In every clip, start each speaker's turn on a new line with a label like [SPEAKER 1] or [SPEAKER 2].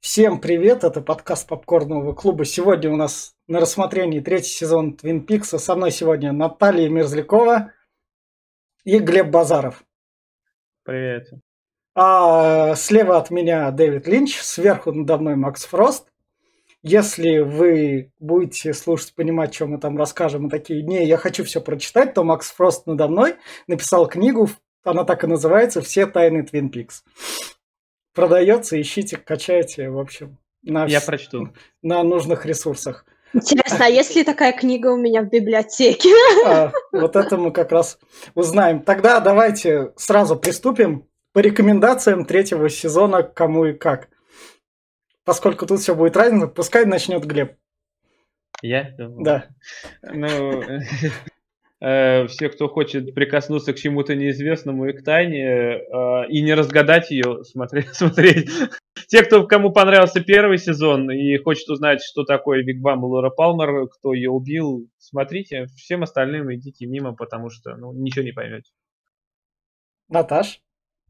[SPEAKER 1] Всем привет, это подкаст Попкорнового клуба. Сегодня у нас на рассмотрении третий сезон Твин Пикса. Со мной сегодня Наталья Мерзлякова и Глеб Базаров.
[SPEAKER 2] Привет.
[SPEAKER 1] А слева от меня Дэвид Линч, сверху надо мной Макс Фрост. Если вы будете слушать, понимать, что мы там расскажем, и такие, не, я хочу все прочитать, то Макс Фрост надо мной написал книгу, она так и называется «Все тайны Твин Пикс». Продается, ищите, качайте, в общем,
[SPEAKER 2] Я прочту.
[SPEAKER 1] на нужных ресурсах.
[SPEAKER 3] Интересно, а есть ли такая книга у меня в библиотеке?
[SPEAKER 1] Вот это мы как раз узнаем. Тогда давайте сразу приступим по рекомендациям третьего сезона кому и как. Поскольку тут все будет разница, пускай начнет Глеб.
[SPEAKER 2] Я?
[SPEAKER 1] Да.
[SPEAKER 2] Ну, все, кто хочет прикоснуться к чему-то неизвестному и к тайне, и не разгадать ее, смотреть. Те, кому понравился первый сезон и хочет узнать, что такое Биг Бам и Лора Палмер, кто ее убил, смотрите. Всем остальным идите мимо, потому что ничего не поймете.
[SPEAKER 1] Наташ?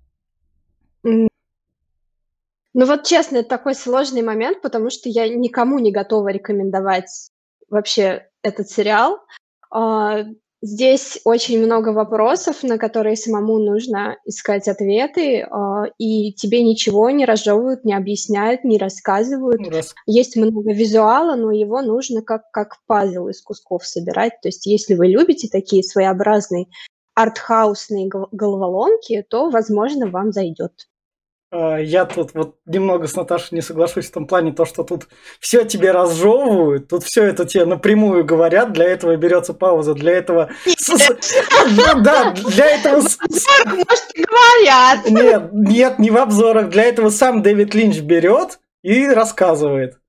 [SPEAKER 3] Ну вот честно, это такой сложный момент, потому что я никому не готова рекомендовать вообще этот сериал. Здесь очень много вопросов, на которые самому нужно искать ответы, и тебе ничего не разжевывают, не объясняют, не рассказывают. Есть много визуала, но его нужно как пазл из кусков собирать. То есть если вы любите такие своеобразные артхаусные головоломки, то, возможно, вам зайдет.
[SPEAKER 1] Я тут вот немного с Наташей не соглашусь в том плане, то, что тут все тебе разжевывают, тут все это тебе напрямую говорят, для этого берется пауза, для этого... Да, для этого...
[SPEAKER 3] Может, говорят.
[SPEAKER 1] Нет, не в обзорах, для этого сам Дэвид Линч берет и рассказывает,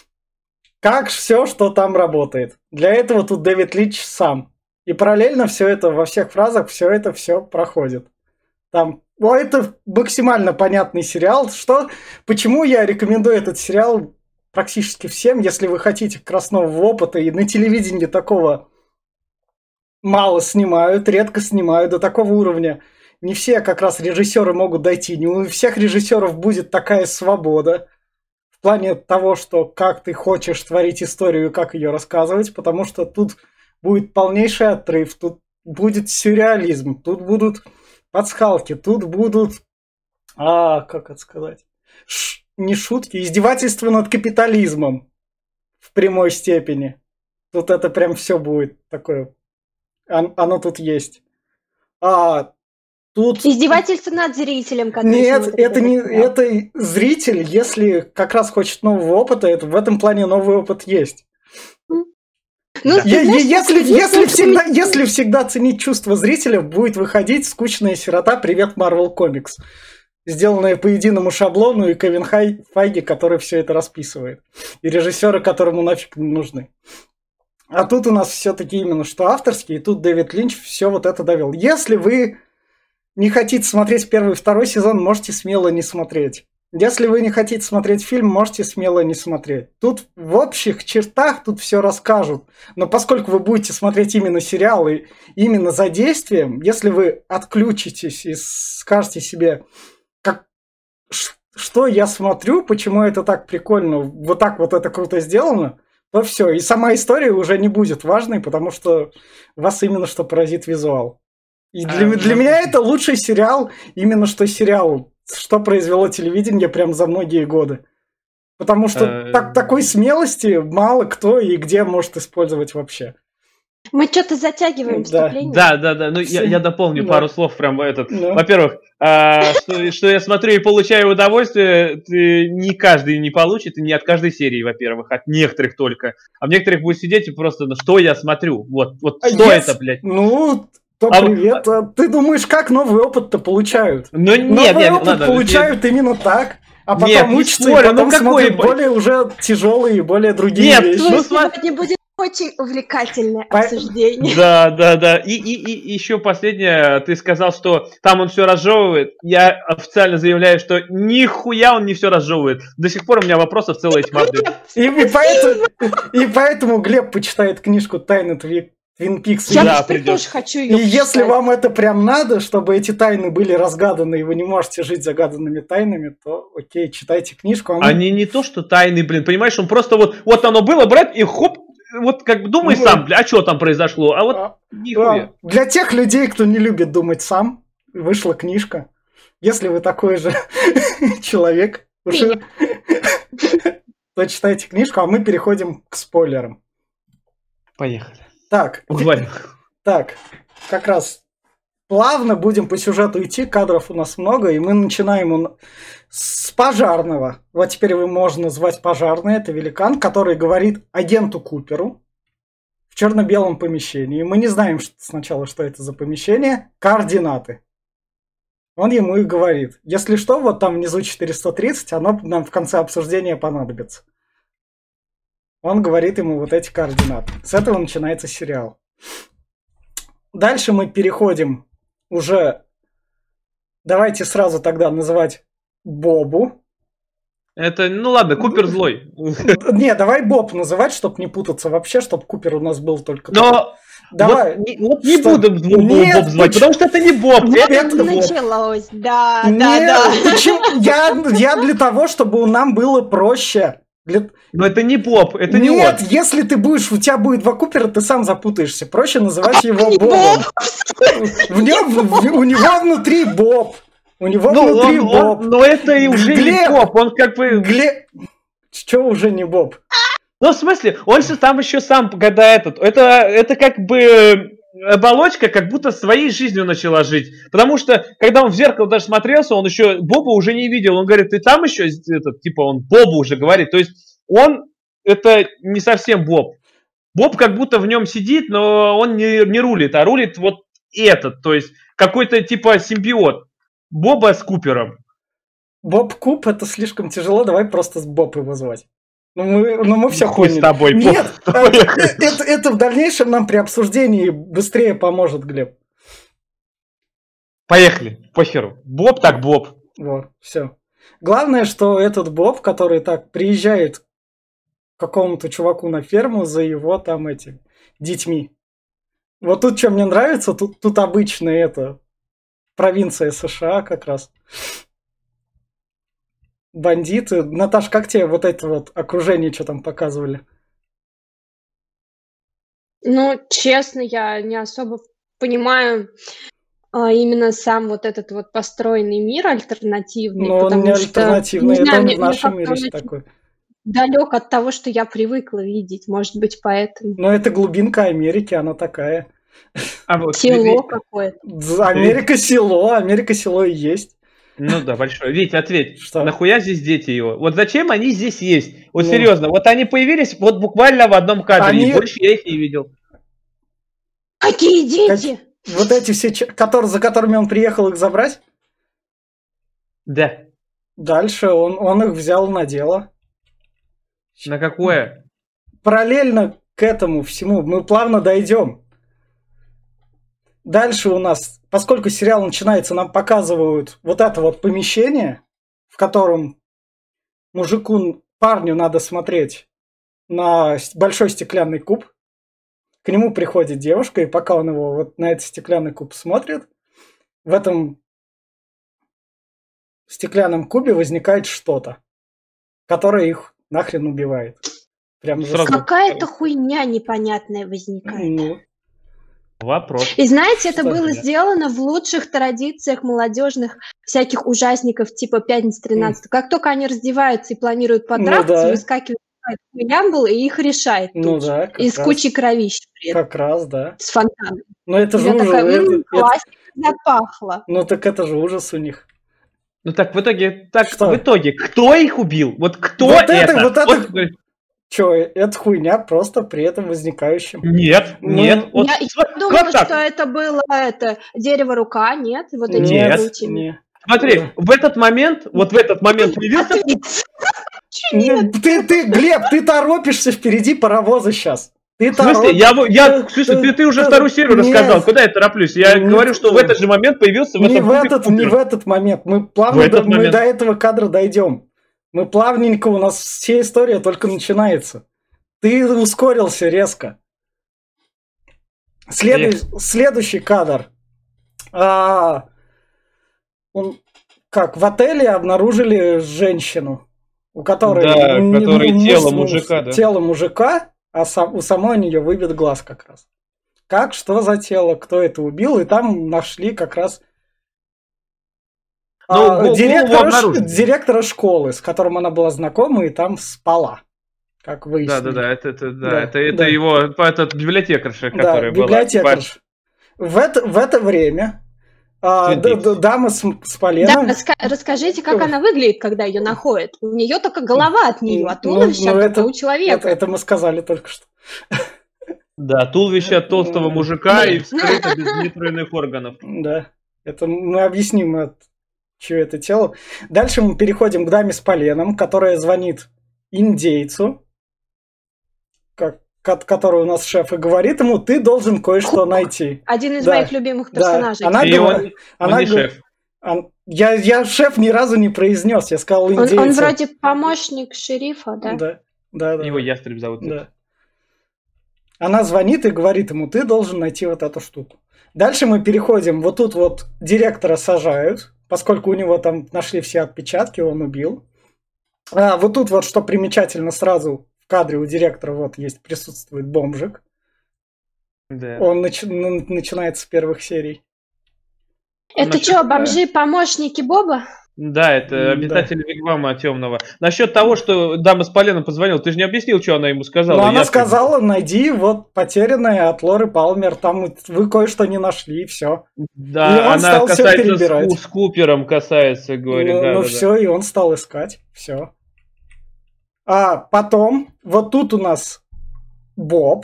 [SPEAKER 1] как все, что там работает. Для этого тут Дэвид Линч сам. И параллельно все это во всех фразах, все проходит. Там... Это максимально понятный сериал. Почему я рекомендую этот сериал практически всем, если вы хотите как раз нового опыта, и на телевидении такого мало снимают, редко снимают до такого уровня. Не все как раз режиссеры могут дойти, не у всех режиссеров будет такая свобода в плане того, что как ты хочешь творить историю, как ее рассказывать, потому что тут будет полнейший отрыв, тут будет сюрреализм, тут будут... подсказки, тут будут, как это сказать, не шутки, издевательства над капитализмом в прямой степени. Тут это прям все будет такое, оно тут есть. Тут...
[SPEAKER 3] Издевательство над зрителем, который...
[SPEAKER 1] Нет, это зритель, если как раз хочет нового опыта, в этом плане новый опыт есть.
[SPEAKER 3] Ну,
[SPEAKER 1] если всегда ценить чувства зрителя, будет выходить «Скучная сирота. Привет, Marvel Comics», сделанная по единому шаблону, и Кевин Файги, который все это расписывает, и режиссеры, которому нафиг не нужны. А тут у нас все-таки именно что авторский, и тут Дэвид Линч все вот это довел. Если вы не хотите смотреть первый и второй сезон, можете смело не смотреть. Если вы не хотите смотреть фильм, можете смело не смотреть. Тут в общих чертах тут все расскажут. Но поскольку вы будете смотреть именно сериалы, именно за действием, если вы отключитесь и скажете себе, что я смотрю, почему это так прикольно, вот так вот это круто сделано, то все. И сама история уже не будет важной, потому что вас именно что поразит визуал. И для меня это лучший сериал, именно что сериал, что произвело телевидение прям за многие годы. Потому что такой смелости мало кто и где может использовать вообще.
[SPEAKER 3] Мы что-то затягиваем вступление.
[SPEAKER 2] Да. Ну, я дополню пару слов прям этот. Во-первых, что я смотрю и получаю удовольствие, не каждый не получит, и не от каждой серии, во-первых, от некоторых только. А в некоторых будет сидеть и просто, что я смотрю? Вот что это, блядь?
[SPEAKER 1] Привет. Ты думаешь, как новый опыт-то получают? Новый опыт получают именно так. А потом учатся, и потом смотрят более уже тяжелые и более другие вещи.
[SPEAKER 3] Сегодня будет очень увлекательное обсуждение.
[SPEAKER 2] Да. И еще последнее. Ты сказал, что там он все разжевывает. Я официально заявляю, что нихуя он не все разжевывает. До сих пор у меня вопросов целая тьма.
[SPEAKER 1] И поэтому Глеб почитает книжку «Тайны Твин Пикс.
[SPEAKER 3] Я
[SPEAKER 2] Да,
[SPEAKER 3] теперь
[SPEAKER 2] придёт.
[SPEAKER 3] тоже хочу
[SPEAKER 1] И
[SPEAKER 3] ее
[SPEAKER 1] если вам это прям надо, чтобы эти тайны были разгаданы, и вы не можете жить загаданными тайнами, то окей, читайте книжку. А мы...
[SPEAKER 2] Они не то, что тайны, блин, понимаешь, он просто вот оно было, брать и хоп, вот как бы думай
[SPEAKER 1] Ну,
[SPEAKER 2] сам, бля, а что там произошло, а вот нихуя.
[SPEAKER 1] Для тех людей, кто не любит думать сам, вышла книжка. Если вы такой же человек, уже, то читайте книжку, а мы переходим к спойлерам.
[SPEAKER 2] Поехали.
[SPEAKER 1] Так,
[SPEAKER 2] Уговорил.
[SPEAKER 1] так, как раз плавно будем по сюжету идти, кадров у нас много, и мы начинаем с пожарного. Вот теперь его можно звать пожарный, это великан, который говорит агенту Куперу в черно-белом помещении. Мы не знаем сначала, что это за помещение, координаты. Он ему и говорит, если что, вот там внизу 430, оно нам в конце обсуждения понадобится. Он говорит ему вот эти координаты. С этого начинается сериал. Дальше мы переходим уже... Давайте сразу тогда называть Бобу.
[SPEAKER 2] Это, ну ладно, Купер злой.
[SPEAKER 1] Не, давай Боб называть, чтобы не путаться вообще, чтобы Купер у нас был только...
[SPEAKER 2] Но
[SPEAKER 1] Давай.
[SPEAKER 2] вот не
[SPEAKER 1] Что?
[SPEAKER 2] будем
[SPEAKER 1] Нет,
[SPEAKER 2] Боб звать, потому что это не Боб,
[SPEAKER 3] Вот
[SPEAKER 2] это
[SPEAKER 3] и
[SPEAKER 2] Боб.
[SPEAKER 3] началось, да.
[SPEAKER 1] Почему? Я для того, чтобы нам было проще.
[SPEAKER 2] Но это не Боб, это не он.
[SPEAKER 1] Нет, если ты будешь, у тебя будет два Купера, ты сам запутаешься. Проще называть его Бобом. У него внутри Боб. У него внутри Боб.
[SPEAKER 2] Но это и уже не Боб, он как бы...
[SPEAKER 1] Что уже не Боб?
[SPEAKER 2] Ну, в смысле, он же там еще сам, когда это как бы оболочка как будто своей жизнью начала жить. Потому что, когда он в зеркало даже смотрелся, он еще Боба уже не видел. Он говорит, ты там еще, типа он Бобу уже говорит. То есть он, это не совсем Боб. Боб как будто в нем сидит, но он не рулит, а рулит вот этот. То есть какой-то типа симбиот Боба с Купером.
[SPEAKER 1] Боб Куп, это слишком тяжело, давай просто Боб его звать. Мы все
[SPEAKER 2] Хуй
[SPEAKER 1] поняли.
[SPEAKER 2] с тобой, Боб.
[SPEAKER 1] Нет, это в дальнейшем нам при обсуждении быстрее поможет, Глеб.
[SPEAKER 2] Поехали, похеру. Боб так Боб.
[SPEAKER 1] Вот, все. Главное, что этот Боб, который так приезжает к какому-то чуваку на ферму за его там этими детьми. Вот тут что мне нравится, тут обычно это провинция США как раз. Бандиты. Наташ, как тебе вот это вот окружение, что там показывали?
[SPEAKER 3] Ну, честно, я не особо понимаю именно сам вот этот вот построенный мир альтернативный.
[SPEAKER 1] Но он не альтернативный, это он в нашем мире такой.
[SPEAKER 3] Далек от того, что я привыкла видеть, может быть, поэтому.
[SPEAKER 1] Но это глубинка Америки, она такая.
[SPEAKER 3] Село какое-то.
[SPEAKER 1] Америка село и есть.
[SPEAKER 2] Ну да, большое. Вить, ответь.
[SPEAKER 1] Что?
[SPEAKER 2] Нахуя здесь дети его? Вот зачем они здесь есть? Вот серьезно, вот они появились вот буквально в одном кадре, и больше я их не видел.
[SPEAKER 3] Какие дети?
[SPEAKER 1] Вот эти все, за которыми он приехал их забрать?
[SPEAKER 2] Да.
[SPEAKER 1] Дальше он их взял на дело.
[SPEAKER 2] На какое?
[SPEAKER 1] Параллельно к этому всему мы плавно дойдем. Дальше у нас, поскольку сериал начинается, нам показывают вот это вот помещение, в котором парню надо смотреть на большой стеклянный куб. К нему приходит девушка, и пока он его вот на этот стеклянный куб смотрит, в этом стеклянном кубе возникает что-то, которое их нахрен убивает. Прям
[SPEAKER 3] какая-то хуйня непонятная возникает.
[SPEAKER 2] Вопрос.
[SPEAKER 3] И знаете, это было сделано в лучших традициях молодежных всяких ужасников типа «Пятница 13». Как только они раздеваются и планируют подраться, выскакивает лямбл и их решает тут же. И с кучей кровищ.
[SPEAKER 1] Как раз, да.
[SPEAKER 3] С фонтаном.
[SPEAKER 1] Но это же ужас.
[SPEAKER 3] Классика запахло.
[SPEAKER 1] Ну так это же ужас у них.
[SPEAKER 2] Ну так в итоге, кто их убил? Вот кто это?
[SPEAKER 1] Чё, это хуйня просто при этом возникающем.
[SPEAKER 2] Нет.
[SPEAKER 3] Я думала, что это было дерево-рука, нет? Вот эти
[SPEAKER 1] нет.
[SPEAKER 2] Смотри, в этот момент появился...
[SPEAKER 1] Ты, Глеб, ты торопишься впереди паровоза сейчас.
[SPEAKER 2] В смысле, ты уже вторую серию рассказал, куда я тороплюсь? Я говорю, что в этот же момент появился...
[SPEAKER 1] Не в этот момент, мы плавно до этого кадра дойдем. Мы плавненько, у нас вся история только начинается. Ты ускорился резко. Следующий кадр. В отеле обнаружили женщину, у которой
[SPEAKER 2] тело мужика, да.
[SPEAKER 1] Тело мужика, а у самой нее выбит глаз как раз. Что за тело, кто это убил, и там нашли как раз директора школы, с которым она была знакома, и там спала, как выяснилось.
[SPEAKER 2] Это его библиотекарша, которая была.
[SPEAKER 1] Библиотекарша. В это время дама с поленом...
[SPEAKER 3] Да, расскажите, как она выглядит, когда ее находят. У нее только голова от нее, а туловище только у человека.
[SPEAKER 1] Это мы сказали только что.
[SPEAKER 2] Да, туловище от толстого мужика и вскрыто без внутренних органов.
[SPEAKER 1] Да, это мы объясним, чье это тело. Дальше мы переходим к даме с поленом, которая звонит индейцу, который у нас шеф, и говорит ему: ты должен кое-что найти.
[SPEAKER 3] Один из моих любимых персонажей.
[SPEAKER 1] Она шеф. Я шеф ни разу не произнес, я сказал индейцу.
[SPEAKER 3] Он вроде помощник шерифа, да?
[SPEAKER 1] Да.
[SPEAKER 2] Его Ястреб зовут.
[SPEAKER 1] Да. Она звонит и говорит ему: ты должен найти вот эту штуку. Дальше мы переходим, вот тут вот директора сажают, поскольку у него там нашли все отпечатки, он убил. Вот тут вот, что примечательно, сразу в кадре у директора присутствует бомжик. Да. Он начинается с первых серий.
[SPEAKER 3] Это что, бомжи-помощники Боба?
[SPEAKER 2] Да, это обитатели Вигвама темного. Насчет того, что дама с поленом позвонила, ты же не объяснил, что она ему сказала.
[SPEAKER 1] Она сказала: найди потерянное от Лоры Палмер, там вы кое-что не нашли, и все.
[SPEAKER 2] Да,
[SPEAKER 1] и он
[SPEAKER 2] она
[SPEAKER 1] стал
[SPEAKER 2] касается
[SPEAKER 1] все перебирать.
[SPEAKER 2] С Купером касается, говорит.
[SPEAKER 1] Все, и он стал искать, все. А потом, вот тут у нас Боб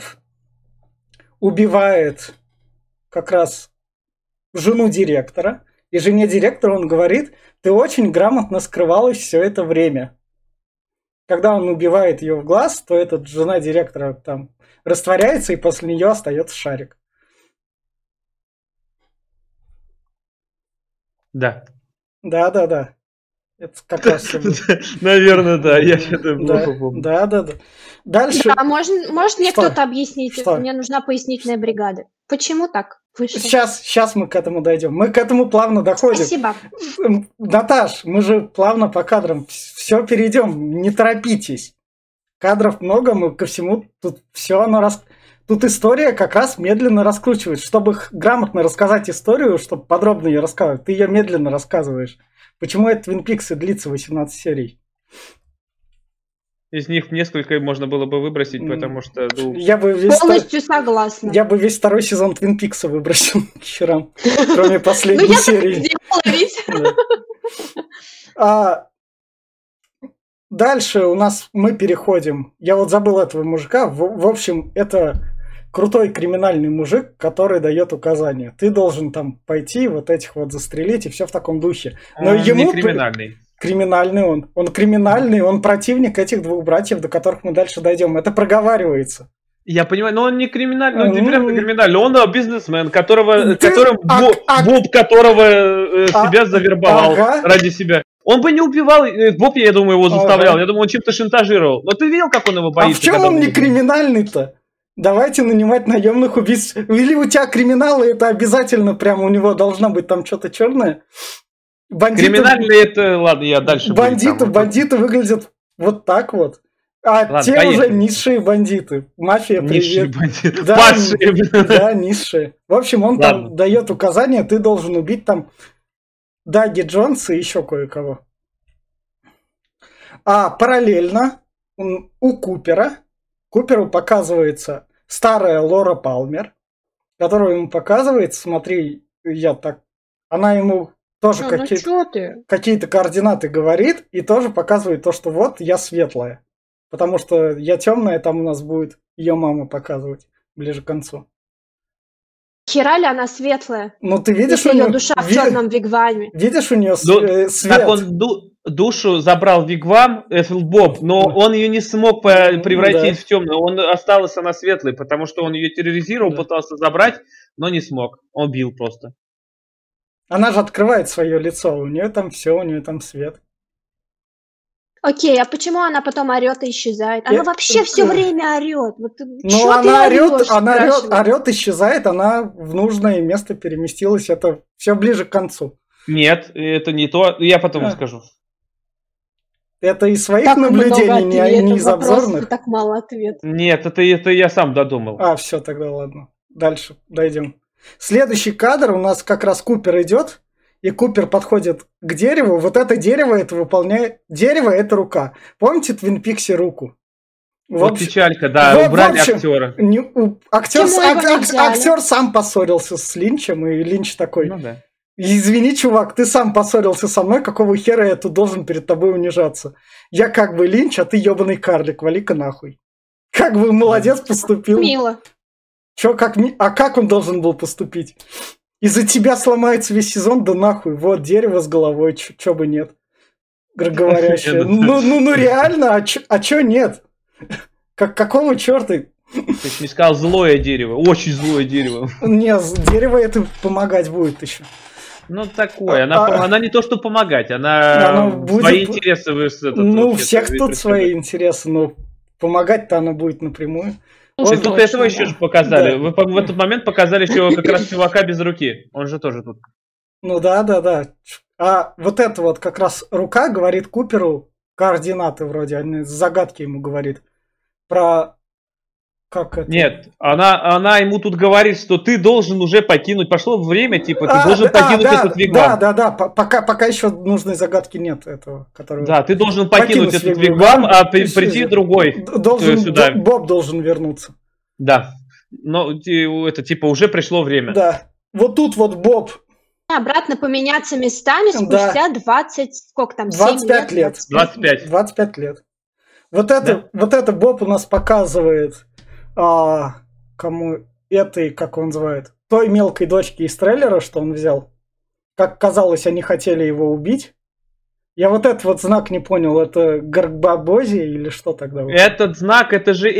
[SPEAKER 1] убивает как раз жену директора, и жене директора он говорит: ты очень грамотно скрывалась все это время. Когда он убивает ее в глаз, то жена директора там растворяется, и после нее остается шарик.
[SPEAKER 2] Да.
[SPEAKER 1] Да. Это как раз все.
[SPEAKER 2] Наверное, да. Я что-то плохо помню.
[SPEAKER 1] Да. Дальше.
[SPEAKER 3] А может мне кто-то объяснить? Мне нужна пояснительная бригада. Почему так вышло?
[SPEAKER 1] Сейчас мы к этому дойдем. Мы к этому плавно доходим.
[SPEAKER 3] Спасибо.
[SPEAKER 1] Наташ, мы же плавно по кадрам все перейдем. Не торопитесь. Кадров много, мы ко всему тут все оно Тут история как раз медленно раскручивается. Чтобы грамотно рассказать историю, чтобы подробно ее рассказывать, ты ее медленно рассказываешь. Почему это Twin Peaks и длится 18 серий?
[SPEAKER 2] Из них несколько можно было бы выбросить, потому что...
[SPEAKER 3] Полностью согласна.
[SPEAKER 1] Я бы весь второй сезон Twin Peaks выбросил к херам, кроме последней серии. Дальше у нас мы переходим. Я забыл этого мужика. В общем, это крутой криминальный мужик, который дает указания. Ты должен там пойти, этих застрелить, и все в таком духе. Но
[SPEAKER 2] он
[SPEAKER 1] ему
[SPEAKER 2] не криминальный.
[SPEAKER 1] Криминальный он. Он криминальный, он противник этих двух братьев, до которых мы дальше дойдем. Это проговаривается.
[SPEAKER 2] Я понимаю, но он не криминальный, он не прям криминальный, он бизнесмен, Боб которого себя завербовал ради себя. Он бы не убивал, Боб, я думаю, его заставлял, я думаю, он чем-то шантажировал. Но ты видел, как он его боится?
[SPEAKER 1] А в чем он не криминальный-то? Давайте нанимать наемных убийц. Или у тебя криминалы, это обязательно прям у него должно быть там что-то черное?
[SPEAKER 2] Криминальные это, ладно, я дальше.
[SPEAKER 1] Бандиты выглядят вот так вот. Те уже низшие бандиты. Мафия,
[SPEAKER 2] низшие
[SPEAKER 1] привет.
[SPEAKER 2] Бандиты.
[SPEAKER 1] Да, низшие. В общем, он там дает указания, ты должен убить там Даги Джонса и еще кое-кого. Параллельно у Куперу показывается старая Лора Палмер, которую ему показывает: смотри, она ему тоже какие-то координаты говорит, и тоже показывает то, что я светлая. Потому что я темная, там у нас будет ее мама показывать ближе к концу.
[SPEAKER 3] Хера ли она светлая?
[SPEAKER 1] Ну, ты видишь,
[SPEAKER 3] у нее душа в черном вигваме.
[SPEAKER 1] Видишь, у нее свет.
[SPEAKER 2] Так он душу забрал вигвам, Боб, но он ее не смог превратить в темную. Он осталась она светлой, потому что он ее терроризировал, пытался забрать, но не смог. Он бил просто.
[SPEAKER 1] Она же открывает свое лицо, у нее там все, у нее там свет.
[SPEAKER 3] Окей, а почему она потом орет и исчезает? Она вообще все время орет. Вот,
[SPEAKER 1] Ну,
[SPEAKER 3] чё ты
[SPEAKER 1] она
[SPEAKER 3] орёшь, спрашиваю?
[SPEAKER 1] орет, исчезает, она в нужное место переместилась. Это все ближе к концу.
[SPEAKER 2] Нет, это не то. Я потом скажу.
[SPEAKER 1] Это из своих
[SPEAKER 3] Так много
[SPEAKER 1] наблюдений, не
[SPEAKER 3] ответов,
[SPEAKER 1] из
[SPEAKER 3] вопросов, и
[SPEAKER 1] обзорных.
[SPEAKER 3] так мало ответов.
[SPEAKER 2] Нет, это я сам додумал.
[SPEAKER 1] Все, тогда ладно. Дальше дойдем. Следующий кадр у нас как раз Купер идет, и Купер подходит к дереву. Вот это дерево это выполняет. Дерево это рука. Помните Твин Пикси руку?
[SPEAKER 2] Вот печалька, да, убрали актера.
[SPEAKER 1] Актер сам поссорился с Линчем, и Линч такой.
[SPEAKER 2] Ну да.
[SPEAKER 1] Извини, чувак, ты сам поссорился со мной, какого хера я тут должен перед тобой унижаться? Я как бы Линч, а ты ебаный карлик, вали-ка нахуй. Как бы молодец поступил.
[SPEAKER 3] Мило.
[SPEAKER 1] А как он должен был поступить? Из-за тебя сломается весь сезон, да нахуй, вот дерево с головой, чё бы нет. Говорящее. Ну реально, а чё нет? Какого черта?
[SPEAKER 2] Ты же не сказал злое дерево, очень злое дерево.
[SPEAKER 1] Не, дерево это помогать будет еще.
[SPEAKER 2] Ну, такое. Она не то, что помогать, она свои интересы...
[SPEAKER 1] Ну, у всех тут свои интересы, но помогать-то она будет напрямую.
[SPEAKER 2] Вот тут этого еще же показали. Да. Вы в этот момент показали еще как раз чувака без руки. Он же тоже тут.
[SPEAKER 1] Ну да. А вот это вот как раз рука говорит Куперу координаты вроде, загадки ему говорит. Про... Как это?
[SPEAKER 2] Нет, она ему тут говорит, что ты должен уже покинуть. Пошло время, типа, ты должен покинуть этот вигвам.
[SPEAKER 1] Да. Пока еще нужной загадки нет этого.
[SPEAKER 2] Да, ты должен покинуть этот вигвам, а прийти другой сюда.
[SPEAKER 1] Боб должен вернуться.
[SPEAKER 2] Да. Но это типа уже пришло время.
[SPEAKER 1] Да. Вот тут вот Боб.
[SPEAKER 3] Обратно поменяться местами спустя 20, сколько там,
[SPEAKER 1] 25 лет. 25 лет. Вот это Боб у нас показывает кому этой, как он называет, той мелкой дочке из трейлера, что он взял. Как казалось, они хотели его убить. Я вот этот вот знак не понял, это Гарбабози или что тогда?
[SPEAKER 2] Этот знак, это же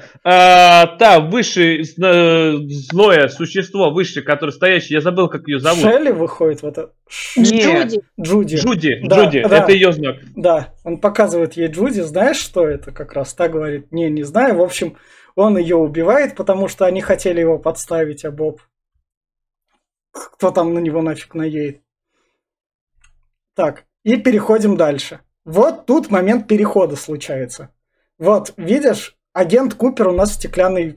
[SPEAKER 2] высшее злое существо, высшее, которое стоящее, я забыл, как ее зовут.
[SPEAKER 1] Шелли выходит вот это?
[SPEAKER 2] Нет. Джуди, это ее знак.
[SPEAKER 1] Да, он показывает ей Джуди, знаешь, что это как раз? Та говорит, не знаю, в общем, он ее убивает, потому что они хотели его подставить, а Боб... Кто там на него нафиг наедет? Так. И переходим дальше. Вот тут момент перехода случается. Вот, видишь, агент Купер у нас стеклянный...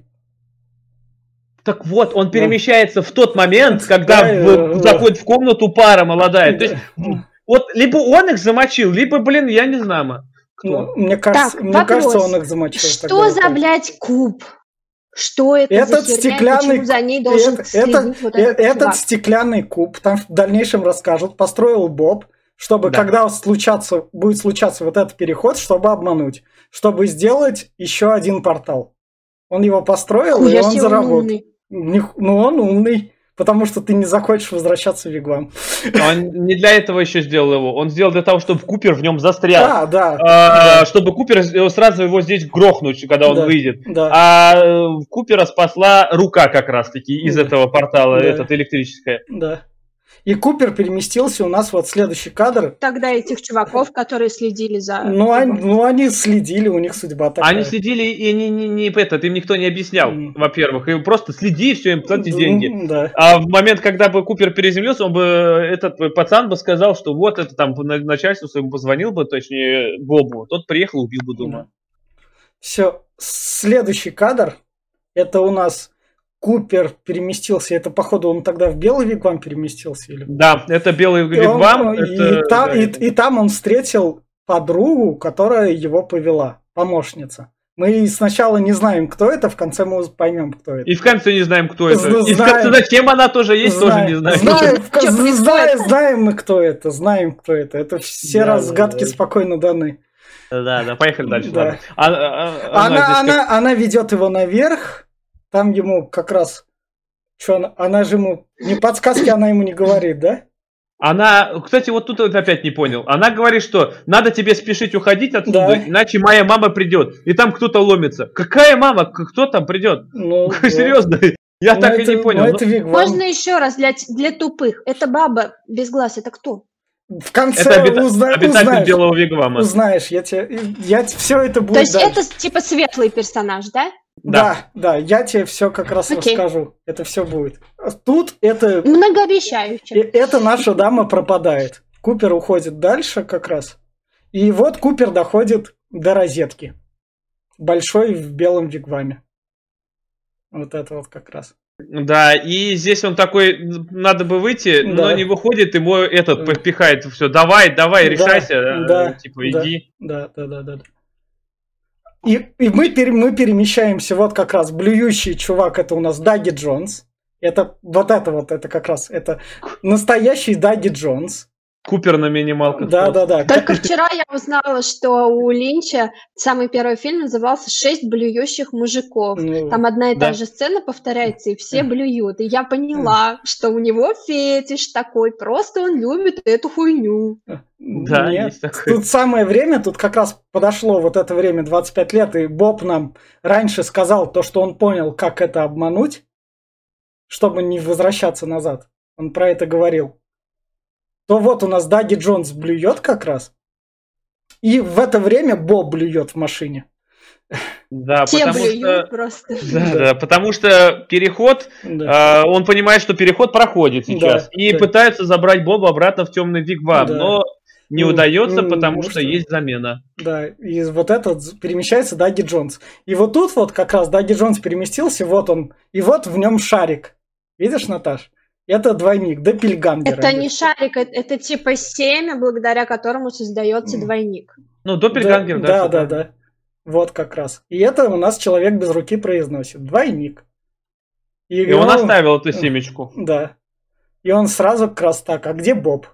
[SPEAKER 2] Так вот, он перемещается в тот момент, когда заходит в комнату пара молодая. То есть, вот, либо он их замочил, либо, я не знаю, кто.
[SPEAKER 1] Мне кажется, он их замочил.
[SPEAKER 3] Что за, блядь, куб? Что это
[SPEAKER 1] этот
[SPEAKER 3] за
[SPEAKER 1] стеклянный,
[SPEAKER 3] почему за ней должен следить вот этот
[SPEAKER 1] стеклянный куб, там в дальнейшем расскажут, построил Боб, чтобы когда будет случаться вот этот переход, чтобы обмануть, чтобы сделать еще один портал. Он его построил, и он заработал. Ну, он умный, потому что ты не захочешь возвращаться в вигвам.
[SPEAKER 2] Он не для этого еще сделал его. Он сделал для того, чтобы Купер в нем застрял.
[SPEAKER 1] Да.
[SPEAKER 2] Чтобы Купер сразу его здесь грохнуть, когда он выйдет.
[SPEAKER 1] Да.
[SPEAKER 2] А Купера спасла рука как раз-таки из этого портала, электрическая.
[SPEAKER 1] Да. И Купер переместился у нас вот следующий кадр.
[SPEAKER 3] Тогда этих чуваков, которые следили за...
[SPEAKER 1] они следили, у них судьба такая.
[SPEAKER 2] Они следили, и им никто не объяснял, во-первых. Им просто следи, все, им плати деньги.
[SPEAKER 1] Да.
[SPEAKER 2] А в момент, когда бы Купер приземлился, этот пацан бы сказал, что вот это там начальству своему позвонил бы, точнее, Бобу. Тот приехал, убил бы, думаю.
[SPEAKER 1] Все, следующий кадр. Это у нас... Купер переместился, это походу он тогда в белый вигвам переместился? Или...
[SPEAKER 2] Да, это белый вигвам.
[SPEAKER 1] И там он встретил подругу, которая его повела, помощница. Мы сначала не знаем, кто это, в конце мы поймем, кто это.
[SPEAKER 2] И в конце не знаем, кто это. И в конце зачем она тоже есть, тоже не знаем.
[SPEAKER 1] Знаем мы, кто это, Это все разгадки спокойно даны.
[SPEAKER 2] Да, поехали дальше.
[SPEAKER 1] Да. Она ведет его наверх. Там ему как раз... она же ему... Не подсказки она ему не говорит, да?
[SPEAKER 2] Она... Кстати, вот тут опять не понял. Она говорит, что надо тебе спешить уходить отсюда, иначе моя мама придет. И там кто-то ломится. Какая мама? Кто там придет? Серьезно? Я так и не понял.
[SPEAKER 3] Можно еще раз для тупых. Эта баба без глаз, это кто?
[SPEAKER 1] В конце
[SPEAKER 2] Это обитатель
[SPEAKER 1] узнаешь.
[SPEAKER 2] Белого Вигвама.
[SPEAKER 1] Узнаешь, все это будет
[SPEAKER 3] То есть
[SPEAKER 1] дальше.
[SPEAKER 3] это типа светлый персонаж, да?
[SPEAKER 1] Да, я тебе все как раз
[SPEAKER 3] Окей.
[SPEAKER 1] расскажу. Это все будет. Тут это
[SPEAKER 3] Многообещающе.
[SPEAKER 1] эта наша дама пропадает. Купер уходит дальше как раз. И вот Купер доходит до розетки. Большой в белом вигваме. Вот это вот как раз.
[SPEAKER 2] Да, и здесь он такой, надо бы выйти, но не выходит, ему этот подпихает, все, давай, решайся, типа, иди.
[SPEAKER 1] Да. И мы перемещаемся, вот как раз блюющий чувак, это у нас Даги Джонс. Это как раз, это настоящий Даги Джонс.
[SPEAKER 2] Купер на минималках.
[SPEAKER 1] Да.
[SPEAKER 3] Только вчера я узнала, что у Линча самый первый фильм назывался «6 блюющих мужиков». Там одна и та же сцена повторяется, и все блюют. И я поняла, что у него фетиш такой, просто он любит эту хуйню.
[SPEAKER 2] Да,
[SPEAKER 1] нет.
[SPEAKER 2] Есть такое.
[SPEAKER 1] Тут самое время, тут как раз подошло вот это время, 25 лет, и Боб нам раньше сказал то, что он понял, как это обмануть, чтобы не возвращаться назад. Он про это говорил. То вот у нас Даги Джонс блюет как раз, и в это время Боб блюет в машине.
[SPEAKER 2] Да,
[SPEAKER 3] Те
[SPEAKER 2] потому
[SPEAKER 3] блюют
[SPEAKER 2] что...
[SPEAKER 3] просто.
[SPEAKER 2] Да, потому что переход, он понимает, что переход проходит сейчас, и пытается забрать Боба обратно в темный вигвам, но не удается, потому что есть замена.
[SPEAKER 1] Да, и вот этот перемещается Даги Джонс. И вот тут вот как раз Даги Джонс переместился, вот он, и вот в нем шарик. Видишь, Наташ? Это двойник, Доппельгангер.
[SPEAKER 3] Это не шарик, это типа семя, благодаря которому создается двойник.
[SPEAKER 2] Ну, Доппельгангер,
[SPEAKER 1] да. Вот как раз. И это у нас человек без руки произносит. Двойник.
[SPEAKER 2] И он оставил эту семечку.
[SPEAKER 1] Да. И он сразу как раз так, а где Боб?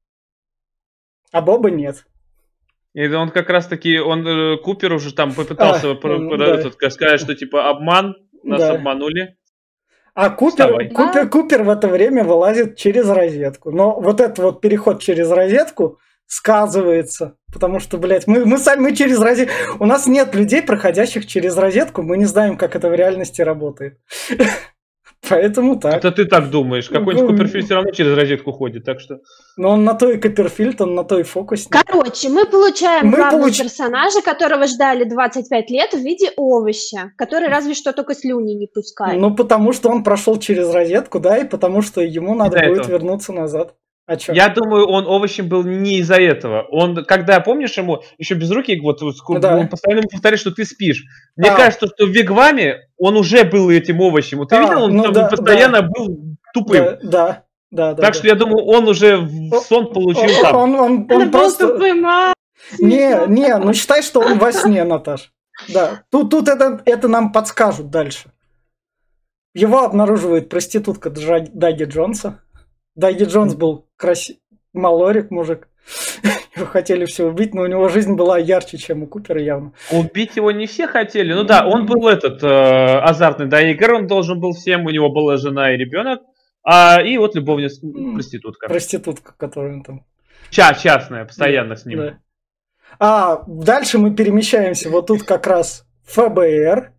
[SPEAKER 1] А Боба нет.
[SPEAKER 2] И он как раз таки, Купер уже там попытался сказать, что типа обман, нас обманули.
[SPEAKER 1] А Купер в это время вылазит через розетку. Но вот этот вот переход через розетку сказывается. Потому что, блядь, мы через розетку... У нас нет людей, проходящих через розетку. Мы не знаем, как это в реальности работает. Поэтому так.
[SPEAKER 2] Это ты так думаешь. Какой-нибудь Копперфильд все равно через розетку ходит, так что...
[SPEAKER 1] Но он на то и Копперфильд, он на то и фокусник.
[SPEAKER 3] Короче, мы получаем главного персонажа, которого ждали 25 лет в виде овоща, который разве что только слюни не пускает.
[SPEAKER 1] Ну, потому что он прошел через розетку, да, и потому что ему надо будет вернуться назад. А чё?
[SPEAKER 2] Я думаю, он овощем был не из-за этого. Он, когда, помнишь, ему еще без руки, вот он постоянно повторяет, что ты спишь. Мне кажется, что в Вигваме он уже был этим овощем. Ты видел, он постоянно был тупым.
[SPEAKER 1] Да.
[SPEAKER 2] Так что я думаю, он уже в сон получил там.
[SPEAKER 1] Он просто... Не, ну считай, что он во сне, Наташ. Да, тут это нам подскажут дальше. Его обнаруживает проститутка Даги Джонса. Даги Джонс был малорик мужик. Его хотели все убить, но у него жизнь была ярче, чем у Купера явно.
[SPEAKER 2] Убить его не все хотели. Ну да, он был азартный доигр, он должен был всем, у него была жена и ребенок. И вот любовница, проститутка.
[SPEAKER 1] Проститутка, которая там...
[SPEAKER 2] Частная, постоянно с ним.
[SPEAKER 1] Да. Дальше мы перемещаемся. Вот тут как раз ФБР,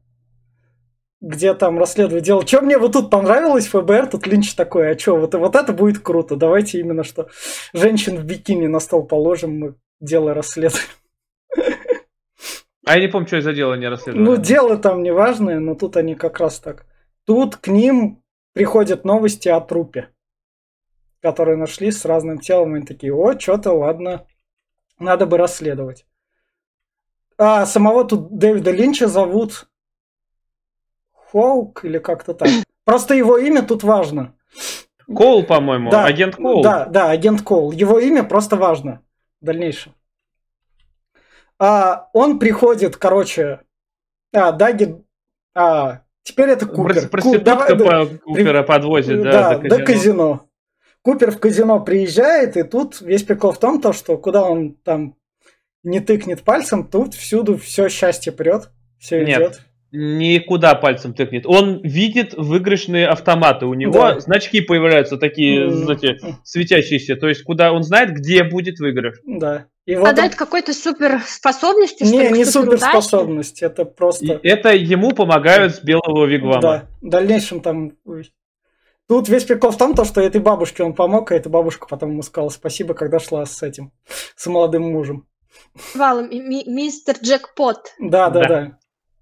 [SPEAKER 1] где там расследуют дело. Что мне вот тут понравилось, ФБР, тут Линч такой, а что, вот это будет круто. Давайте именно что женщин в бикини на стол положим, мы дело расследуем.
[SPEAKER 2] А я не помню, что из-за дела не расследовали.
[SPEAKER 1] Ну, дело там не важное, но тут они как раз так. Тут к ним приходят новости о трупе, которые нашли с разным телом. Они такие, что-то, ладно, надо бы расследовать. А самого тут Дэвида Линча зовут Хоук или как-то так. Просто его имя тут важно.
[SPEAKER 2] Коул, по-моему, да, агент Коул.
[SPEAKER 1] Да, агент Коул. Его имя просто важно в дальнейшем. Он приходит, короче... Даги... Теперь это Купер.
[SPEAKER 2] Проститутка Купера подвозит,
[SPEAKER 1] до казино. Купер в казино приезжает, и тут весь прикол в том, что куда он там не тыкнет пальцем, тут всюду все счастье прет, все идет.
[SPEAKER 2] Никуда пальцем тыкнет. Он видит выигрышные автоматы. У него значки появляются такие, знаете, светящиеся. То есть, куда он знает, где будет выигрыш.
[SPEAKER 1] Да.
[SPEAKER 3] И вот обладает какой-то суперспособностью?
[SPEAKER 1] Не суперспособность, это просто...
[SPEAKER 2] И это ему помогают с белого вигвама.
[SPEAKER 1] Да, в дальнейшем там... Тут весь прикол в том, что этой бабушке он помог, а эта бабушка потом ему сказала спасибо, когда шла с молодым мужем.
[SPEAKER 3] Мистер Джекпот.
[SPEAKER 1] Да.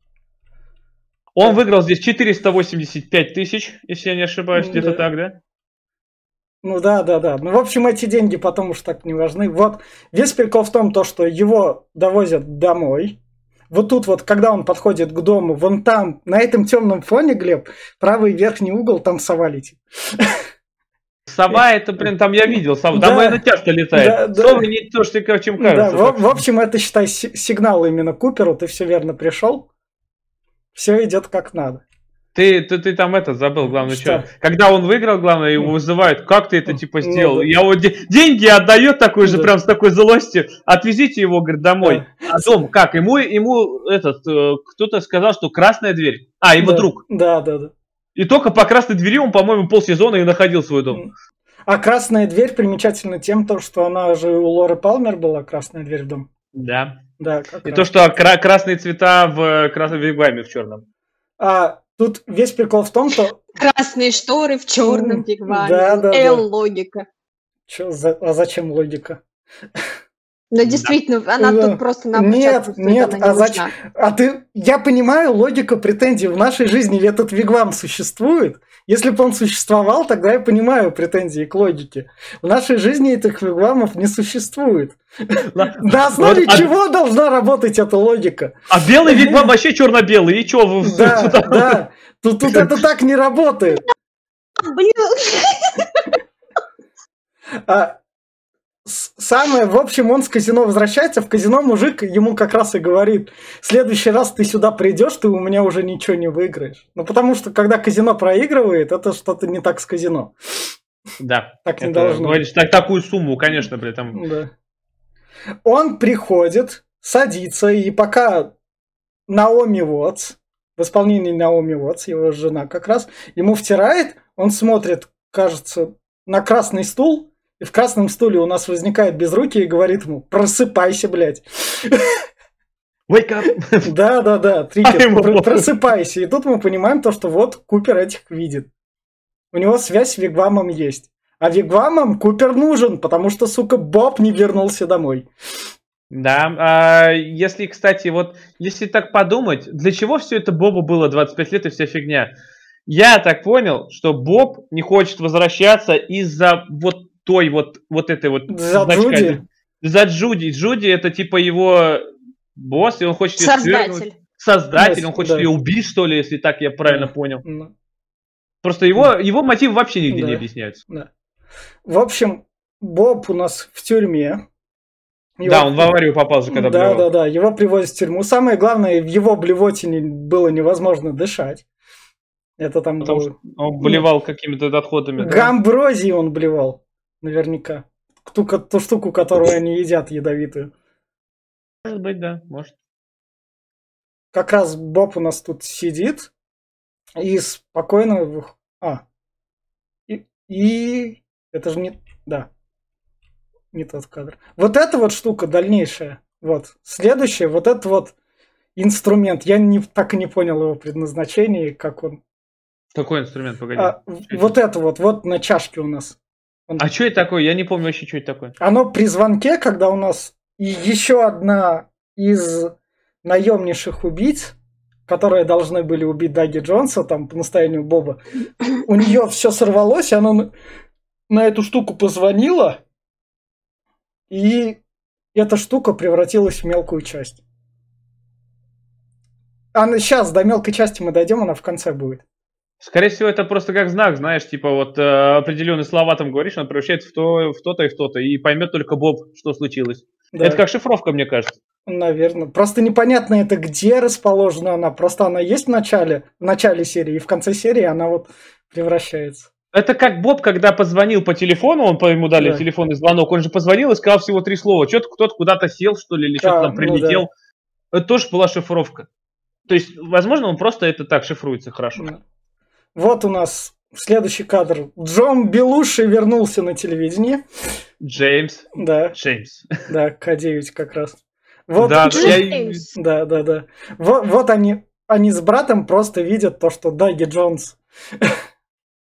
[SPEAKER 2] Он выиграл здесь 485 тысяч, если я не ошибаюсь, где-то так, да?
[SPEAKER 1] Ну да. Ну, в общем, эти деньги потом уж так не важны. Вот, весь прикол в том, что его довозят домой. Вот тут вот, когда он подходит к дому, вон там, на этом темном фоне, Глеб, правый верхний угол, там сова летит.
[SPEAKER 2] Сова, это, блин, там я видел, сова. Там, наверное, часто летает. Совы не то, что чем кажется.
[SPEAKER 1] Да, в общем, это, считай, сигнал именно Куперу, ты все верно пришел, все идет как надо.
[SPEAKER 2] Ты там забыл, главное, что. Когда он выиграл, главное, его вызывают. Как ты это, типа, сделал?
[SPEAKER 1] Да.
[SPEAKER 2] Я вот деньги отдает такой же, прям с такой злостью. Отвезите его, говорит, домой. Да. А дом, как? Ему кто-то сказал, что красная дверь. Его друг.
[SPEAKER 1] Да.
[SPEAKER 2] И только по красной двери он, по-моему, полсезона и находил свой дом.
[SPEAKER 1] А красная дверь примечательна тем, что она же у Лоры Палмер была, красная дверь в дом.
[SPEAKER 2] Да.
[SPEAKER 1] Как
[SPEAKER 2] и раз. То, что красные цвета в красном вигваме в черном.
[SPEAKER 1] Тут весь прикол в том, что...
[SPEAKER 3] Красные шторы в черном вигваме. Логика.
[SPEAKER 1] Зачем логика?
[SPEAKER 3] Ну, действительно, она тут просто нам
[SPEAKER 1] Нет, зачем? Я понимаю логику претензий. В нашей жизни этот вигвам существует. Если бы он существовал, тогда я понимаю претензии к логике. В нашей жизни этих вигвамов не существует. На основе чего должна работать эта логика?
[SPEAKER 2] А белый вигвам вообще черно-белый. И что?
[SPEAKER 1] Да. Тут это так не работает. Самое, в общем, он с казино возвращается, в казино мужик ему как раз и говорит: в следующий раз ты сюда придешь, ты у меня уже ничего не выиграешь. Ну, потому что, когда казино проигрывает, это что-то не так с казино.
[SPEAKER 2] Да.
[SPEAKER 1] Так не должно.
[SPEAKER 2] Говоришь, такую сумму, конечно, при этом.
[SPEAKER 1] Да. Он приходит, садится, и пока Наоми Уотс, в исполнении Наоми Уотс, его жена как раз, ему втирает, он смотрит, кажется, на красный стул, и в красном стуле у нас возникает безрукий и говорит ему: просыпайся, блядь.
[SPEAKER 2] Wake up.
[SPEAKER 1] Да, трикер, просыпайся. И тут мы понимаем то, что вот Купер этих видит. У него связь с вигвамом есть. А вигвамом Купер нужен, потому что, сука, Боб не вернулся домой.
[SPEAKER 2] Да, если, кстати, если так подумать, для чего все это Бобу было 25 лет и вся фигня? Я так понял, что Боб не хочет возвращаться из-за этой
[SPEAKER 1] за Джуди.
[SPEAKER 2] За Джуди. Джуди это типа его босс, и он хочет
[SPEAKER 3] Создатель,
[SPEAKER 2] он хочет ее убить, что ли, если так я правильно понял. Просто его мотивы вообще нигде не объясняются.
[SPEAKER 1] Да. В общем, Боб у нас в тюрьме.
[SPEAKER 2] Он в аварию попал же, когда блевал.
[SPEAKER 1] Да, его привозят в тюрьму. Самое главное, в его блевотине было невозможно дышать. Это там
[SPEAKER 2] потому что он блевал какими-то отходами.
[SPEAKER 1] Гамброзией он блевал. Наверняка. Ту штуку, которую они едят, ядовитую.
[SPEAKER 2] Может быть, да, может.
[SPEAKER 1] Как раз Боб у нас тут сидит и спокойно... И это же не... Да. Не тот кадр. Вот эта вот штука дальнейшая. Вот. Следующая, вот этот вот инструмент. Я так и не понял его предназначение, как он...
[SPEAKER 2] Какой инструмент, погоди?
[SPEAKER 1] Вот это вот на чашке у нас.
[SPEAKER 2] А что это такое? Я не помню вообще, что это такое.
[SPEAKER 1] Оно при звонке, когда у нас еще одна из наемнейших убийц, которые должны были убить Даги Джонса, там, по настоянию Боба, у нее все сорвалось, и она на эту штуку позвонила, и эта штука превратилась в мелкую часть. Сейчас до мелкой части мы дойдем, она в конце будет.
[SPEAKER 2] Скорее всего, это просто как знак, знаешь, типа определенные слова там говоришь, он превращается в то-то и в то-то, и поймет только Боб, что случилось. Да. Это как шифровка, мне кажется.
[SPEAKER 1] Наверное. Просто непонятно это, где расположена она. Просто она есть в начале серии, и в конце серии она превращается.
[SPEAKER 2] Это как Боб, когда позвонил по телефону, ему дали телефонный звонок, он же позвонил и сказал всего 3 слова. Что-то кто-то куда-то сел, что ли, или что-то там прилетел. Это тоже была шифровка. То есть, возможно, он просто это так шифруется хорошо.
[SPEAKER 1] Да. Вот у нас следующий кадр. Джон Белуши вернулся на телевидение.
[SPEAKER 2] Джеймс.
[SPEAKER 1] Да.
[SPEAKER 2] Джеймс.
[SPEAKER 1] Да, К9 как раз. Вот,
[SPEAKER 2] да,
[SPEAKER 1] да. Вот они с братом просто видят то, что Даги Джонс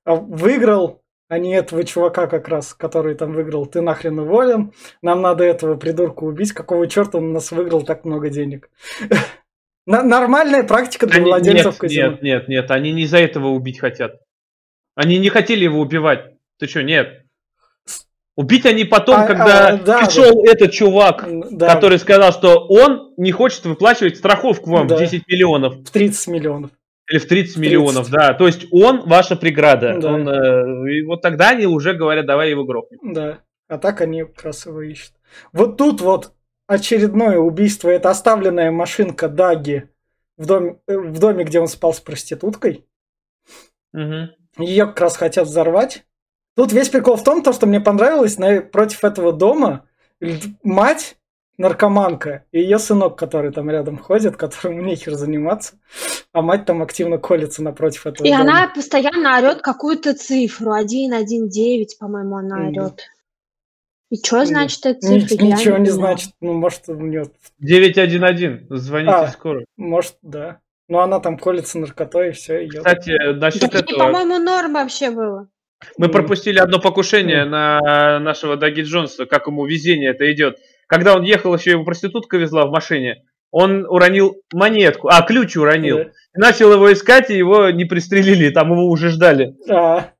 [SPEAKER 1] выиграл, а не этого чувака как раз, который там выиграл, ты нахрен уволен, нам надо этого придурка убить, какого черта он у нас выиграл так много денег. Нормальная практика для владельцев казино.
[SPEAKER 2] Нет, они не из-за этого убить хотят. Они не хотели его убивать. Ты что, нет? Убить они потом, когда пришел этот чувак, который сказал, что он не хочет выплачивать страховку вам в 10 миллионов.
[SPEAKER 1] В 30 миллионов.
[SPEAKER 2] Или в 30 миллионов, да. То есть он ваша преграда. Да. И вот тогда они уже говорят, давай его грохнем.
[SPEAKER 1] Да. А так они как раз его ищут. Вот тут вот очередное убийство. Это оставленная машинка Даги в доме, где он спал с проституткой.
[SPEAKER 2] Угу.
[SPEAKER 1] Ее как раз хотят взорвать. Тут весь прикол в том, что мне понравилось, против этого дома мать наркоманка и ее сынок, который там рядом ходит, которому нехер заниматься, а мать там активно колется напротив этого дома.
[SPEAKER 3] И она постоянно орет какую-то цифру, 119, по-моему, она орет. И что значит эта цифра?
[SPEAKER 1] Ничего не значит, ну может у нее...
[SPEAKER 2] 911, звоните скоро.
[SPEAKER 1] Может, да. Но она там колется наркотой и все.
[SPEAKER 2] Кстати, насчет этого...
[SPEAKER 3] по-моему, норм вообще было.
[SPEAKER 2] Мы пропустили одно покушение на нашего Даги Джонса, как ему везение это идет. Когда он ехал, еще его проститутка везла в машине, он уронил монетку, ключ уронил. Да. Начал его искать, и его не пристрелили, там его уже ждали.
[SPEAKER 1] Да.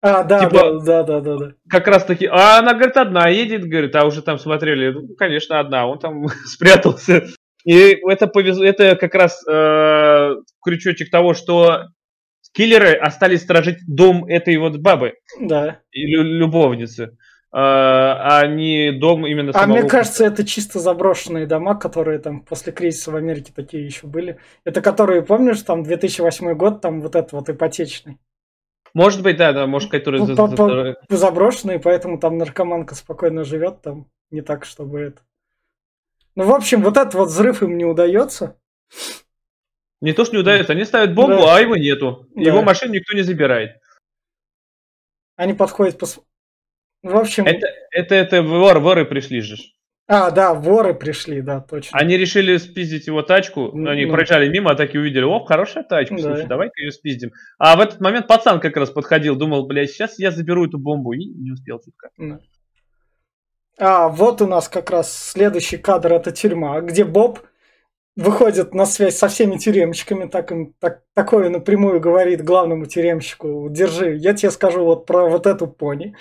[SPEAKER 2] Как раз таки, она, говорит, одна едет, говорит, а уже там смотрели, ну, конечно, одна, он там спрятался. И это повезло, это как раз крючочек того, что киллеры остались сторожить дом этой вот бабы,
[SPEAKER 1] да,
[SPEAKER 2] любовницы, а не дом именно самого.
[SPEAKER 1] Мне кажется, это чисто заброшенные дома, которые там после кризиса в Америке такие еще были. Это которые, помнишь, там 2008 год, там вот этот вот ипотечный.
[SPEAKER 2] Может быть, да, может, которые
[SPEAKER 1] заброшенные, поэтому там наркоманка спокойно живет, там не так, чтобы это. Ну, в общем, вот этот вот взрыв им не удается.
[SPEAKER 2] Не то, что не удается, они ставят бомбу, а его нету. Да. Его машину никто не забирает.
[SPEAKER 1] Они подходят в общем...
[SPEAKER 2] Это воры пришли же.
[SPEAKER 1] Да, воры пришли, да, точно.
[SPEAKER 2] Они решили спиздить его тачку, они проезжали мимо, а так и увидели, хорошая тачка, слушай, давай-ка ее спиздим. А в этот момент пацан как раз подходил, думал, блядь, сейчас я заберу эту бомбу, и не успел чутка.
[SPEAKER 1] Вот у нас как раз следующий кадр, это тюрьма, где Боб выходит на связь со всеми тюремщиками, такое напрямую говорит главному тюремщику, держи, я тебе скажу вот про вот эту пони,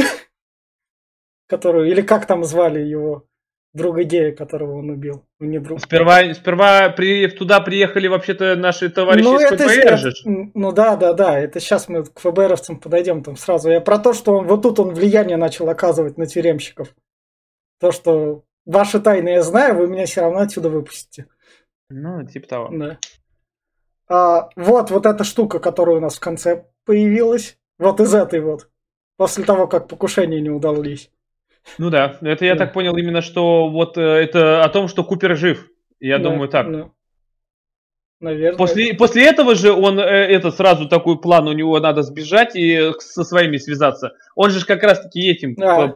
[SPEAKER 1] которую, или как там звали его, друга гея, которого он убил. Не друг.
[SPEAKER 2] Сперва туда приехали вообще-то наши товарищи из ФБР же.
[SPEAKER 1] Ну да, это сейчас мы к ФБРовцам подойдем там сразу. Я про то, что вот тут он влияние начал оказывать на тюремщиков. То, что ваши тайны я знаю, вы меня все равно отсюда выпустите.
[SPEAKER 2] Ну, типа того.
[SPEAKER 1] Да. Вот эта штука, которая у нас в конце появилась. Вот из этой вот. После того, как покушения не удались.
[SPEAKER 2] Ну да, это я так понял именно, что вот это о том, что Купер жив. Я думаю так.
[SPEAKER 1] Наверное.
[SPEAKER 2] После этого же он сразу такой план, у него надо сбежать и со своими связаться. Он же как раз таки этим...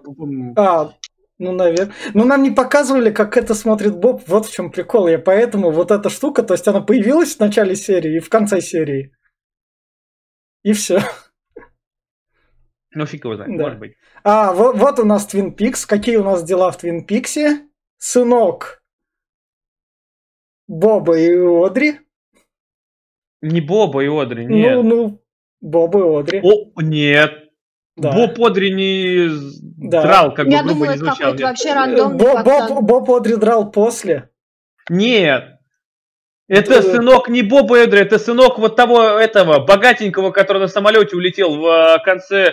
[SPEAKER 1] Ну, наверное. Но нам не показывали, как это смотрит Боб. Вот в чем прикол. И поэтому вот эта штука, то есть она появилась в начале серии и в конце серии. И все.
[SPEAKER 2] Ну, фиг его знает, может быть.
[SPEAKER 1] Вот у нас Твин Пикс. Какие у нас дела в Твин Пиксе? Сынок Боба и Одри.
[SPEAKER 2] Не Боба и Одри, нет.
[SPEAKER 1] Ну, Боба и Одри.
[SPEAKER 2] Нет. Да. Боб Одри не драл, как бы грубо не звучал.
[SPEAKER 3] Я думаю, вообще рандомный
[SPEAKER 1] Боб Одри драл после.
[SPEAKER 2] Нет. Это сынок не Боба Одри, это сынок вот того этого богатенького, который на самолете улетел в конце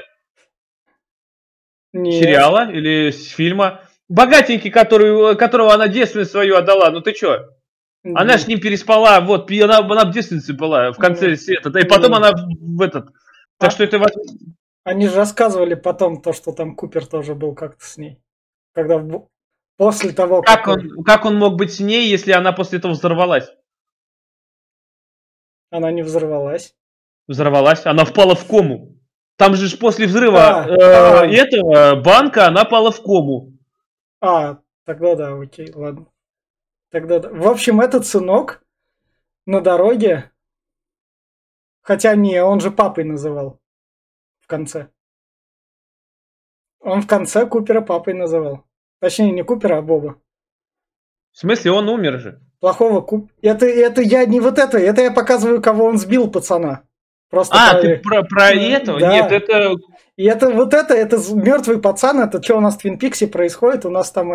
[SPEAKER 2] сериала или фильма. Богатенький, которого она девственность свою отдала. Ну ты чё? Она ж с ним переспала, вот, она в девственнице была в конце света, да и потом она в этот. Так что это...
[SPEAKER 1] Они же рассказывали потом то, что там Купер тоже был как-то с ней. Когда после того,
[SPEAKER 2] как он мог быть с ней, если она после этого взорвалась?
[SPEAKER 1] Она не взорвалась.
[SPEAKER 2] Взорвалась, она впала в кому. Там же после взрыва этого банка она пала в кому.
[SPEAKER 1] Тогда да, окей, ладно. Тогда да. В общем, этот сынок на дороге, хотя не, он же папой называл. в конце. Он в конце Купера папой называл. Точнее, не Купера, а Боба.
[SPEAKER 2] В смысле, он умер же?
[SPEAKER 1] Плохого Это я не вот это я показываю, кого он сбил, пацана. Просто
[SPEAKER 2] ты про этого?
[SPEAKER 1] Да.
[SPEAKER 2] Нет, это...
[SPEAKER 1] И это мертвый пацан, это что у нас в Твин Пиксе происходит, у нас там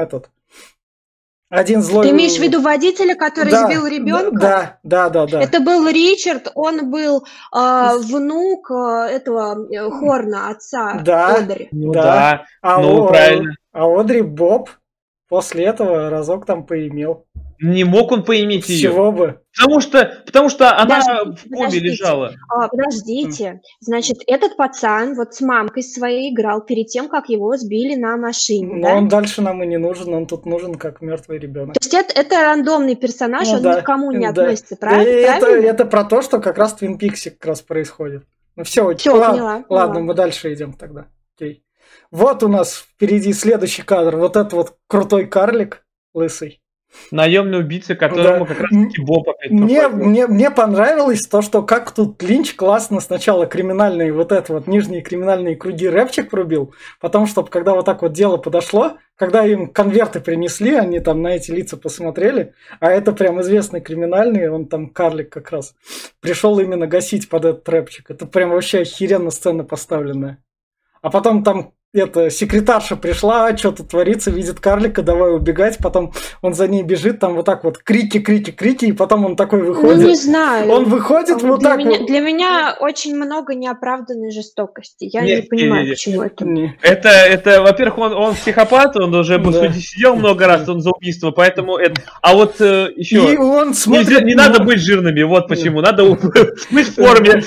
[SPEAKER 1] один злой...
[SPEAKER 3] Ты имеешь в виду водителя, который сбил ребенка?
[SPEAKER 1] Да.
[SPEAKER 3] Это был Ричард, он был внук этого Хорна, отца Одри.
[SPEAKER 1] Да.
[SPEAKER 2] Правильно.
[SPEAKER 1] А Одри Боб после этого разок там поимел.
[SPEAKER 2] Не мог он поиметь ее.
[SPEAKER 1] Чего бы?
[SPEAKER 2] Потому что она в коме лежала.
[SPEAKER 3] Подождите. Значит, этот пацан вот с мамкой своей играл перед тем, как его сбили на машине.
[SPEAKER 1] Но он дальше нам и не нужен, он тут нужен как мертвый ребенок.
[SPEAKER 3] То есть это рандомный персонаж, он ни к кому не относится, правильно?
[SPEAKER 1] Это про то, что как раз в Твин Пиксе как раз происходит. Ну все,
[SPEAKER 3] поняла.
[SPEAKER 1] Ладно, мы дальше идем тогда. Окей. Вот у нас впереди следующий кадр. Вот этот вот крутой карлик лысый.
[SPEAKER 2] Наемный убийца, которому как раз таки Боб опять
[SPEAKER 1] мне понравилось то, что как тут Линч классно сначала криминальные нижние криминальные круги рэпчик врубил, потом, чтобы когда вот так вот дело подошло, когда им конверты принесли, они там на эти лица посмотрели, а это прям известный криминальный, он там карлик как раз, пришел именно гасить под этот рэпчик. Это прям вообще охеренно сцена поставленная. А потом там секретарша пришла, что тут творится, видит карлика, давай убегать, потом он за ней бежит, там вот так вот крики, и потом он такой выходит.
[SPEAKER 3] Ну, не знаю.
[SPEAKER 1] Он выходит вот так вот.
[SPEAKER 3] Для меня очень много неоправданной жестокости. Я не понимаю, почему это.
[SPEAKER 2] Это, во-первых, он психопат, он уже в суде сидел много раз, он за убийство, поэтому это... А вот еще...
[SPEAKER 1] И он смотрит...
[SPEAKER 2] Не надо быть жирными, вот почему. Надо быть в форме.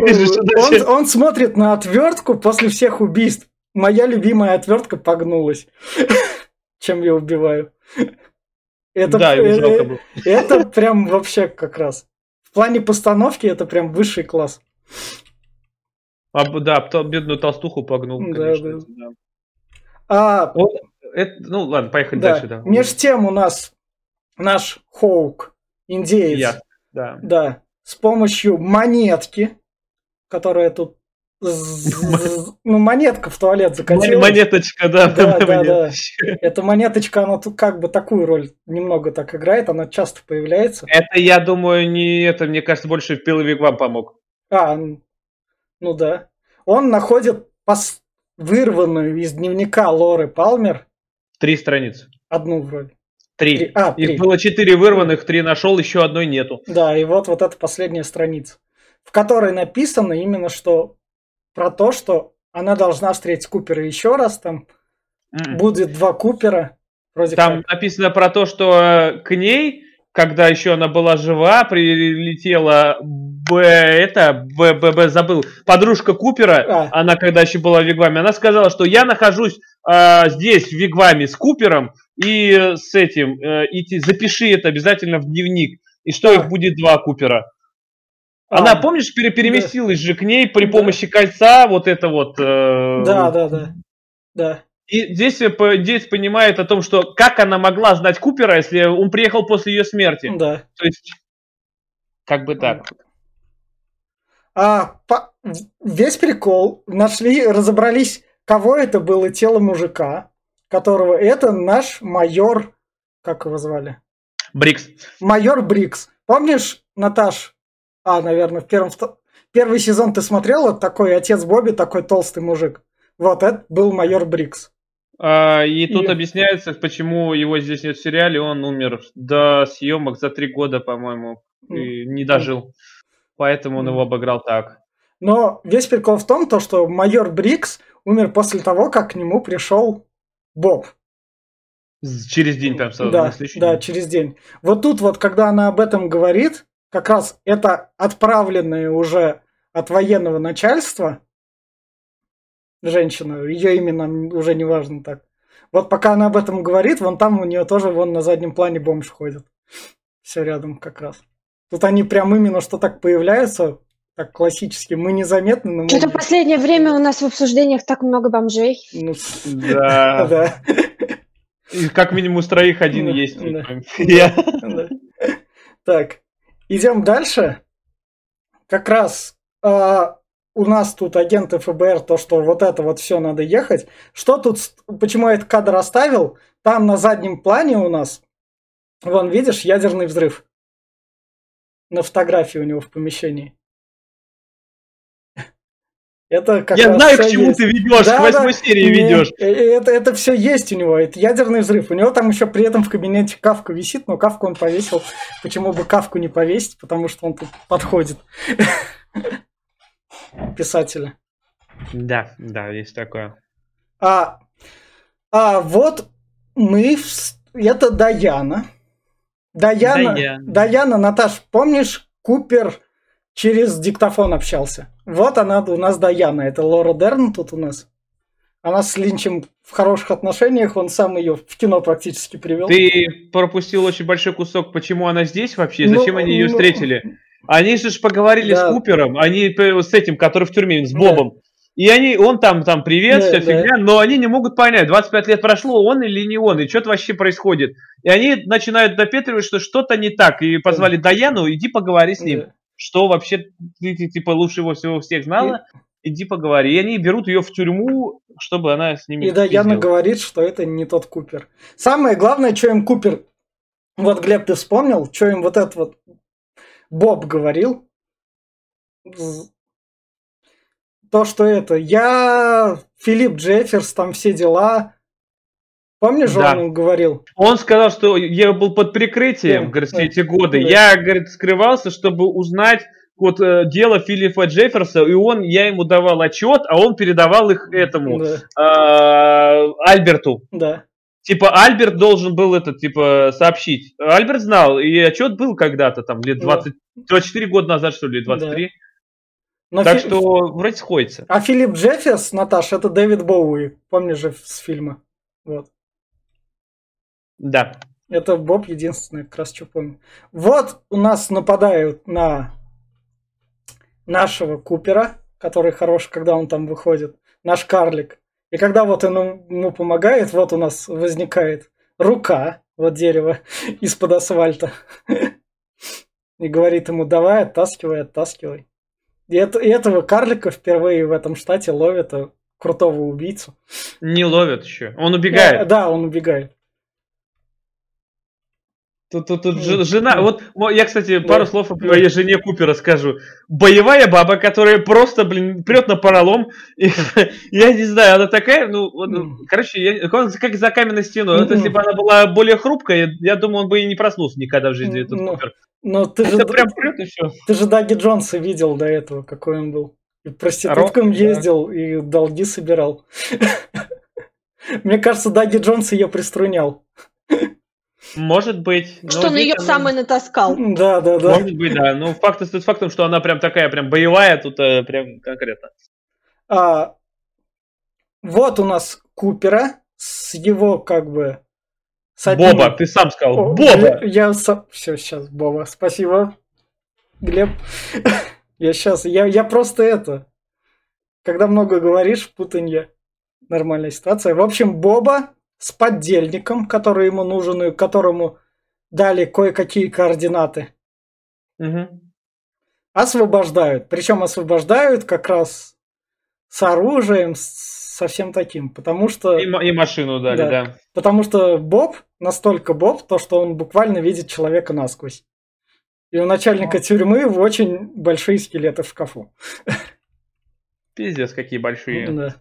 [SPEAKER 1] Он смотрит на отвертку после всех убийств. Моя любимая отвертка погнулась, чем я убиваю. Это прям вообще как раз. В плане постановки это прям высший класс.
[SPEAKER 2] Да, бедную толстуху погнул, конечно. Ну ладно, поехали дальше. Да.
[SPEAKER 1] Меж тем у нас наш Хоук, индеец, с помощью монетки, которая тут монетка в туалет закатилась.
[SPEAKER 2] Монеточка, да.
[SPEAKER 1] Эта монеточка, она тут как бы такую роль немного так играет, она часто появляется.
[SPEAKER 2] Это, я думаю, не это, мне кажется, больше в Пиловик вам помог.
[SPEAKER 1] Ну да. Он находит вырванную из дневника Лоры Палмер
[SPEAKER 2] 3 страницы.
[SPEAKER 1] Одну вроде.
[SPEAKER 2] 3. Их было 4 вырванных, 3 нашел, еще одной нету.
[SPEAKER 1] Да, и вот это последняя страница, в которой написано именно, что про то, что она должна встретить Купера еще раз, там будет 2 Купера.
[SPEAKER 2] Там написано про то, что к ней, когда еще она была жива, прилетела забыл, подружка Купера, она когда еще была в Вигваме, она сказала, что я нахожусь здесь в Вигваме с Купером и с этим, запиши это обязательно в дневник, и что их будет 2 Купера. Она, помнишь, переместилась же к ней при помощи кольца, вот это вот.
[SPEAKER 1] Да.
[SPEAKER 2] И здесь понимает о том, что как она могла знать Купера, если он приехал после ее смерти.
[SPEAKER 1] Да.
[SPEAKER 2] То есть, как бы так.
[SPEAKER 1] Весь прикол. Разобрались, кого это было тело мужика, которого это наш майор, как его звали?
[SPEAKER 2] Брикс.
[SPEAKER 1] Майор Брикс. Помнишь, Наташ? Наверное, первый сезон ты смотрела, такой отец Бобби, такой толстый мужик. Вот, это был майор Брикс.
[SPEAKER 2] И тут объясняется, почему его здесь нет в сериале, он умер до съемок за 3 года, по-моему, и не дожил. Поэтому он его обыграл так.
[SPEAKER 1] Но весь прикол в том, что майор Брикс умер после того, как к нему пришел Боб.
[SPEAKER 2] Через день, прям сразу.
[SPEAKER 1] Да, через день. Вот тут вот, когда она об этом говорит, как раз это отправленная уже от военного начальства женщина, ее имя уже не важно так. Вот пока она об этом говорит, вон там у нее тоже на заднем плане бомж ходит. Все рядом как раз. Тут они прям именно что так появляются, так классически, мы незаметны. Но
[SPEAKER 3] что-то в последнее время у нас в обсуждениях так много бомжей.
[SPEAKER 2] Да. И как минимум с 3 один есть.
[SPEAKER 1] Так. Идем дальше. Как раз у нас тут агенты ФБР, то, что вот это вот все надо ехать. Что тут, почему я этот кадр оставил? Там на заднем плане у нас, вон, видишь, ядерный взрыв. На фотографии у него в помещении. Это как
[SPEAKER 2] Я знаю, к
[SPEAKER 1] всё
[SPEAKER 2] чему
[SPEAKER 1] есть.
[SPEAKER 2] ты ведешь,
[SPEAKER 1] Да,
[SPEAKER 2] к 8
[SPEAKER 1] да.
[SPEAKER 2] серии ведешь.
[SPEAKER 1] Это все есть у него. Это ядерный взрыв. У него там еще при этом в кабинете Кафка висит, но Кафку он повесил. Почему бы Кафку не повесить? Потому что он тут подходит. Писателя.
[SPEAKER 2] Да, есть такое.
[SPEAKER 1] Вот мы... Это Даяна. Даяна, Наташ, помнишь, Купер через диктофон общался? Вот она у нас Даяна. Это Лора Дерн тут у нас. Она с Линчем в хороших отношениях. Он сам ее в кино практически привел.
[SPEAKER 2] Ты пропустил очень большой кусок, почему она здесь вообще? Зачем они ее встретили? Они же поговорили с Купером. Они с этим, который в тюрьме, с Бобом. И он там привет, вся фигня, но они не могут понять, 25 лет прошло, он или не он, и что-то вообще происходит. И они начинают допетривать, что что-то не так, и позвали Даяну, иди поговори с ним. Что вообще ты типа лучше его всего всех знала, иди поговори. И они берут ее в тюрьму, чтобы она с ними...
[SPEAKER 1] И Даяна говорит, что это не тот Купер. Самое главное, что им Купер... Вот, Глеб, ты вспомнил, что им вот этот вот Боб говорил? То, что я Филипп Джефферс, там все дела. Помнишь, он им говорил?
[SPEAKER 2] Он сказал, что я был под прикрытием, говорит, все эти годы. Я, говорит, скрывался, чтобы узнать вот дело Филиппа Джефферса, и я ему давал отчет, а он передавал их этому Альберту.
[SPEAKER 1] Да.
[SPEAKER 2] Типа Альберт должен был сообщить. Альберт знал, и отчет был когда-то, там, лет 24 года назад, что ли, 23. Но так что вроде сходится.
[SPEAKER 1] А Филипп Джефферс, Наташа, это Дэвид Боуи. Помнишь же с фильма? Вот.
[SPEAKER 2] Да.
[SPEAKER 1] Это Боб единственный, как раз что помню. Вот у нас нападают на нашего Купера, который хорош, когда он там выходит. Наш карлик. И когда вот он ему помогает, вот у нас возникает рука, вот дерево, из-под асфальта. И говорит ему, давай, оттаскивай. И этого карлика впервые в этом штате ловят, крутого убийцу.
[SPEAKER 2] Не ловят еще. Он убегает.
[SPEAKER 1] Да, он убегает.
[SPEAKER 2] Тут жена... Вот я, кстати, пару слов о твоей жене Купера скажу. Боевая баба, которая просто, прет на поролом. Я не знаю, она такая, короче, как за каменной стеной. Вот если бы она была более хрупкая, я думаю, он бы и не проснулся никогда в жизни, этот Купер.
[SPEAKER 1] Но ты же Даги Джонса видел до этого, какой он был. И проституткам ездил, и долги собирал. Мне кажется, Даги Джонс ее приструнял.
[SPEAKER 2] Может быть.
[SPEAKER 3] Что он ее сам и натаскал.
[SPEAKER 1] Да.
[SPEAKER 2] Может быть, да. Ну, факт остается фактом, что она прям такая, прям боевая, тут прям конкретно.
[SPEAKER 1] Вот у нас Купера с его как бы...
[SPEAKER 2] Боба, ты сам сказал. Боба!
[SPEAKER 1] Все, сейчас, Боба. Спасибо, Глеб. Я просто когда много говоришь, путанье. Нормальная ситуация. В общем, Боба с поддельником, который ему нужен, и которому дали кое-какие координаты. Освобождают. Причем освобождают как раз с оружием, со всем таким. Потому что...
[SPEAKER 2] И машину дали, да.
[SPEAKER 1] Потому что Боб, настолько Боб, то, что он буквально видит человека насквозь. И у начальника тюрьмы очень большие скелеты в шкафу.
[SPEAKER 2] Пиздец, какие большие.
[SPEAKER 1] Да.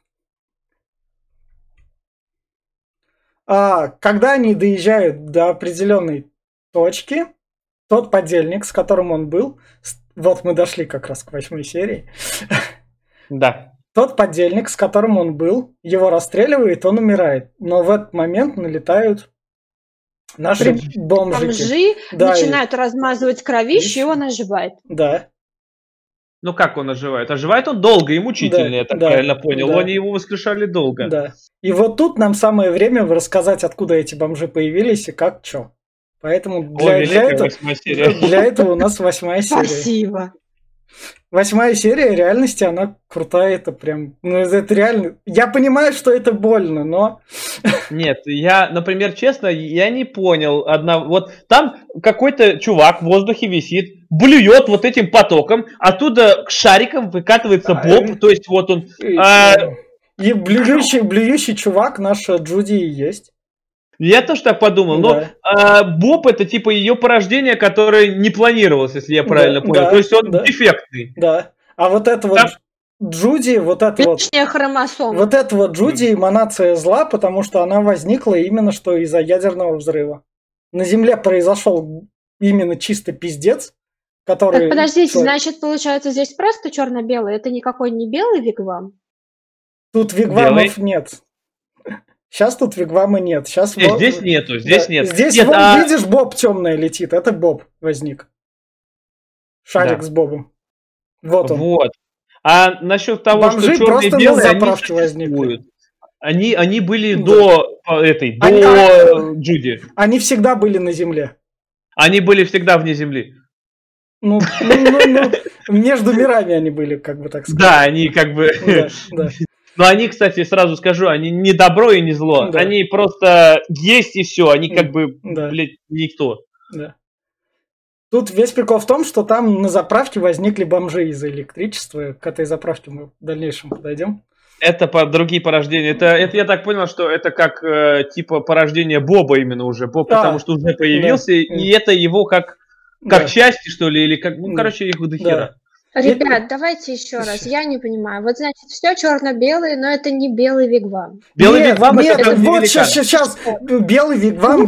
[SPEAKER 1] Когда они доезжают до определенной точки, тот подельник, с которым он был, вот мы дошли как раз к 8 серии.
[SPEAKER 2] Да.
[SPEAKER 1] Тот подельник, с которым он был, его расстреливает, он умирает. Но в этот момент налетают наши бомжики.
[SPEAKER 3] Начинают размазывать кровище, и он оживает.
[SPEAKER 1] Да.
[SPEAKER 2] Ну как он оживает? Оживает он долго и мучительно, я так правильно понял. Да. Они его воскрешали долго.
[SPEAKER 1] Да. И вот тут нам самое время рассказать, откуда эти бомжи появились и как, что. Поэтому для этого у нас 8 серия.
[SPEAKER 3] Спасибо.
[SPEAKER 1] 8-я серия реальности, она крутая, это прям... Ну, это реально... Я понимаю, что это больно, но...
[SPEAKER 2] Нет, я, например, честно, я не понял. Вот там какой-то чувак в воздухе висит, блюет вот этим потоком, оттуда к шарикам выкатывается Боб, то есть вот он...
[SPEAKER 1] И блюющий чувак наша Джуди и есть.
[SPEAKER 2] Я тоже так подумал, но Боб это типа ее порождение, которое не планировалось, если я правильно понял. То есть он дефектный.
[SPEAKER 1] Да. А вот это вот Джуди, вот это вот...
[SPEAKER 3] Лишняя хромосома.
[SPEAKER 1] Вот это вот Джуди эманация зла, потому что она возникла именно что из-за ядерного взрыва. На Земле произошел именно чисто пиздец, который...
[SPEAKER 3] Так, подождите, значит, получается, здесь просто черно-белый? Это никакой не белый вигвам?
[SPEAKER 1] Тут вигвамов нет. Сейчас тут вигвама нет. Сейчас
[SPEAKER 2] здесь нету, здесь нет.
[SPEAKER 1] Здесь
[SPEAKER 2] нет,
[SPEAKER 1] видишь, Боб темная летит. Это Боб возник. Шарик с Бобом. Вот он.
[SPEAKER 2] Вот. А насчет того,
[SPEAKER 1] бомжи
[SPEAKER 2] что черные и белые, они
[SPEAKER 1] возникли.
[SPEAKER 2] Они были до Джуди.
[SPEAKER 1] Они всегда были на Земле.
[SPEAKER 2] Они были всегда вне Земли.
[SPEAKER 1] Ну, между мирами они были, как бы так сказать.
[SPEAKER 2] Да, они как бы...
[SPEAKER 1] Да.
[SPEAKER 2] Но они, кстати, сразу скажу, они не добро и не зло. Да. Они просто есть и все. Они как бы, блядь, никто.
[SPEAKER 1] Да. Тут весь прикол в том, что там на заправке возникли бомжи из-за электричества. К этой заправке мы в дальнейшем подойдем.
[SPEAKER 2] Это другие порождения. Это я так понял, что это как типа порождение Боба именно уже. Боб, потому что уже появился, и это его как части, что ли, или как... Ну, короче, их до хера.
[SPEAKER 3] Ребят, давайте еще раз. Я не понимаю. Вот, значит, все черно-белое, но это не белый вигвам.
[SPEAKER 2] Белый вигвам
[SPEAKER 1] это вот сейчас белый вигвам.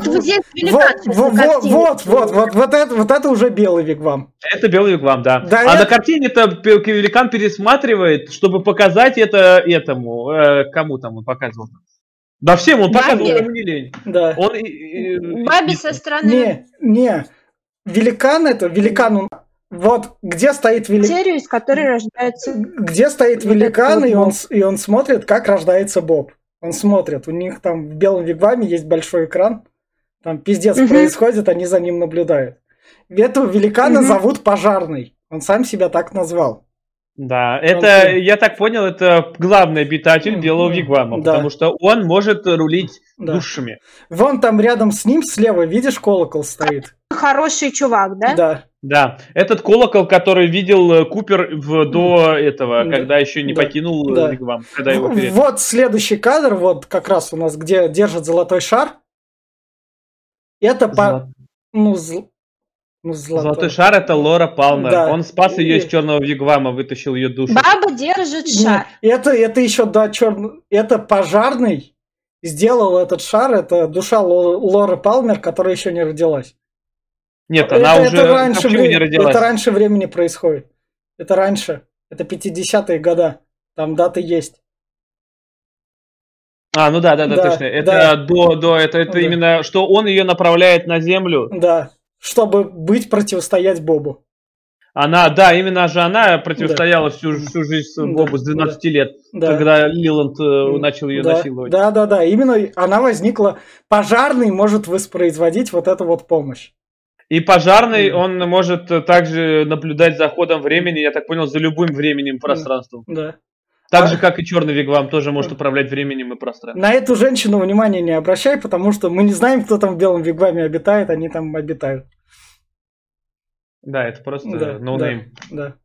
[SPEAKER 1] Вот это уже белый вигвам.
[SPEAKER 2] Это белый вигвам, да. На картине-то великан пересматривает, чтобы показать это этому. Кому там он показывал? Да всем он показывал, ему не лень.
[SPEAKER 1] Да.
[SPEAKER 3] Бабе со стороны.
[SPEAKER 1] Не. Великан он... Вот где стоит великан.
[SPEAKER 3] Серию, из которой рождается.
[SPEAKER 1] Где стоит великан, и он смотрит, как рождается Боб. Он смотрит. У них там в белом вигваме есть большой экран. Там пиздец происходит, они за ним наблюдают. Этого великана зовут Пожарный. Он сам себя так назвал.
[SPEAKER 2] Да, это, я так понял, это главный обитатель белого вигвама, потому что он может рулить душами.
[SPEAKER 1] Вон там рядом с ним слева, видишь, колокол стоит.
[SPEAKER 3] Хороший чувак, да?
[SPEAKER 1] Да.
[SPEAKER 2] Да, этот колокол, который видел Купер до этого, когда еще не покинул вигвам.
[SPEAKER 1] Вот следующий кадр, вот как раз у нас, где держит золотой шар. Это
[SPEAKER 2] золотой шар — это Лора Палмер. Да. Он спас ее из черного вигвама, вытащил ее душу.
[SPEAKER 3] Баба держит шар.
[SPEAKER 1] Это еще это Пожарный сделал этот шар. Это душа Лоры Палмер, которая еще не родилась.
[SPEAKER 2] Нет, она уже не родилась.
[SPEAKER 1] Это раньше времени происходит. Это раньше. Это 50-е годы. Там даты есть.
[SPEAKER 2] Ну да, точно. Это до это именно, что он ее направляет на Землю.
[SPEAKER 1] Да. Чтобы противостоять Бобу.
[SPEAKER 2] Она противостояла всю жизнь Бобу с 12 лет, когда Лиланд начал ее насиловать.
[SPEAKER 1] Да. Именно она возникла. Пожарный может воспроизводить вот эту вот помощь.
[SPEAKER 2] И Пожарный, он может также наблюдать за ходом времени, я так понял, за любым временем и пространством.
[SPEAKER 1] Да.
[SPEAKER 2] Так же, как и черный вигвам тоже может управлять временем и пространством.
[SPEAKER 1] На эту женщину внимания не обращай, потому что мы не знаем, кто там в белом вигваме обитает, они там обитают.
[SPEAKER 2] Да, это просто ноунейм.
[SPEAKER 1] Да.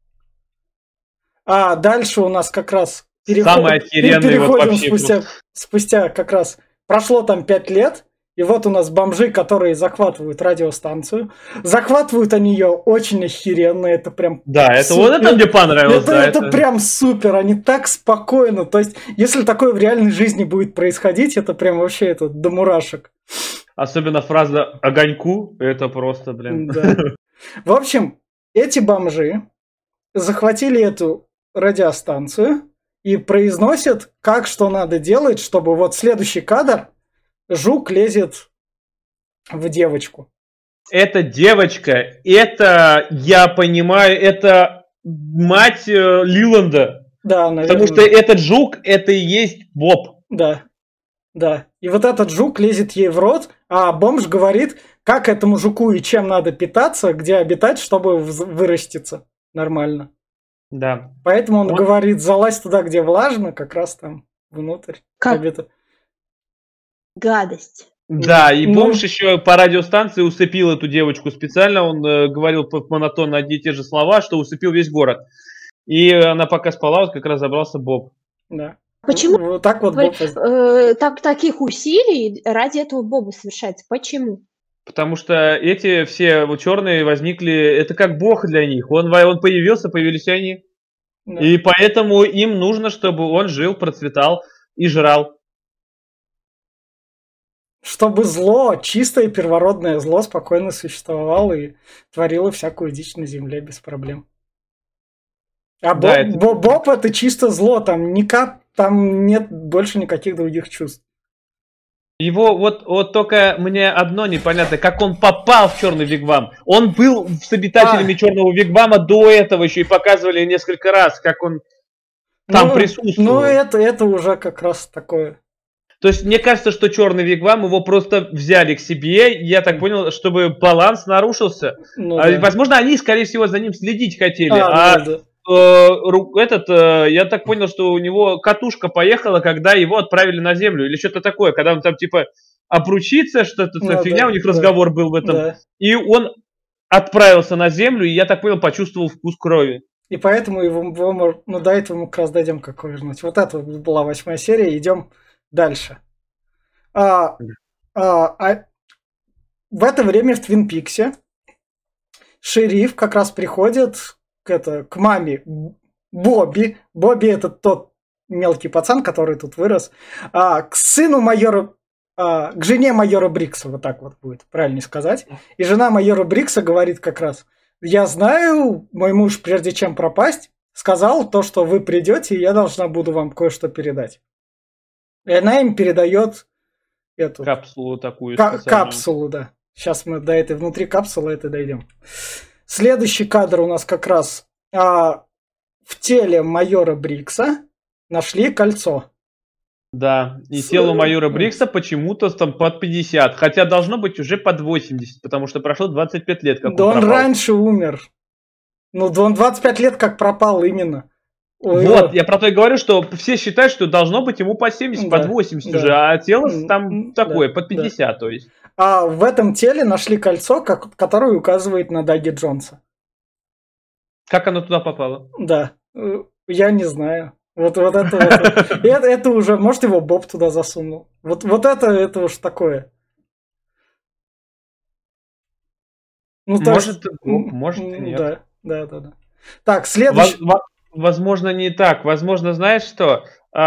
[SPEAKER 1] А дальше у нас как раз
[SPEAKER 2] переходим
[SPEAKER 1] спустя как раз прошло там 5 лет. И вот у нас бомжи, которые захватывают радиостанцию. Захватывают они ее очень охеренно. Это прям...
[SPEAKER 2] Да, это вот это мне понравилось.
[SPEAKER 1] Это прям супер. Они так спокойно. То есть, если такое в реальной жизни будет происходить, это прям вообще до мурашек.
[SPEAKER 2] Особенно фраза «огоньку». Это просто, блин.
[SPEAKER 1] Да. В общем, эти бомжи захватили эту радиостанцию и произносят, как что надо делать, чтобы вот следующий кадр... Жук лезет в девочку.
[SPEAKER 2] Это девочка, это, я понимаю, это мать Лиланда.
[SPEAKER 1] Да, наверное.
[SPEAKER 2] Потому что этот жук, это и есть Боб.
[SPEAKER 1] Да. И вот этот жук лезет ей в рот, а бомж говорит, как этому жуку и чем надо питаться, где обитать, чтобы выраститься нормально.
[SPEAKER 2] Да.
[SPEAKER 1] Поэтому он
[SPEAKER 2] Он-
[SPEAKER 1] говорит, залазь туда, где влажно, как раз там внутрь.
[SPEAKER 3] Как
[SPEAKER 1] Победа.
[SPEAKER 3] гадость.
[SPEAKER 2] Да, и
[SPEAKER 1] Ну,
[SPEAKER 2] бомж еще по радиостанции усыпил эту девочку специально. Он говорил монотонно одни и те же слова, что усыпил весь город. И она пока спала, вот как раз забрался Боб.
[SPEAKER 1] да.
[SPEAKER 3] Почему
[SPEAKER 1] Вот так вот Боб...
[SPEAKER 3] таких усилий ради этого Боба совершается? Почему?
[SPEAKER 2] Потому что эти все вот черные возникли, это как бог для них. Он появился, появились они.
[SPEAKER 1] Да.
[SPEAKER 2] И поэтому им нужно, чтобы он жил, процветал и жрал.
[SPEAKER 1] Чтобы зло, чистое первородное зло спокойно существовало и творило всякую дичь на земле без проблем. А
[SPEAKER 2] Да,
[SPEAKER 1] Боб это чисто зло, там там нет больше никаких других чувств.
[SPEAKER 2] Его вот только мне одно непонятно, как он попал в черный вигвам. Он был с обитателями черного вигвама до этого еще и показывали несколько раз, как он там присутствовал.
[SPEAKER 1] Ну, это уже как раз такое.
[SPEAKER 2] То есть мне кажется, что черный вигвам его просто взяли к себе, я так понял, чтобы баланс нарушился.
[SPEAKER 1] Ну, да.
[SPEAKER 2] Возможно, они, скорее всего, за ним следить хотели.
[SPEAKER 1] Да.
[SPEAKER 2] Я так понял, что у него катушка поехала, когда его отправили на землю. Или что-то такое, когда он там типа обручится, что-то фигня, у них разговор был в этом.
[SPEAKER 1] Да.
[SPEAKER 2] И он отправился на землю, и я так понял, почувствовал вкус крови.
[SPEAKER 1] И поэтому его ну, до этого мы как раз дойдем, как вернуть. Вот это была 8-я серия, идем дальше. В это время в Твин Пиксе шериф как раз приходит к маме Бобби. Бобби это тот мелкий пацан, который тут вырос. К сыну майора, к жене майора Брикса, вот так вот будет правильно сказать. И жена майора Брикса говорит как раз: я знаю, мой муж, прежде чем пропасть, сказал то, что вы придете, и я должна буду вам кое-что передать. И она им передает эту
[SPEAKER 2] капсулу такую.
[SPEAKER 1] Капсулу, да. Сейчас мы до этой внутри капсулы это дойдем. Следующий кадр у нас как раз в теле майора Брикса нашли кольцо.
[SPEAKER 2] Да, и тело майора Брикса почему-то там под 50, хотя должно быть уже под 80, потому что прошло 25 лет, как
[SPEAKER 1] да
[SPEAKER 2] он пропал.
[SPEAKER 1] Раньше умер. Ну, он 25 лет как пропал именно.
[SPEAKER 2] Вот, я про то и говорю, что все считают, что должно быть ему под 70, под 80 уже, а тело там такое, под 50, то есть.
[SPEAKER 1] А в этом теле нашли кольцо, которое указывает на Даги Джонса.
[SPEAKER 2] Как оно туда попало?
[SPEAKER 1] Да, я не знаю. Вот это уже, может, его Боб туда засунул. Вот это уж такое. Ну,
[SPEAKER 2] может, Боб, может и нет.
[SPEAKER 1] Да. Так, следующий...
[SPEAKER 2] Возможно, не так. Возможно, знаешь что?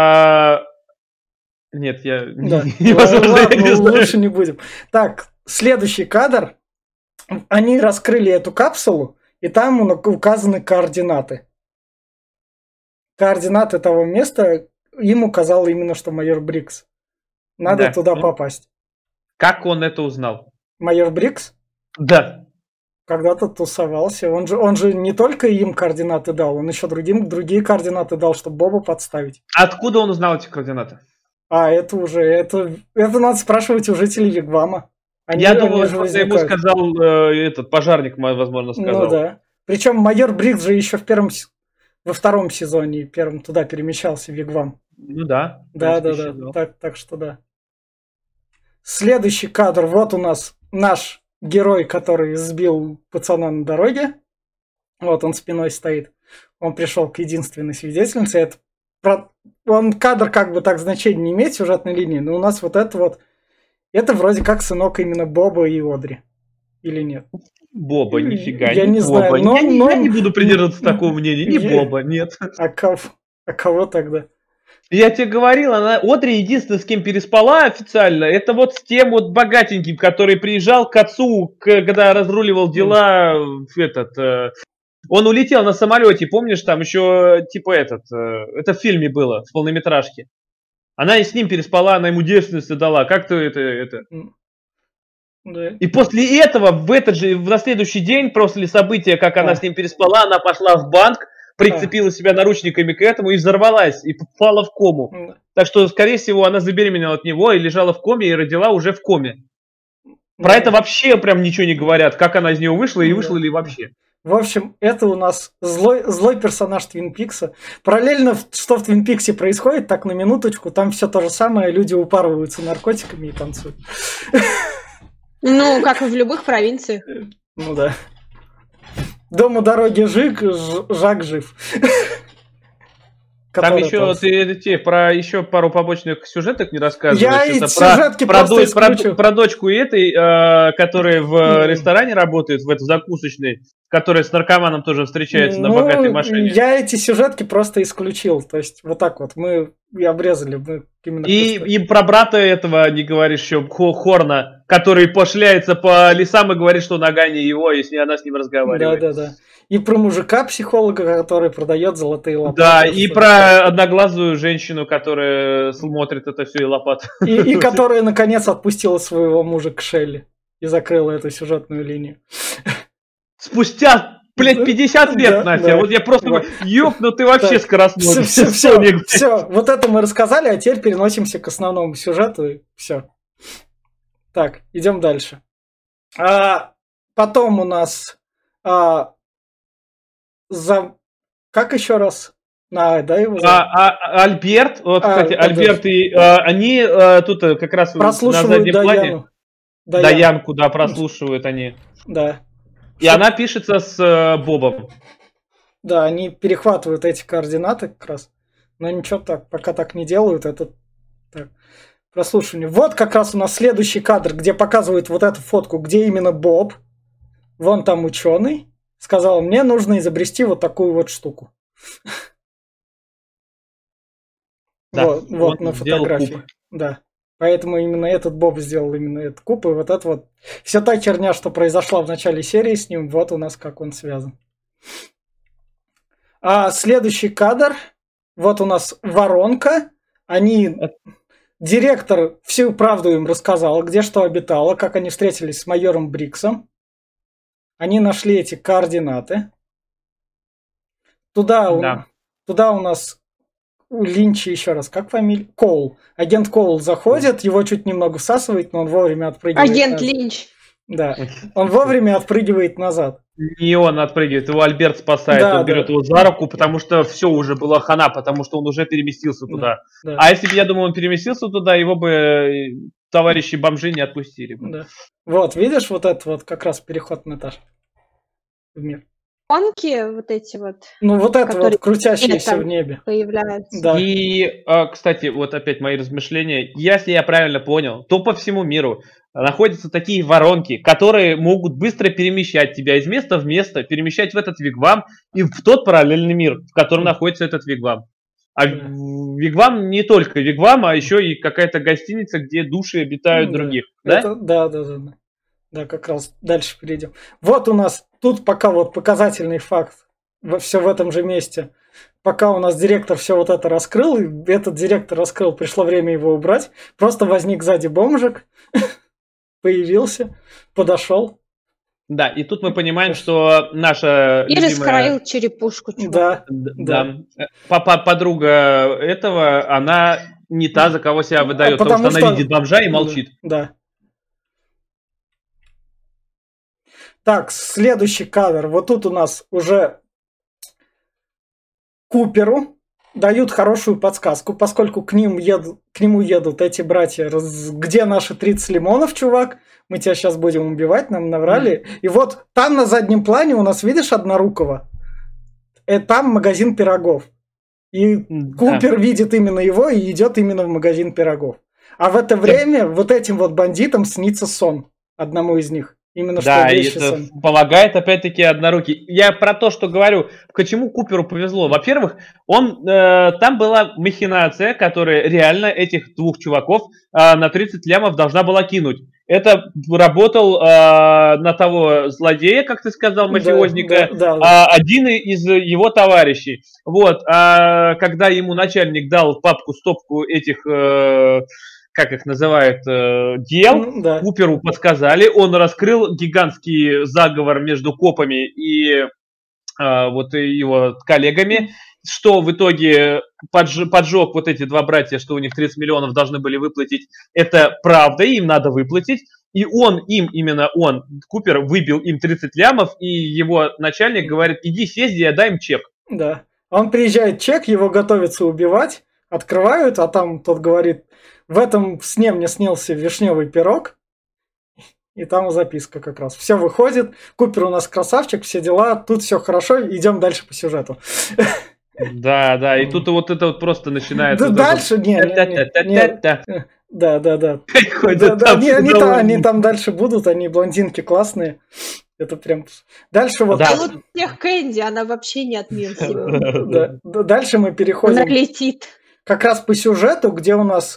[SPEAKER 2] Нет, я...
[SPEAKER 1] Лучше не будем. Так, следующий кадр. Они раскрыли эту капсулу, и там указаны координаты. Координаты того места им указал именно что майор Брикс. Надо туда попасть.
[SPEAKER 2] Как он это узнал?
[SPEAKER 1] Майор Брикс?
[SPEAKER 2] Да.
[SPEAKER 1] Когда-то тусовался. Он же не только им координаты дал, он еще другие координаты дал, чтобы Боба подставить.
[SPEAKER 2] Откуда он узнал эти координаты?
[SPEAKER 1] Это надо спрашивать у жителей Вигвама.
[SPEAKER 2] Я думаю, что ему сказал этот пожарник, возможно, сказал.
[SPEAKER 1] Ну да. Причем майор Брикс же еще во втором сезоне первым туда перемещался в Вигвам.
[SPEAKER 2] Ну да.
[SPEAKER 1] Да. Так что да. Следующий кадр. Вот у нас наш герой, который сбил пацана на дороге. Вот он спиной стоит. Он пришел к единственной свидетельнице. Он кадр как бы так значения не имеет сюжетной линии, но у нас вот это вроде как сынок именно Боба и Одри. Или нет?
[SPEAKER 2] Боба, нифига.
[SPEAKER 1] Я не знаю.
[SPEAKER 2] Я не буду придерживаться такого мнения. Не Боба, нет.
[SPEAKER 1] А кого тогда?
[SPEAKER 2] Я тебе говорил, Одри единственная, с кем переспала официально, это вот с тем вот богатеньким, который приезжал к отцу, когда разруливал дела, он улетел на самолете, помнишь, там еще типа это в фильме было, в полнометражке. Она и с ним переспала, она ему девственность дала, как-то это.
[SPEAKER 1] Да.
[SPEAKER 2] И после этого, на следующий день, после события, как она с ним переспала, она пошла в банк, прицепила себя наручниками к этому и взорвалась, и попала в кому. Так что, скорее всего, она забеременела от него и лежала в коме, и родила уже в коме. Про это вообще прям ничего не говорят, как она из него вышла, и вышла ли вообще.
[SPEAKER 1] В общем, это у нас злой персонаж Твин Пикса. Параллельно, что в Твин Пиксе происходит, так на минуточку, там все то же самое, люди упарываются наркотиками и танцуют.
[SPEAKER 3] Ну, как и в любых провинциях.
[SPEAKER 1] Ну да. Дому дороги Жак жив.
[SPEAKER 2] Там еще ты про еще пару побочных сюжеток не рассказываешь.
[SPEAKER 1] Я и сюжетки просто исключу.
[SPEAKER 2] Про дочку этой, которая в ресторане работает, в этой закусочной, которая с наркоманом тоже встречается на богатой машине.
[SPEAKER 1] Я эти сюжетки просто исключил. То есть вот так вот мы обрезали.
[SPEAKER 2] И про брата этого не говоришь еще, Хорна, который пошляется по лесам и говорит, что нога не его, если она с ним разговаривает.
[SPEAKER 1] Да. И про мужика-психолога, который продает золотые лопаты.
[SPEAKER 2] Да, и про одноглазую женщину, которая смотрит это все и лопат.
[SPEAKER 1] И которая, наконец, отпустила своего мужа к Шелли и закрыла эту сюжетную линию.
[SPEAKER 2] Спустя, 50 лет, Настя. Да. Вот я просто говорю, ну ты вообще скоростной.
[SPEAKER 1] Все, вот это мы рассказали, а теперь переносимся к основному сюжету. И все. Так, идем дальше. Потом у нас... Как еще раз? Его
[SPEAKER 2] Альберт, вот, кстати, Альберт и они тут как раз на заднем плане Даянку, да, прослушивают они.
[SPEAKER 1] Да.
[SPEAKER 2] И она пишется с Бобом.
[SPEAKER 1] Да, они перехватывают эти координаты как раз. Но ничего так, пока так не делают, это так. Прослушивание. Вот как раз у нас следующий кадр, где показывают вот эту фотку, где именно Боб. Вон там ученый. Сказал, мне нужно изобрести вот такую вот штуку.
[SPEAKER 2] Да,
[SPEAKER 1] вот на фотографии. Да. Поэтому именно этот Боб сделал именно этот куб. И вот это вот... Вся та херня, что произошла в начале серии с ним, вот у нас как он связан. А следующий кадр. Вот у нас воронка. Директор всю правду им рассказал, где что обитало, как они встретились с майором Бриксом. Они нашли эти координаты. Туда у нас у Линча еще раз, как фамилия? Коул. Агент Коул заходит, его чуть немного всасывает, но он вовремя отпрыгивает.
[SPEAKER 3] Агент Линч.
[SPEAKER 1] Да, он вовремя отпрыгивает назад.
[SPEAKER 2] Не он отпрыгивает, его Альберт спасает, он берет его за руку, потому что все уже было хана, потому что он уже переместился туда. Да. А если бы, я думаю, он переместился туда, его бы товарищи бомжи не отпустили бы.
[SPEAKER 1] Да. Вот, видишь, вот это вот как раз переход на этаж в мир.
[SPEAKER 3] Гонки вот эти вот.
[SPEAKER 1] Ну, вот это вот крутящиеся в небе.
[SPEAKER 3] Появляются.
[SPEAKER 1] Да.
[SPEAKER 2] И, кстати, вот опять мои размышления. Если я правильно понял, то по всему миру находятся такие воронки, которые могут быстро перемещать тебя из места в место, перемещать в этот вигвам и в тот параллельный мир, в котором находится этот вигвам. А вигвам не только вигвам, а еще и какая-то гостиница, где души обитают других. Да?
[SPEAKER 1] Да. Да, как раз дальше перейдем. Вот у нас тут пока вот показательный факт. Все в этом же месте. Пока у нас директор все вот это раскрыл, и этот директор раскрыл, пришло время его убрать. Просто возник сзади бомжик, появился, подошел.
[SPEAKER 2] Да, и тут мы понимаем, что наша
[SPEAKER 3] и раскроил черепушку.
[SPEAKER 1] Да.
[SPEAKER 2] Подруга этого, она не та, за кого себя выдает, потому что она видит бомжа и молчит.
[SPEAKER 1] Да. Так, следующий кадр. Вот тут у нас уже Куперу дают хорошую подсказку, поскольку к нему едут эти братья. Где наши 30 лимонов, чувак? Мы тебя сейчас будем убивать, нам наврали. И вот там на заднем плане у нас, видишь, Однорукого? Там магазин пирогов. И Купер видит именно его и идет именно в магазин пирогов. А в это время вот этим вот бандитам снится сон одному из них. Именно
[SPEAKER 2] да, что и это помогает, опять-таки, Однорукий. Я про то, что говорю, почему Куперу повезло. Во-первых, там была махинация, которая реально этих двух чуваков на 30 лямов должна была кинуть. Это работал на того злодея, как ты сказал, мафиозника, один из его товарищей. Вот, когда ему начальник дал папку-стопку этих... как их называют, дел, Куперу подсказали, он раскрыл гигантский заговор между копами и вот его коллегами, что в итоге поджег вот эти два братья, что у них 30 миллионов должны были выплатить. Это правда, им надо выплатить. И Купер, выбил им 30 лямов, и его начальник говорит, иди съезди, я дай им чек.
[SPEAKER 1] Да. Он приезжает чек, его готовятся убивать, открывают, а там тот говорит, в этом сне мне снился вишневый пирог, и там записка как раз. Все выходит, Купер у нас красавчик, все дела, тут все хорошо, идем дальше по сюжету.
[SPEAKER 2] Да, и тут вот это вот просто начинается.
[SPEAKER 1] Да дальше, Да. Они там дальше будут, они блондинки классные. Это прям... Дальше вот...
[SPEAKER 3] А вот всех Кэнди, она вообще не от мира.
[SPEAKER 1] Дальше мы переходим...
[SPEAKER 3] Она летит.
[SPEAKER 1] Как раз по сюжету, где у нас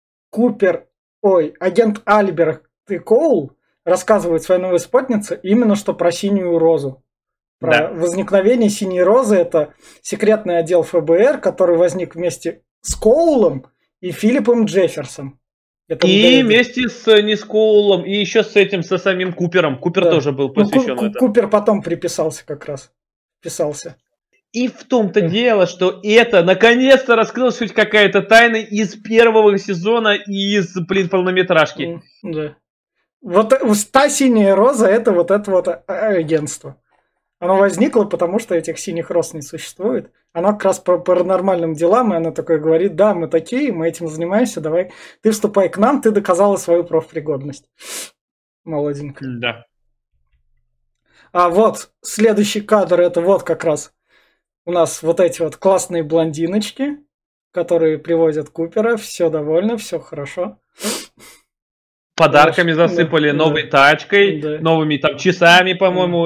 [SPEAKER 1] агент Альберт и Коул рассказывают своей новой спутнице именно что про Синюю Розу. Про возникновение Синей Розы. Это секретный отдел ФБР, который возник вместе с Коулом и Филиппом Джефферсом.
[SPEAKER 2] И вместе не с Коулом, и еще со самим Купером. Купер тоже был посвящен этому.
[SPEAKER 1] Купер потом приписался как раз. Вписался.
[SPEAKER 2] И в том-то дело, что это наконец-то раскрылась хоть какая-то тайна из первого сезона и из, полнометражки.
[SPEAKER 1] Да. Вот та Синяя Роза, это вот агентство. Оно возникло, потому что этих синих роз не существует. Оно как раз по паранормальным делам, и оно такое говорит, да, мы такие, мы этим занимаемся, давай, ты вступай к нам, ты доказала свою профпригодность. Молоденько.
[SPEAKER 2] Да.
[SPEAKER 1] А вот следующий кадр, это вот как раз у нас вот эти вот классные блондиночки, которые привозят Купера, все довольны, все хорошо.
[SPEAKER 2] Подарками засыпали, новой тачкой, новыми там часами, по-моему,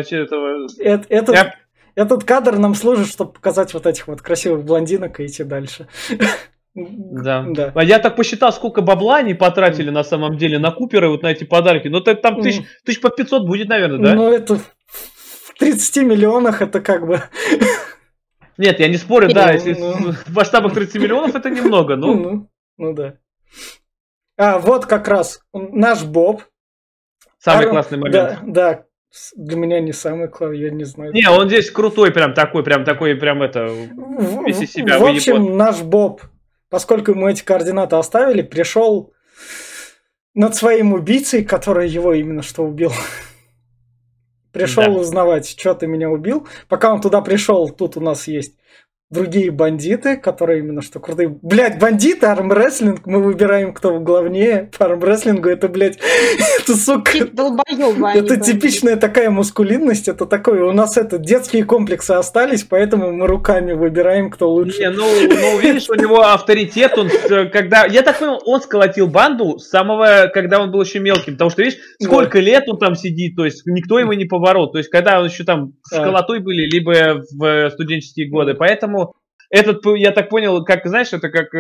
[SPEAKER 1] Этот кадр нам служит, чтобы показать вот этих вот красивых блондинок и идти дальше.
[SPEAKER 2] Да. Я так посчитал, сколько бабла они потратили на самом деле на Купера, вот на эти подарки. Ну, там тысяч по 500 будет, наверное, да?
[SPEAKER 1] Ну, это в 30 миллионах, это как бы...
[SPEAKER 2] Нет, я не спорю, да, если в масштабах 30 миллионов это немного, ну...
[SPEAKER 1] Ну, да. А, вот как раз наш Боб.
[SPEAKER 2] Самый классный момент.
[SPEAKER 1] Да, для меня не самый классный, я не знаю.
[SPEAKER 2] Не, он здесь крутой, прям это, весь из себя.
[SPEAKER 1] В общем, наш Боб, поскольку ему эти координаты оставили, пришел над своим убийцей, который его именно что убил. Пришел узнавать, что ты меня убил. Пока он туда пришел, тут у нас есть другие бандиты, которые именно что крутые. Блять, бандиты, армрестлинг, мы выбираем, кто главнее. По армрестлингу это, блядь, это, сука... Это типичная такая мускулинность, это такое, у нас детские комплексы остались, поэтому мы руками выбираем, кто лучше.
[SPEAKER 2] Не, ну видишь, у него авторитет, я так понял, он сколотил банду с самого, когда он был еще мелким, потому что, видишь, сколько лет он там сидит, то есть никто его не поборол, то есть когда он еще там школотой были, либо в студенческие годы, поэтому я так понял, как, знаешь, это как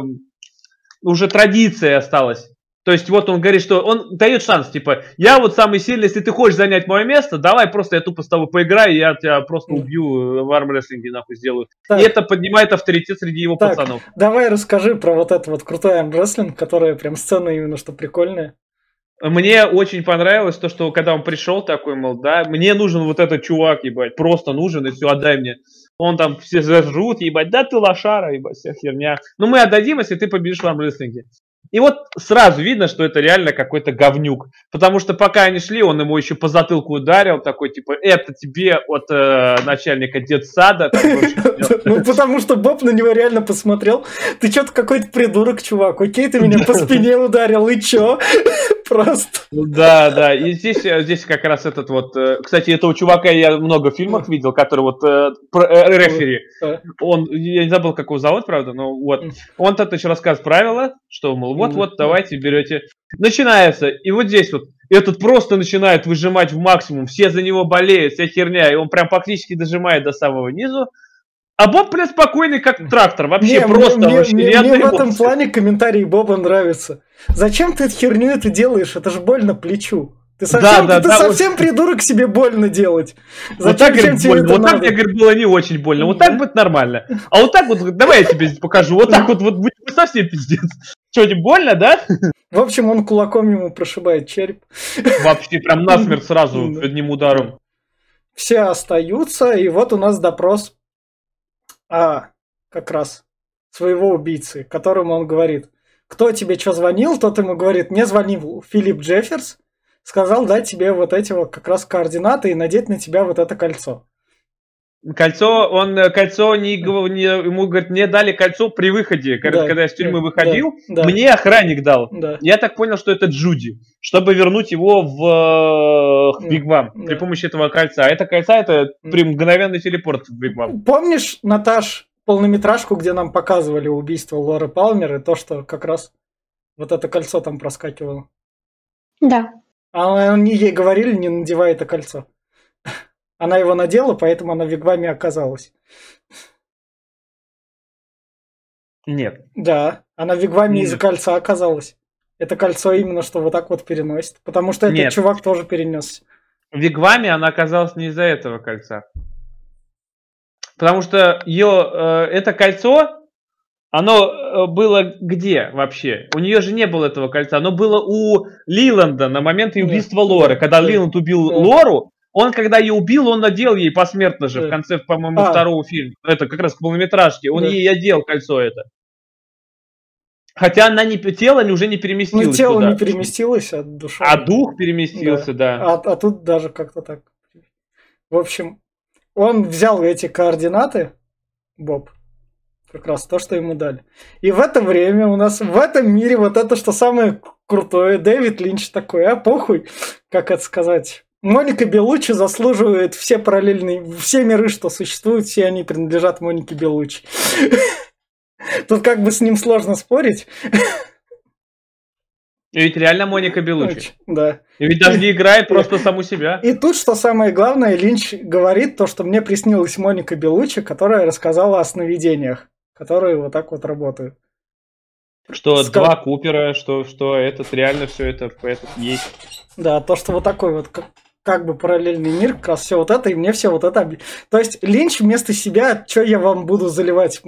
[SPEAKER 2] уже традиция осталась. То есть вот он говорит, что он дает шанс, типа, я вот самый сильный, если ты хочешь занять мое место, давай просто я тупо с тобой поиграю, я тебя просто убью в армрестлинге, нахуй сделаю. Так. И это поднимает авторитет среди его пацанов.
[SPEAKER 1] Давай расскажи про вот этот вот крутой армрестлинг, которая прям сцена именно что прикольная.
[SPEAKER 2] Мне очень понравилось то, что когда он пришел такой, мол, да, мне нужен вот этот чувак, ебать, просто нужен, и все, отдай мне. Он там все зажрут, ебать, да ты лошара, ебать, вся херня. Ну мы отдадим, если ты победишь в армрестлинге. И вот сразу видно, что это реально какой-то говнюк. Потому что пока они шли, он ему еще по затылку ударил, такой, типа, это тебе от начальника детсада.
[SPEAKER 1] Ну, потому что Боб на него реально посмотрел. Ты что-то какой-то придурок, чувак. Окей, ты меня по спине ударил, и чё? Просто.
[SPEAKER 2] Да. И здесь как раз этот вот... Кстати, этого чувака я много в фильмах видел, который вот рефери. Я не забыл, как его зовут, правда, но вот. Он-то еще рассказывает правила, что, мол, вот, давайте берете. Начинается, и вот здесь вот этот просто начинает выжимать в максимум, все за него болеют, вся херня, и он прям фактически дожимает до самого низу. А Боб, блядь, спокойный, как трактор, вообще
[SPEAKER 1] Мне в этом плане комментарии Боба нравятся. Зачем ты эту херню это делаешь? Это же больно плечу. Ты совсем придурок себе больно делать.
[SPEAKER 2] Зачем тебе это надо? Вот так мне, говорит, было не очень больно. Вот так будет нормально. А вот так вот, давай я тебе покажу. Вот так вот будет совсем пиздец. Что, не больно, да?
[SPEAKER 1] В общем, он кулаком ему прошибает череп.
[SPEAKER 2] Вообще, прям насмерть сразу одним ударом.
[SPEAKER 1] все остаются, и вот у нас допрос как раз своего убийцы, которому он говорит: кто тебе что звонил? Тот ему говорит: мне звонил Филипп Джефферс, сказал дать тебе вот эти вот как раз координаты и надеть на тебя вот это кольцо.
[SPEAKER 2] Кольцо ему говорит, мне дали кольцо при выходе, когда я с тюрьмы выходил, мне охранник дал. Я так понял, что это Джуди, чтобы вернуть его в Вигвам при помощи этого кольца. А это кольца, это мгновенный телепорт в Вигвам.
[SPEAKER 1] Помнишь, Наташ, полнометражку, где нам показывали убийство Лоры Палмер и то, что как раз вот это кольцо там проскакивало?
[SPEAKER 3] Да.
[SPEAKER 1] А они ей говорили: не надевай это кольцо. Она его надела, поэтому она в Вигваме оказалась.
[SPEAKER 2] Нет.
[SPEAKER 1] Да, она в Вигваме из-за кольца оказалась. Это кольцо именно что вот так вот переносит. Потому что этот чувак тоже перенесся.
[SPEAKER 2] В Вигваме она оказалась не из-за этого кольца. Потому что это кольцо, оно было где вообще? У нее же не было этого кольца. Оно было у Лиланда на момент убийства Лоры. Когда Лиланд убил Лору, он, когда ее убил, он надел ей посмертно же в конце, по-моему, второго фильма. Это как раз полнометражки. Он ей одел кольцо это. Хотя она тело уже не переместилось.
[SPEAKER 1] Ну, тело не переместилось, а душа.
[SPEAKER 2] А дух переместился, да.
[SPEAKER 1] А тут даже как-то так. В общем, он взял эти координаты, Боб, как раз то, что ему дали. И в это время у нас в этом мире вот это, что самое крутое, Дэвид Линч такой: похуй, как это сказать. Моника Беллуччи заслуживает все миры, что существуют, все они принадлежат Монике Беллуччи. Тут как бы с ним сложно спорить.
[SPEAKER 2] И ведь реально Моника Беллуччи.
[SPEAKER 1] Да.
[SPEAKER 2] И ведь даже не играет просто саму себя.
[SPEAKER 1] И тут, что самое главное, Линч говорит то, что мне приснилась Моника Беллуччи, которая рассказала о сновидениях, которые вот так вот работают.
[SPEAKER 2] Что два Купера, что этот реально все это есть.
[SPEAKER 1] Да, то, что вот такой вот как бы параллельный мир, как раз все вот это, и мне все вот это... То есть Линч вместо себя: что я вам буду заливать?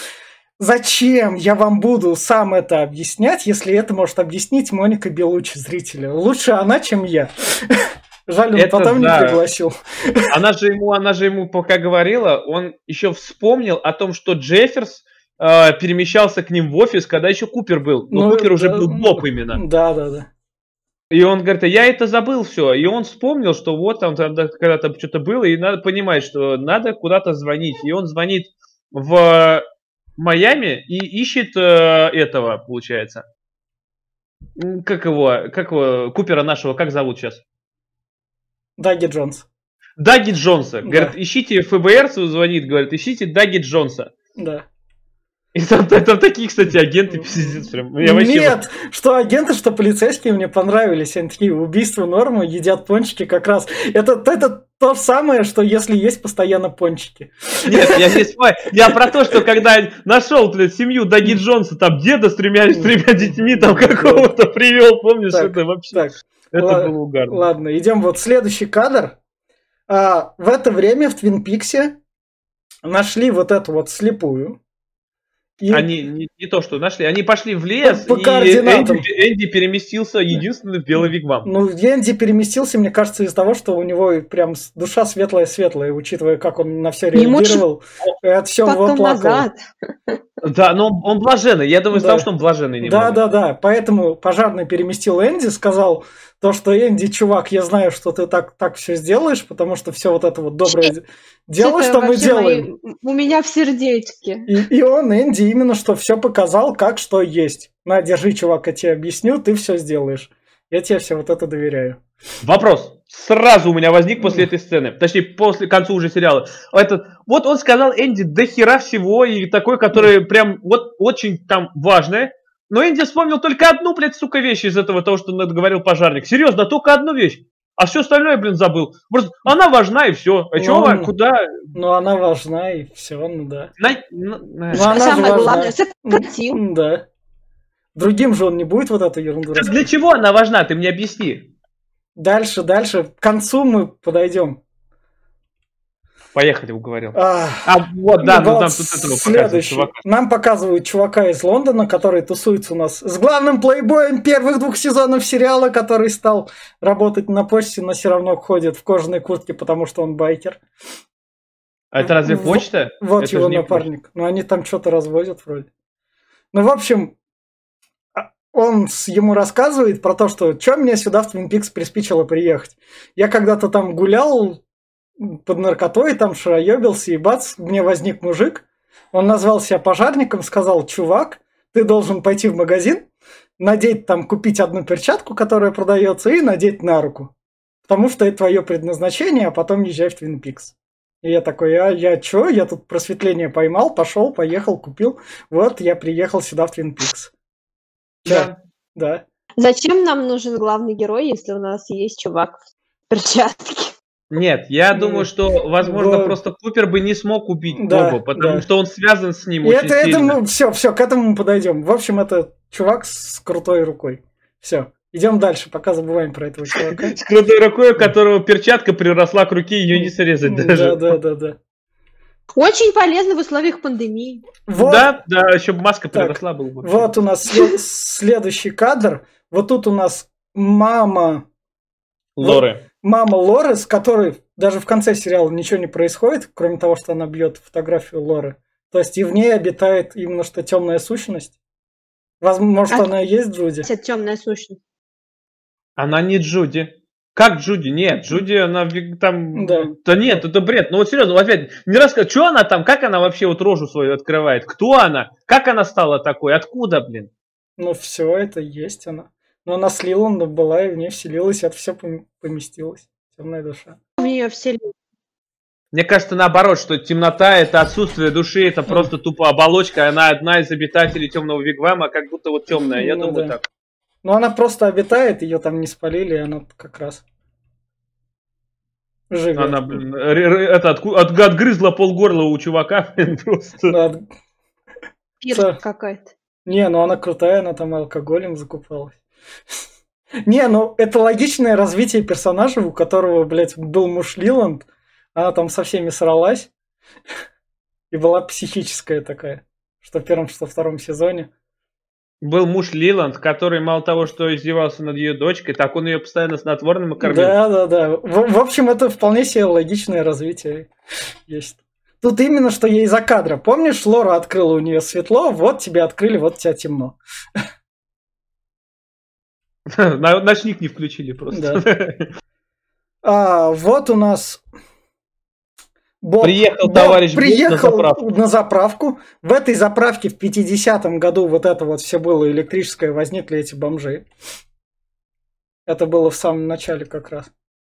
[SPEAKER 1] Зачем я вам буду сам это объяснять, если это может объяснить Моника Беллуччи зрителю? Лучше она, чем я. Жаль, он потом не пригласил.
[SPEAKER 2] Она же ему пока говорила, он еще вспомнил о том, что Джефферс перемещался к ним в офис, когда еще Купер был. Но Купер уже был Боб именно.
[SPEAKER 1] Да.
[SPEAKER 2] И он говорит: я это забыл все. И он вспомнил, что вот там когда-то что-то было, и надо понимать, что надо куда-то звонить. И он звонит в Майами и ищет этого, получается. Как его, Купера нашего, как зовут сейчас?
[SPEAKER 1] Даги Джонс.
[SPEAKER 2] Даги Джонса. Говорит, ищите ФБР, звонит, говорит, ищите Даги Джонса.
[SPEAKER 1] Да.
[SPEAKER 2] И там такие, кстати, агенты пиздец прям.
[SPEAKER 1] Нет, что агенты, что полицейские мне понравились. Они такие: убийство нормы, едят пончики как раз. Это то самое, что если есть постоянно пончики.
[SPEAKER 2] Нет, я про то, что когда нашел, семью Даги Джонса, там деда с тремя детьми там какого-то привел, помнишь, это вообще. Это было угарно.
[SPEAKER 1] Ладно, идем вот следующий кадр. В это время в Твин Пиксе нашли вот эту вот слепую.
[SPEAKER 2] Они не то, что нашли, они пошли в лес,
[SPEAKER 1] по
[SPEAKER 2] и Энди переместился единственный в Белый Вигвам.
[SPEAKER 1] Ну, Энди переместился, мне кажется, из-за того, что у него прям душа светлая-светлая, учитывая, как он на все реагировал, и от всего его плакал.
[SPEAKER 2] Да, но он блаженный, я думаю, из-за того, что он блаженный немного.
[SPEAKER 1] Да, поэтому пожарный переместил Энди, сказал то, что: Энди, чувак, я знаю, что ты так все сделаешь, потому что все вот это вот доброе дело, что мы делаем.
[SPEAKER 3] У меня в сердечке.
[SPEAKER 1] И он, Энди, именно что все показал, как что есть. На, держи, чувак, я тебе объясню, ты все сделаешь. Я тебе все вот это доверяю.
[SPEAKER 2] Вопрос сразу у меня возник после этой сцены, точнее, после конца уже сериала. Вот он сказал Энди до хера всего, и такой, который прям вот очень там важное. Но Энди вспомнил только одну, блядь, сука, вещь из этого, того, что говорил пожарник. Серьезно, только одну вещь. А все остальное, блин, забыл. Просто она важна, и все. А чего, куда?
[SPEAKER 1] Ну, она важна, и все, ну да.
[SPEAKER 3] Самое главное, сократил.
[SPEAKER 1] Да. Другим же он не будет вот эту ерунду рассказывать.
[SPEAKER 2] Для чего она важна? Ты мне объясни.
[SPEAKER 1] Дальше. К концу мы подойдем.
[SPEAKER 2] Поехали, уговорил.
[SPEAKER 1] Вот,
[SPEAKER 2] да, ну там тут этого показывают чувака.
[SPEAKER 1] Нам показывают чувака из Лондона, который тусуется у нас с главным плейбоем первых 2 сезонов сериала, который стал работать на почте, но все равно ходит в кожаной куртке, потому что он байкер.
[SPEAKER 2] А это разве почта?
[SPEAKER 1] Вот
[SPEAKER 2] Это
[SPEAKER 1] его
[SPEAKER 2] же не
[SPEAKER 1] напарник. Почта. Ну, они там что-то развозят вроде. Ну, в общем, он ему рассказывает про то, что мне сюда в Твин Пикс приспичило приехать. Я когда-то там гулял под наркотой, там шароебился, и бац, мне возник мужик. Он назвал себя пожарником, сказал: чувак, ты должен пойти в магазин, надеть там, купить одну перчатку, которая продается, и надеть на руку. Потому что это твое предназначение, а потом езжай в Твин Пикс. И я такой: я чё? Я тут просветление поймал, пошел, поехал, купил. Вот я приехал сюда в Твин Пикс. Да.
[SPEAKER 3] Зачем нам нужен главный герой, если у нас есть чувак в перчатке?
[SPEAKER 2] Нет, я думаю, что, возможно, просто Купер бы не смог убить Боба, потому что он связан с ним очень сильно.
[SPEAKER 1] Все, к этому мы подойдем. В общем, это чувак с крутой рукой. Все, идем дальше, пока забываем про этого чувака.
[SPEAKER 2] С крутой рукой, у которого перчатка приросла к руке, ее не срезать даже.
[SPEAKER 1] Да.
[SPEAKER 3] Очень полезно в условиях пандемии.
[SPEAKER 1] Вот.
[SPEAKER 2] Да, еще бы маска приросла была бы.
[SPEAKER 1] Вот у нас следующий кадр. Вот тут у нас мама
[SPEAKER 2] Лоры.
[SPEAKER 1] Мама Лоры, с которой даже в конце сериала ничего не происходит, кроме того, что она бьет фотографию Лоры. То есть и в ней обитает именно что темная сущность. Может, она и есть Джуди?
[SPEAKER 3] Это темная сущность.
[SPEAKER 2] Она не Джуди. Как Джуди? Нет, Джуди, она там... Да нет, это бред. Ну вот серьезно, опять, не рассказывай, что она там, как она вообще вот рожу свою открывает? Кто она? Как она стала такой? Откуда, блин?
[SPEAKER 1] Ну все, это есть она. Но она с Лиландом была и в ней вселилась, это все поместилось. Темная душа.
[SPEAKER 3] В нее вселилась.
[SPEAKER 2] Мне кажется, наоборот, что темнота — это отсутствие души, это просто тупо оболочка, она одна из обитателей темного вигвама, как будто вот темная. Я думаю, так.
[SPEAKER 1] Ну, она просто обитает, ее там не спалили, и она как раз живет.
[SPEAKER 2] Она, блин, отгрызла полгорла у чувака, блин, просто.
[SPEAKER 3] Пирс какая-то.
[SPEAKER 1] Не, ну она крутая, она там алкоголем закупалась. Не, ну это логичное развитие персонажа, у которого, блядь, был муж Лиланд. Она там со всеми сралась. И была психическая такая. Что в первом, что во втором сезоне.
[SPEAKER 2] Был муж Лиланд, который мало того, что издевался над ее дочкой, так он ее постоянно снотворным кормил.
[SPEAKER 1] Да. В общем, это вполне себе логичное развитие есть. Тут именно, что ей за кадра. Помнишь, Лора открыла у нее светло, вот тебе открыли, вот тебя темно.
[SPEAKER 2] Ночник не включили просто.
[SPEAKER 1] Вот у нас...
[SPEAKER 2] Приехал товарищ
[SPEAKER 1] на заправку. В этой заправке в 50-м году вот это вот все было электрическое, возникли эти бомжи. Это было в самом начале как раз.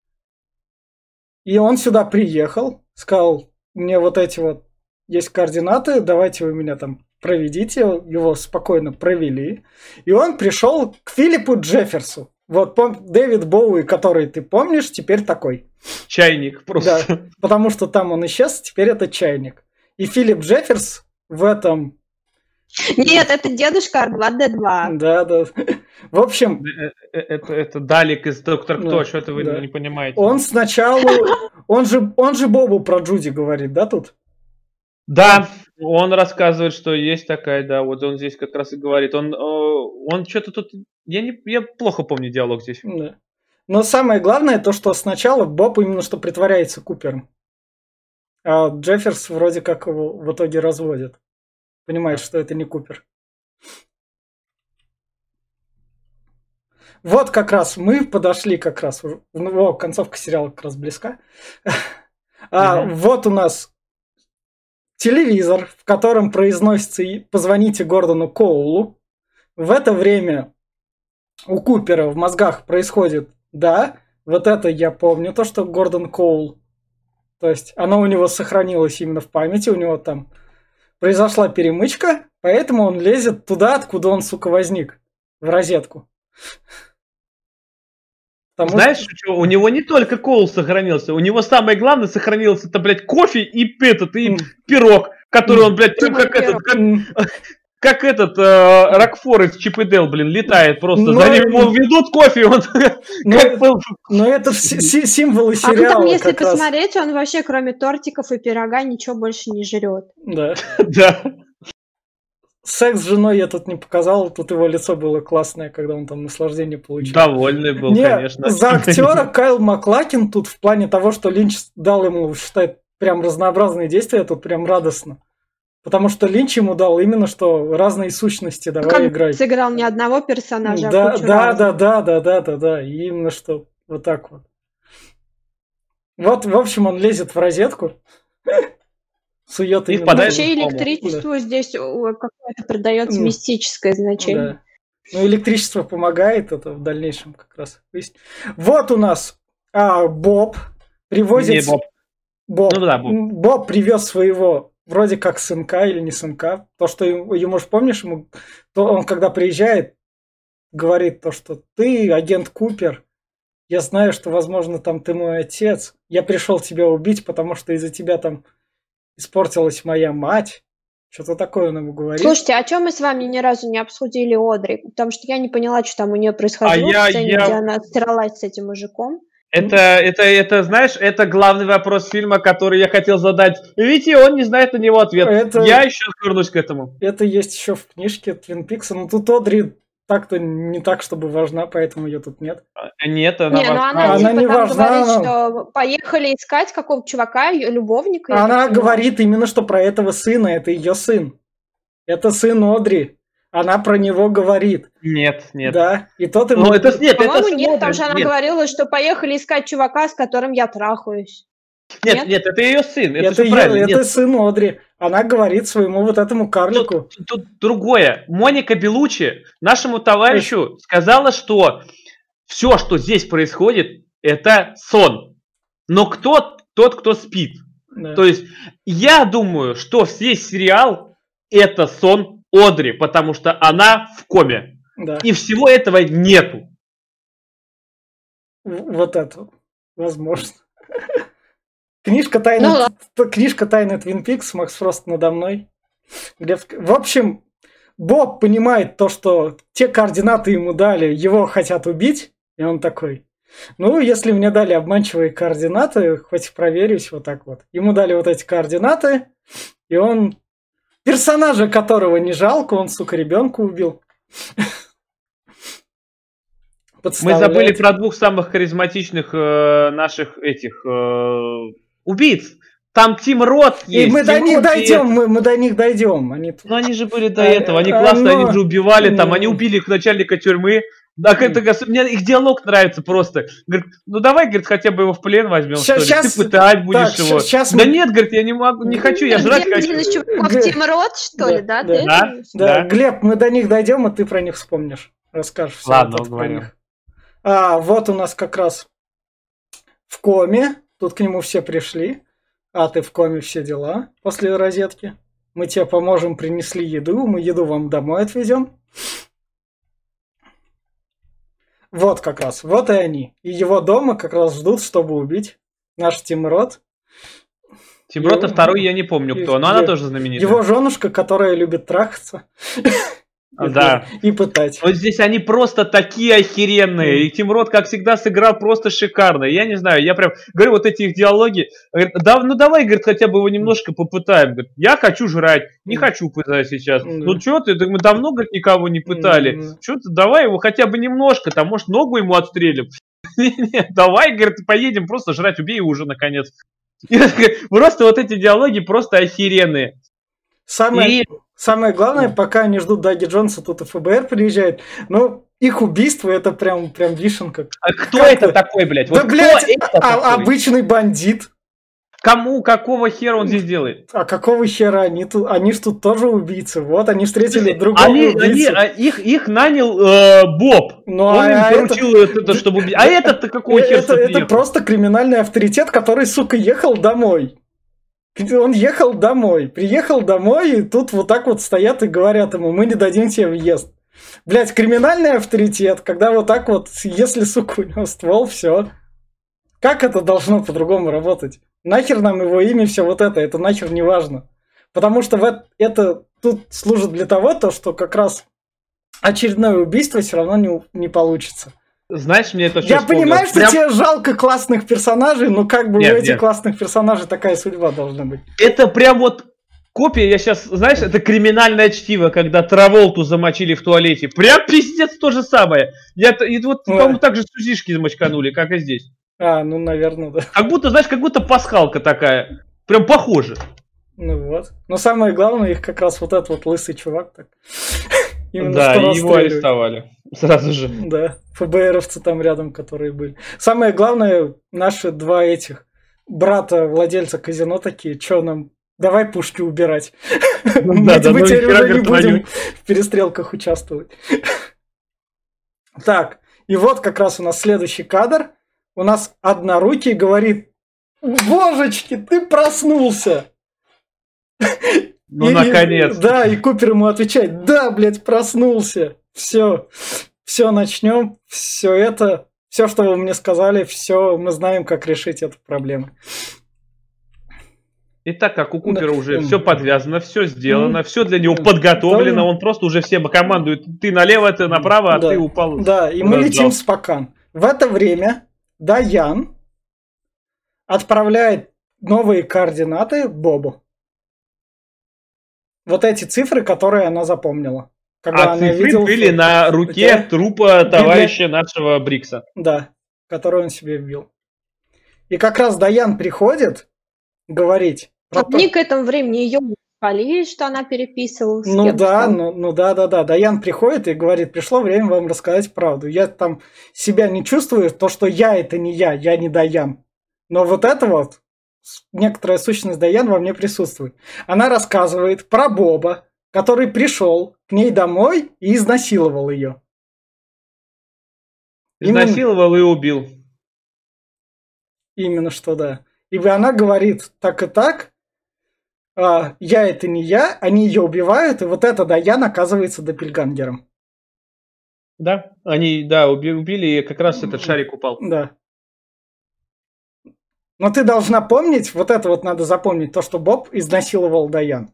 [SPEAKER 1] И он сюда приехал, сказал: мне вот эти вот есть координаты, давайте вы меня там проведите. Его спокойно провели. И он пришел к Филиппу Джефферсу. Вот Дэвид Боуи, который ты помнишь, теперь такой.
[SPEAKER 2] Чайник просто.
[SPEAKER 1] Да, потому что там он исчез, теперь это чайник. И Филипп Джефферс в этом...
[SPEAKER 3] Нет, это дедушка R2-D2.
[SPEAKER 1] Да. В общем...
[SPEAKER 2] Это Далек из Доктора Кто, что это вы не понимаете.
[SPEAKER 1] Он сначала... Он же Бобу про Джуди говорит, да, тут?
[SPEAKER 2] Да, он рассказывает, что есть такая, да, вот он здесь как раз и говорит. Он что-то тут... Я плохо помню диалог здесь.
[SPEAKER 1] Да. Но самое главное то, что сначала Боб именно что притворяется Купером. А Джефферс вроде как его в итоге разводит. Понимает, что это не Купер. Вот как раз мы подошли как раз. Концовка сериала как раз близка. Вот у нас телевизор, в котором произносится «Позвоните Гордону Коулу». В это время у Купера в мозгах происходит: да, вот это я помню, то, что Гордон Коул. То есть оно у него сохранилось именно в памяти, у него там произошла перемычка, поэтому он лезет туда, откуда он, сука, возник, в розетку.
[SPEAKER 2] Знаешь, что у него не только Коул сохранился, у него самое главное сохранилось это, блядь, кофе и пирог, который он, блядь, прям как этот... как этот Рокфор из Чип и Дейл, блин, летает просто. За ним его ведут кофе, он
[SPEAKER 1] Но это символы
[SPEAKER 3] А
[SPEAKER 1] сериала
[SPEAKER 3] потом, если
[SPEAKER 1] как раз.
[SPEAKER 3] посмотреть, он вообще кроме тортиков и пирога ничего больше не жрет.
[SPEAKER 1] Да.
[SPEAKER 2] Да.
[SPEAKER 1] Секс с женой я тут не показал, тут его лицо было классное, когда он там наслаждение получил.
[SPEAKER 2] Довольный был,
[SPEAKER 1] Не,
[SPEAKER 2] конечно.
[SPEAKER 1] за актера Кайл Маклакен тут в плане того, что Линч дал ему, считай, прям разнообразные действия, тут прям радостно. Потому что Линч ему дал именно что разные сущности, давай играй.
[SPEAKER 3] Сыграл не одного персонажа, а
[SPEAKER 1] Да,
[SPEAKER 3] кучу
[SPEAKER 1] да,
[SPEAKER 3] разных.
[SPEAKER 1] да, и именно что вот так вот. Вот, в общем, он лезет в розетку, сует
[SPEAKER 2] И
[SPEAKER 1] именно...
[SPEAKER 2] впадает
[SPEAKER 3] Вообще
[SPEAKER 2] в кому.
[SPEAKER 3] электричеству здесь какое-то придается
[SPEAKER 1] Ну,
[SPEAKER 3] мистическое значение.
[SPEAKER 1] Да. Ну, электричество помогает, это в дальнейшем как раз выяснить. Вот у нас Боб привозит...
[SPEAKER 2] Не, Боб.
[SPEAKER 1] Боб.
[SPEAKER 2] Ну да, Боб.
[SPEAKER 1] Боб привез своего вроде как сынка или не сынка. То, что ему же, помнишь, то он когда приезжает, говорит то, что ты агент Купер, я знаю, что, возможно, там ты мой отец. Я пришел тебя убить, потому что из-за тебя там испортилась моя мать. Что-то такое он ему говорит.
[SPEAKER 3] Слушайте, а чем мы с вами ни разу не обсудили Одри? Потому что я не поняла, что там у нее происходило в сцене, где она стиралась с этим мужиком.
[SPEAKER 2] Это, знаешь, это главный вопрос фильма, который я хотел задать. Видите, он не знает на него ответ. Я еще вернусь к этому.
[SPEAKER 1] Это есть еще в книжке Твин Пикса, но тут Одри так-то не так, чтобы важна, поэтому ее тут нет.
[SPEAKER 2] Нет, она важна.
[SPEAKER 3] Она
[SPEAKER 1] Она не
[SPEAKER 3] там
[SPEAKER 1] важна,
[SPEAKER 3] говорит,
[SPEAKER 1] она-
[SPEAKER 3] что поехали искать какого-то чувака, ее любовника. я
[SPEAKER 1] Она
[SPEAKER 3] так поняла.
[SPEAKER 1] говорит именно что про этого сына, это ее сын. Это сын Одри. Она про него говорит.
[SPEAKER 2] Нет.
[SPEAKER 1] Да, и тот ему...
[SPEAKER 2] Ну, это нет, это
[SPEAKER 3] По-моему,
[SPEAKER 2] сын
[SPEAKER 3] нет,
[SPEAKER 2] Одри.
[SPEAKER 3] потому что она
[SPEAKER 2] Нет.
[SPEAKER 3] говорила, что поехали искать чувака, с которым я трахаюсь.
[SPEAKER 2] Нет, это ее сын. Это
[SPEAKER 1] Это,
[SPEAKER 2] всё правильно.
[SPEAKER 1] это
[SPEAKER 2] Нет.
[SPEAKER 1] сын Одри. Она говорит своему вот этому карлику.
[SPEAKER 2] Тут другое. Моника Белуччи нашему товарищу сказала, что все, что здесь происходит, это сон. Но кто тот, кто спит?
[SPEAKER 1] Да.
[SPEAKER 2] То есть я думаю, что весь сериал это сон Одри, потому что она в коме.
[SPEAKER 1] Да.
[SPEAKER 2] И всего этого нету.
[SPEAKER 1] Вот это. Возможно. Книжка «Тайны Твин Пикс», Макс Фрост надо мной. В общем, Боб понимает то, что те координаты ему дали, его хотят убить, и он такой, ну, если мне дали обманчивые координаты, хоть проверюсь вот так вот. Ему дали вот эти координаты, и он, персонажа которого не жалко, он, сука, ребенка убил.
[SPEAKER 2] Мы забыли про двух самых харизматичных наших этих убийц. Там Тим Рот есть.
[SPEAKER 1] И мы до них дойдем, мы до них дойдем.
[SPEAKER 2] Ну они же были до этого, они классно, они же убивали там, они убили их начальника тюрьмы. Да, мне их диалог нравится просто. Говорит, ну давай, говорит, хотя бы его в плен возьмем, что ли. Ты пытать будешь его. Да нет, говорит, я не могу, не хочу, я жрать хочу.
[SPEAKER 3] Один из чуваков Тим Рот, что ли, да?
[SPEAKER 1] Да, Глеб, мы до них дойдем, и ты про них вспомнишь. Расскажешь все.
[SPEAKER 2] Ладно, говорю.
[SPEAKER 1] Вот у нас как раз в коме. Тут к нему все пришли. Ты в коме, все дела после розетки. Мы тебе поможем, принесли еду. Мы еду вам домой отвезем. Вот как раз. Вот и они. И его дома как раз ждут, чтобы убить наш Тим Рот.
[SPEAKER 2] Тим Рот, а второй я не помню кто, но она тоже знаменитая.
[SPEAKER 1] Его женушка, которая любит трахаться.
[SPEAKER 2] Да.
[SPEAKER 1] И пытать.
[SPEAKER 2] Вот здесь они просто такие охеренные. И Тим Рот, как всегда, сыграл просто шикарно. Я не знаю, я прям говорю, вот эти их диалоги. Говорит, ну давай, говорит, хотя бы его немножко попытаем. Говорит, я хочу жрать, не хочу пытать сейчас. Ну что ты, мы давно, говорит, никого не пытали. Что ты, давай его хотя бы немножко, там, может, ногу ему отстрелим. Нет, давай, говорит, поедем просто жрать, убей его уже, наконец. Просто вот эти диалоги просто охеренные.
[SPEAKER 1] Самое главное, пока они ждут Даги Джонса, тут и ФБР приезжает. Но их убийство это прям вишенка.
[SPEAKER 2] А кто это такой, блядь?
[SPEAKER 1] Да, блядь, обычный бандит.
[SPEAKER 2] Кому, какого хера он здесь делает?
[SPEAKER 1] А какого хера? Они ж тут тоже убийцы. Вот, они встретили другого убийцу.
[SPEAKER 2] Их нанял Боб. Он им поручил это, чтобы убить. А этот-то какого хера приехал?
[SPEAKER 1] Это просто криминальный авторитет, который, сука, ехал домой. Он ехал домой, приехал домой, и тут вот так вот стоят и говорят ему, мы не дадим тебе въезд. Блять, криминальный авторитет, когда вот так вот, если, сука, у него ствол, все. Как это должно по-другому работать? Нахер нам его имя, все вот это нахер не важно. Потому что это тут служит для того, то, что как раз очередное убийство все равно не получится.
[SPEAKER 2] Знаешь, мне это что
[SPEAKER 1] Я понимаю, что тебе жалко классных персонажей, но как бы у этих классных персонажей такая судьба должна быть.
[SPEAKER 2] Это прям вот копия, я сейчас, знаешь, это криминальное чтиво, когда Траволту замочили в туалете. Прям пиздец то же самое. И вот, по-моему, так же сузишки замочканули, как и здесь.
[SPEAKER 1] Ну, наверное, да.
[SPEAKER 2] Как будто, знаешь, как будто пасхалка такая. Прям похоже.
[SPEAKER 1] Ну вот. Но самое главное, их как раз вот этот вот лысый чувак так.
[SPEAKER 2] Да, и его арестовали сразу же.
[SPEAKER 1] Да, ФБРовцы там рядом, которые были. Самое главное, наши два этих брата владельца казино такие, что нам, давай пушки убирать. Мы теперь уже не будем в перестрелках участвовать. Так, и вот как раз у нас следующий кадр. У нас однорукий говорит: божечки, ты проснулся!
[SPEAKER 2] Ну, наконец.
[SPEAKER 1] Да, и Купер ему отвечает: да, блядь, проснулся. Все, начнем. Все, что вы мне сказали, все, мы знаем, как решить эту проблему.
[SPEAKER 2] И так как у Купера уже все подвязано, все сделано, все для него подготовлено, он просто уже всем командует: ты налево, ты направо, а ты упал.
[SPEAKER 1] Да, и мы летим в Спокан. В это время Дайан отправляет новые координаты Бобу. Вот эти цифры, которые она запомнила.
[SPEAKER 2] Когда она цифры были на руке трупа товарища нашего Брикса.
[SPEAKER 1] Да, который он себе вбил. И как раз Дайан приходит говорить.
[SPEAKER 3] Они к этому времени ее спалили, что она переписывалась.
[SPEAKER 1] Ну да. Дайан приходит и говорит: пришло время вам рассказать правду. Я там себя не чувствую, то, что я это не я не Дайан. Но вот это вот, некоторая сущность Дайан во мне присутствует. Она рассказывает про Боба, который пришел к ней домой и изнасиловал ее.
[SPEAKER 2] Изнасиловал и убил.
[SPEAKER 1] Именно что, да. И она говорит: так и так, я это не я, они ее убивают, и вот это Дайан оказывается доппельгангером.
[SPEAKER 2] Да, они, убили, и как раз этот шарик упал.
[SPEAKER 1] Да. Но ты должна помнить, вот это вот надо запомнить, то, что Боб изнасиловал Дайан.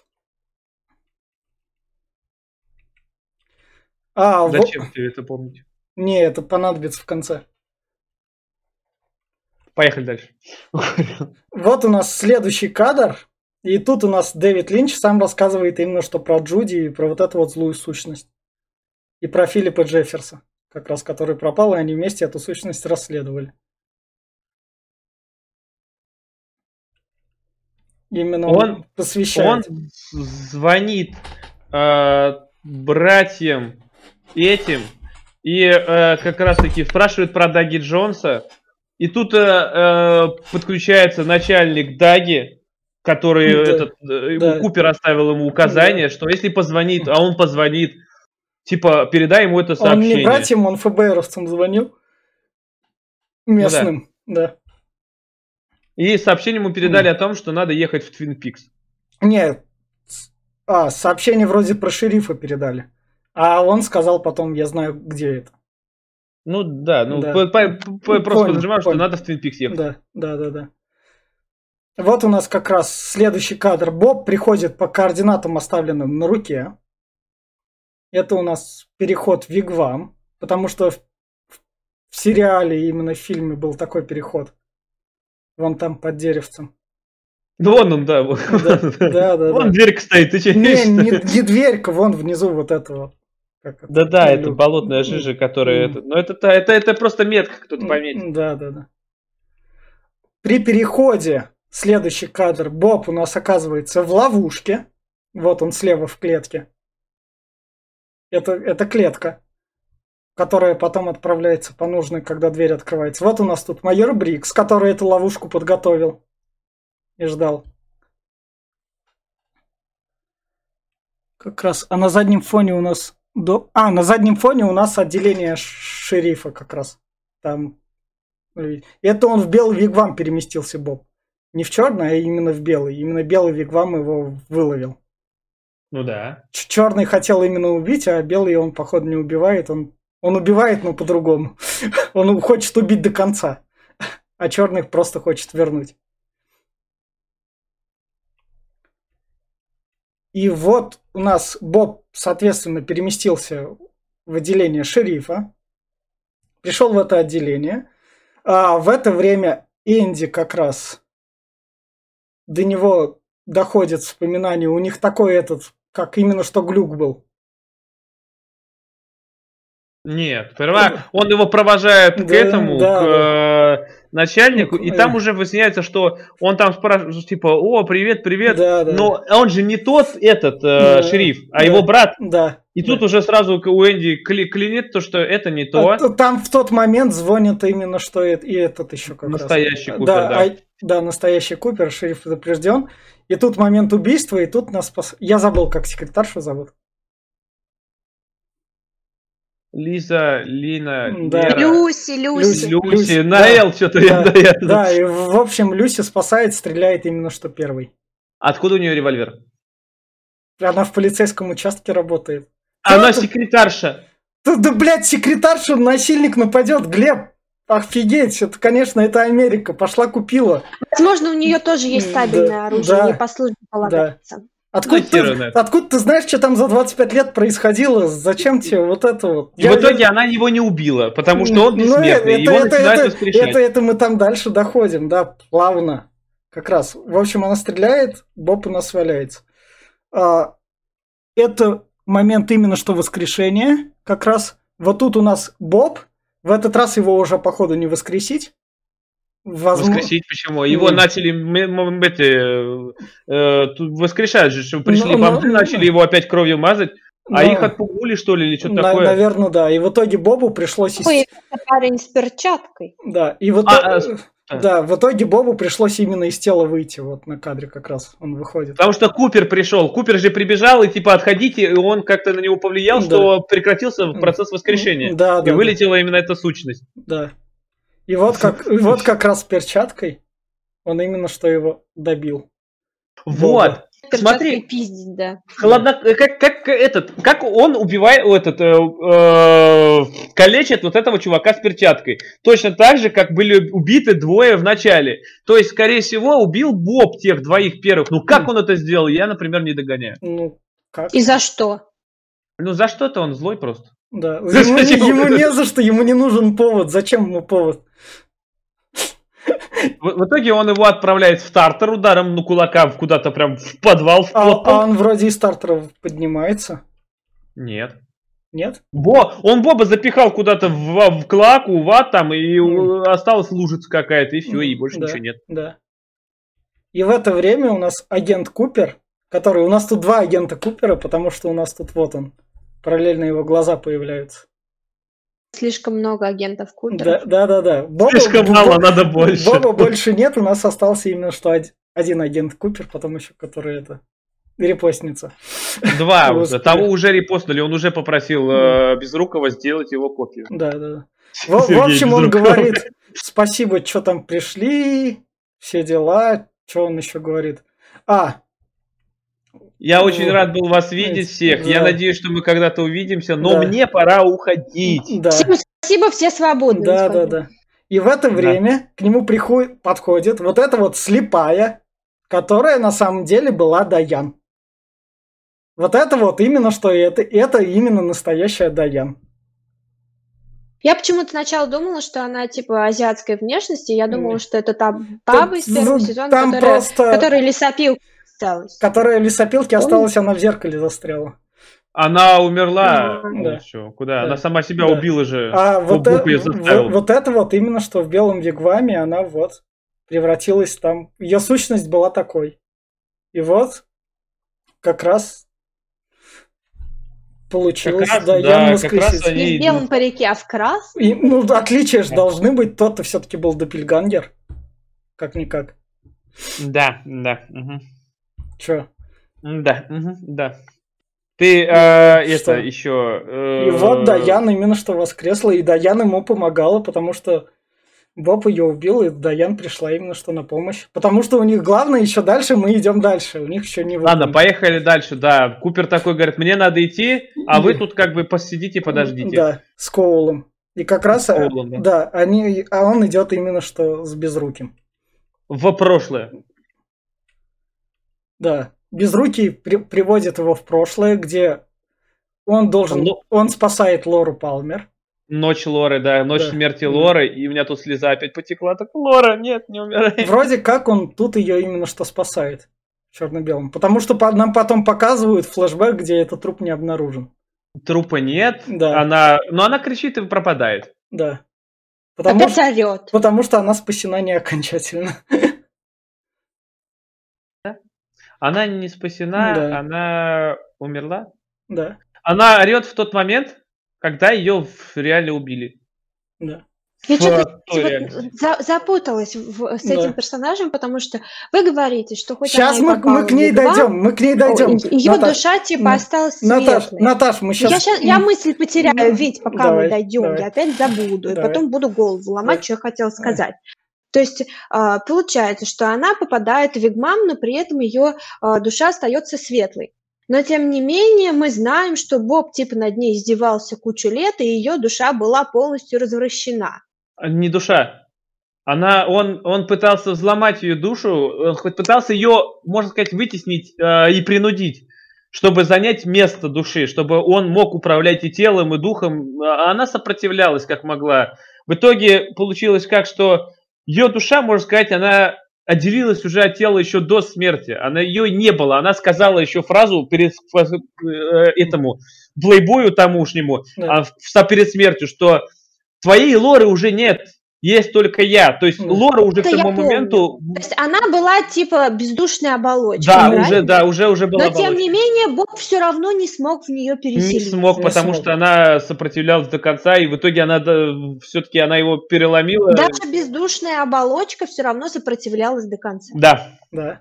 [SPEAKER 2] Зачем тебе это помнить?
[SPEAKER 1] Не, это понадобится в конце.
[SPEAKER 2] Поехали дальше.
[SPEAKER 1] Вот у нас следующий кадр. И тут у нас Дэвид Линч сам рассказывает именно что про Джуди и про вот эту вот злую сущность. И про Филиппа Джефферса, как раз который пропал, и они вместе эту сущность расследовали. Именно он посвящает.
[SPEAKER 2] Он звонит братьям этим и как раз таки спрашивает про Даги Джонса. И тут подключается начальник Даги, который Купер оставил ему указание, что если позвонит, а он позвонит, типа, передай ему это сообщение.
[SPEAKER 1] Он не братьям, он ФБРовцам звонил. Местным, да.
[SPEAKER 2] И сообщение ему передали о том, что надо ехать в Твин Пикс.
[SPEAKER 1] Нет. Сообщение вроде про шерифа передали. А он сказал потом: я знаю, где это.
[SPEAKER 2] Ну да, просто подразумеваю, что надо в Твин Пикс ехать.
[SPEAKER 1] Да. Вот у нас как раз следующий кадр. Боб приходит по координатам, оставленным на руке. Это у нас переход в Вигвам, потому что в сериале, именно в фильме, был такой переход. Вон там под деревцем.
[SPEAKER 2] Ну вон он, да.
[SPEAKER 1] Да.
[SPEAKER 2] Вон дверька стоит, ты че?
[SPEAKER 1] Не дверька, вон внизу вот этого.
[SPEAKER 2] Да, это болотная жижа, которая... Но это просто метка, кто-то пометил.
[SPEAKER 1] Да. При переходе, следующий кадр, Боб у нас оказывается в ловушке. Вот он слева в клетке. Это клетка, которая потом отправляется по нужной, когда дверь открывается. Вот у нас тут майор Брикс, который эту ловушку подготовил и ждал. Как раз. А на заднем фоне у нас... на заднем фоне у нас отделение шерифа как раз. Там. Это он в белый вигвам переместился, Боб. Не в черный, а именно в белый. Именно белый вигвам его выловил.
[SPEAKER 2] Ну да.
[SPEAKER 1] Черный хотел именно убить, а белый он, походу, не убивает. Он убивает, но по-другому. Он хочет убить до конца. А черный просто хочет вернуть. И вот у нас Боб, соответственно, переместился в отделение шерифа, пришел в это отделение, а в это время Энди как раз до него доходит вспоминание, у них такой этот, как именно что глюк был.
[SPEAKER 2] Нет, сперва он его провожает к этому, к начальнику, и там уже выясняется, что он там спрашивает, типа, о, привет, но он же не тот этот шериф, а его брат. И тут уже сразу у Энди клинит то, что это не то.
[SPEAKER 1] Там в тот момент звонит именно, что и этот еще как
[SPEAKER 2] настоящий
[SPEAKER 1] раз.
[SPEAKER 2] Купер,
[SPEAKER 1] да, настоящий Купер, шериф предупрежден. И тут момент убийства, и тут нас Я забыл, как секретаршу зовут.
[SPEAKER 2] Лиза, Лина,
[SPEAKER 3] Лера. Люси.
[SPEAKER 2] Наэл что-то
[SPEAKER 1] Да, и в общем Люси спасает, стреляет именно что первый.
[SPEAKER 2] Откуда у нее револьвер?
[SPEAKER 1] Она в полицейском участке работает.
[SPEAKER 2] Она секретарша.
[SPEAKER 1] Да, блядь, секретарша, насильник нападет, Глеб. Офигеть, это, конечно, это Америка. Пошла купила.
[SPEAKER 3] Возможно, у нее тоже есть стабильное оружие, не по службе полагается.
[SPEAKER 1] Откуда ты знаешь, что там за 25 лет происходило? Зачем тебе вот это вот?
[SPEAKER 2] И в итоге она его не убила, потому что он бессмертный, его начинают воскрешать.
[SPEAKER 1] Это мы там дальше доходим, да, плавно. Как раз. В общем, она стреляет, Боб у нас валяется. Это момент именно что воскрешения. Как раз вот тут у нас Боб. В этот раз его уже, походу, не воскресить.
[SPEAKER 2] Воскресить почему? Его начали воскрешать же, что пришли бомжи, начали его опять кровью мазать, а их отпугнули, что ли, или что-то такое?
[SPEAKER 1] Наверное, да. И в итоге Бобу пришлось...
[SPEAKER 3] Парень с перчаткой.
[SPEAKER 1] Да, и в итоге Бобу пришлось именно из тела выйти. Вот на кадре как раз он выходит.
[SPEAKER 2] Потому что Купер пришел. Купер же прибежал и типа отходите, и он как-то на него повлиял, что прекратился процесс воскрешения. И вылетела именно эта сущность.
[SPEAKER 1] Да. И вот как раз с перчаткой он именно что его добил.
[SPEAKER 2] Вот. Смотри,
[SPEAKER 3] пиздить, да.
[SPEAKER 2] Как он убивает калечит вот этого чувака с перчаткой. Точно так же, как были убиты двое в начале. То есть, скорее всего, убил Боб тех двоих первых. Ну, как он это сделал, я, например, не догоняю.
[SPEAKER 1] Ну, как?
[SPEAKER 3] И за что?
[SPEAKER 2] Ну, за что-то он злой просто.
[SPEAKER 1] Да, ему не за что, ему не нужен повод. Зачем ему повод?
[SPEAKER 2] В итоге он его отправляет в стартер ударом кулака куда-то прям в подвал.
[SPEAKER 1] А он вроде из стартера поднимается.
[SPEAKER 2] Нет.
[SPEAKER 1] Нет?
[SPEAKER 2] Он Боба запихал куда-то в клаку, в ад там, и осталась лужица какая-то, и все, и больше ничего нет.
[SPEAKER 1] Да. И в это время у нас агент Купер, который... У нас тут два агента Купера, потому что у нас тут вот он. Параллельно его глаза появляются.
[SPEAKER 3] Слишком много агентов Купера.
[SPEAKER 1] Да.
[SPEAKER 2] Слишком мало, надо больше.
[SPEAKER 1] Боба больше нет, у нас остался именно что один агент Купер, потом еще который репостница.
[SPEAKER 2] Два уже. Того уже репостнули, он уже попросил Безрукова сделать его копию.
[SPEAKER 1] Да. В общем, он говорит, спасибо, что там пришли, все дела, что он еще говорит.
[SPEAKER 2] Я очень рад был вас видеть всех. Да. Я надеюсь, что мы когда-то увидимся, но мне пора уходить.
[SPEAKER 1] Да.
[SPEAKER 3] Всем спасибо, все свободны.
[SPEAKER 1] Да. И в это время к нему подходит вот эта вот слепая, которая на самом деле была Даян. Вот это вот именно что это именно настоящая Даян.
[SPEAKER 3] Я почему-то сначала думала, что она типа азиатской внешности. Я думала, что это та баба из первого сезона, которая лесопилка.
[SPEAKER 1] Которая в лесопилке осталась, она в зеркале застряла.
[SPEAKER 2] Она умерла. Куда? Она сама себя убила же.
[SPEAKER 1] Вот это вот именно что в белом вигваме она вот превратилась там. Ее сущность была такой. И вот как раз получилось. Я воскресил.
[SPEAKER 3] Не в белом парике, а в красном.
[SPEAKER 1] Отличия же должны быть. Тот-то все-таки был доппельгангер. Как-никак.
[SPEAKER 2] Да.
[SPEAKER 1] Чё?
[SPEAKER 2] Да. Ты еще...
[SPEAKER 1] И вот Даян именно что воскресла, и Даян ему помогала, потому что Боб ее убил, и Даян пришла именно что на помощь. Потому что у них главное еще дальше, мы идем дальше, у них еще не выполнено.
[SPEAKER 2] Ладно, поехали дальше, да. Купер такой говорит, мне надо идти, а вы тут как бы посидите, подождите.
[SPEAKER 1] Да, с Коулом. И как раз, он идет именно что с Безруким.
[SPEAKER 2] В прошлое.
[SPEAKER 1] Да. Безрукий приводит его в прошлое, где он спасает Лору Палмер.
[SPEAKER 2] Ночь Лоры, да, ночь смерти Лоры, и у меня тут слеза опять потекла. Так, Лора, нет, не умирай.
[SPEAKER 1] Вроде как он тут ее именно что спасает. Черно-белым. Потому что нам потом показывают флешбэк, где этот труп не обнаружен.
[SPEAKER 2] Трупа нет,
[SPEAKER 1] да.
[SPEAKER 2] Но она кричит и пропадает.
[SPEAKER 1] Да.
[SPEAKER 3] Опять орет.
[SPEAKER 1] Потому что она спасена не окончательно.
[SPEAKER 2] Она не спасена, она умерла.
[SPEAKER 1] Да.
[SPEAKER 2] Она орет в тот момент, когда ее реально убили.
[SPEAKER 1] Да.
[SPEAKER 3] Я что-то запуталась с этим персонажем, потому что вы говорите, что хоть
[SPEAKER 1] сейчас мы к ней дойдем.
[SPEAKER 3] Ее душа типа осталась светлой.
[SPEAKER 1] Наташ, мы сейчас...
[SPEAKER 3] Я мысль потеряю, ведь пока мы дойдем, я опять забуду, и потом буду голову ломать, что я хотела сказать. То есть получается, что она попадает в Вигвам, но при этом ее душа остается светлой. Но тем не менее мы знаем, что Боб типа над ней издевался кучу лет, и ее душа была полностью развращена.
[SPEAKER 2] Не душа. Он пытался взломать ее душу, он хоть пытался ее, можно сказать, вытеснить и принудить, чтобы занять место души, чтобы он мог управлять и телом, и духом. Она сопротивлялась как могла. В итоге получилось как, что ее душа, можно сказать, она отделилась уже от тела еще до смерти. Ее не было. Она сказала еще фразу перед этому плейбою тамошнему, перед смертью, что твоей Лоры уже нет, есть только я. То есть Лора уже к тому моменту...
[SPEAKER 3] То есть она была типа бездушной оболочкой,
[SPEAKER 2] да, уже была
[SPEAKER 3] оболочка. Но тем не менее Боб все равно не смог в нее переселиться.
[SPEAKER 2] Не смог, потому что она сопротивлялась до конца, и в итоге все-таки она его переломила.
[SPEAKER 3] Даже бездушная оболочка все равно сопротивлялась до конца.
[SPEAKER 1] Да.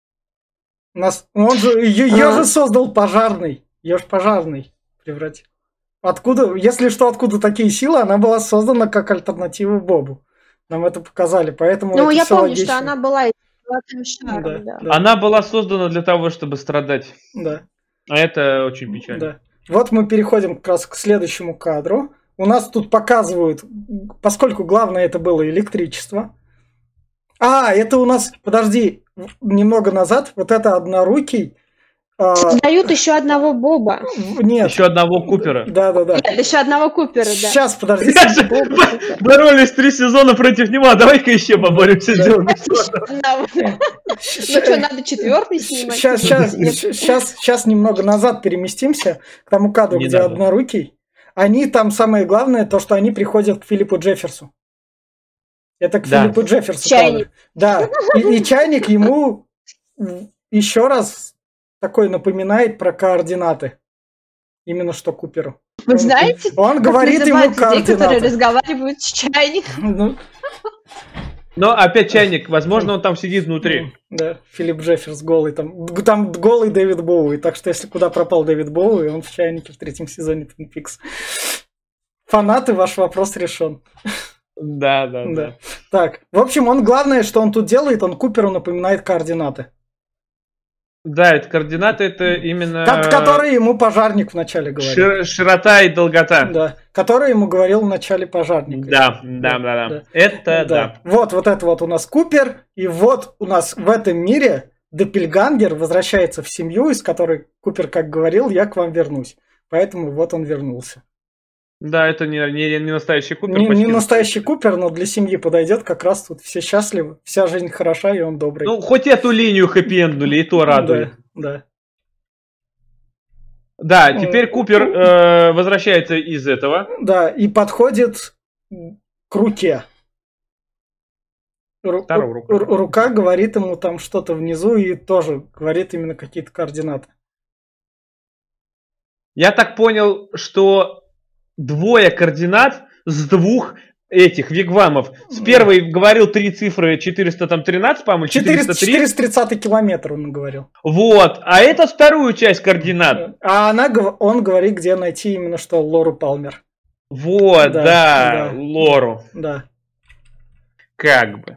[SPEAKER 1] Он же ее же создал пожарный. Ее же пожарный превратил. Откуда, если что, откуда такие силы, она была создана как альтернатива Бобу. Нам это показали, поэтому это
[SPEAKER 3] я
[SPEAKER 1] все
[SPEAKER 3] помню,
[SPEAKER 1] логично.
[SPEAKER 3] что она была шаром,
[SPEAKER 2] да. Она была создана для того, чтобы страдать.
[SPEAKER 1] Да.
[SPEAKER 2] А это очень печально.
[SPEAKER 1] Да. Вот мы переходим как раз к следующему кадру. У нас тут показывают, поскольку главное это было электричество. Это у нас, подожди, немного назад, вот это однорукий.
[SPEAKER 3] Дают еще одного Боба.
[SPEAKER 1] Нет.
[SPEAKER 2] Еще одного Купера.
[SPEAKER 1] Да.
[SPEAKER 3] Нет, еще одного Купера, да.
[SPEAKER 1] Сейчас, подожди.
[SPEAKER 2] Боролись 3 сезона против него, давай-ка еще поборемся.
[SPEAKER 3] Ну что, надо 4-й снимать?
[SPEAKER 1] Сейчас немного назад переместимся к тому кадру, где однорукий. Они там, самое главное, то, что они приходят к Филиппу Джефферсу. Это к Филиппу Джефферсу.
[SPEAKER 3] Чайник.
[SPEAKER 1] Да, и чайник ему еще раз такой напоминает про координаты. Именно что Куперу.
[SPEAKER 3] Вы знаете,
[SPEAKER 1] он говорит ему координаты.
[SPEAKER 3] Людей, которые разговаривают с чайником.
[SPEAKER 2] Но опять чайник, возможно, он там сидит внутри.
[SPEAKER 1] Да, Филипп Джефферс голый. Там голый Дэвид Боуи. Так что если куда пропал Дэвид Боуи, он в чайнике в 3-м сезоне Twin Peaks. Фанаты, ваш вопрос решен.
[SPEAKER 2] Да.
[SPEAKER 1] Так, в общем, главное, что он тут делает, он Куперу напоминает координаты.
[SPEAKER 2] Да, это координаты, это именно...
[SPEAKER 1] Которые ему пожарник вначале говорил.
[SPEAKER 2] Широта и долгота.
[SPEAKER 1] Да, которые ему говорил в начале пожарник.
[SPEAKER 2] Да. Это да.
[SPEAKER 1] Вот это вот у нас Купер, и вот у нас в этом мире Доппельгангер возвращается в семью, из которой Купер, как говорил, я к вам вернусь. Поэтому вот он вернулся.
[SPEAKER 2] Да, это не настоящий Купер.
[SPEAKER 1] Не настоящий Купер, но для семьи подойдет, как раз тут все счастливы, вся жизнь хороша, и он добрый.
[SPEAKER 2] Ну, хоть эту линию хэппи-энднули, и то радует.
[SPEAKER 1] Да.
[SPEAKER 2] Да, теперь Купер возвращается из этого.
[SPEAKER 1] Да, и подходит к руке. Рука говорит ему там что-то внизу, и тоже говорит именно какие-то координаты.
[SPEAKER 2] Я так понял, что 2 координат с 2 этих вигвамов. С первой говорил 3 цифры 413, по-моему, 403.
[SPEAKER 1] 430 километр он говорил.
[SPEAKER 2] Вот, а это вторую часть координат.
[SPEAKER 1] А он говорит, где найти именно что Лору Палмер.
[SPEAKER 2] Вот, да. Лору.
[SPEAKER 1] Да.
[SPEAKER 2] Как бы.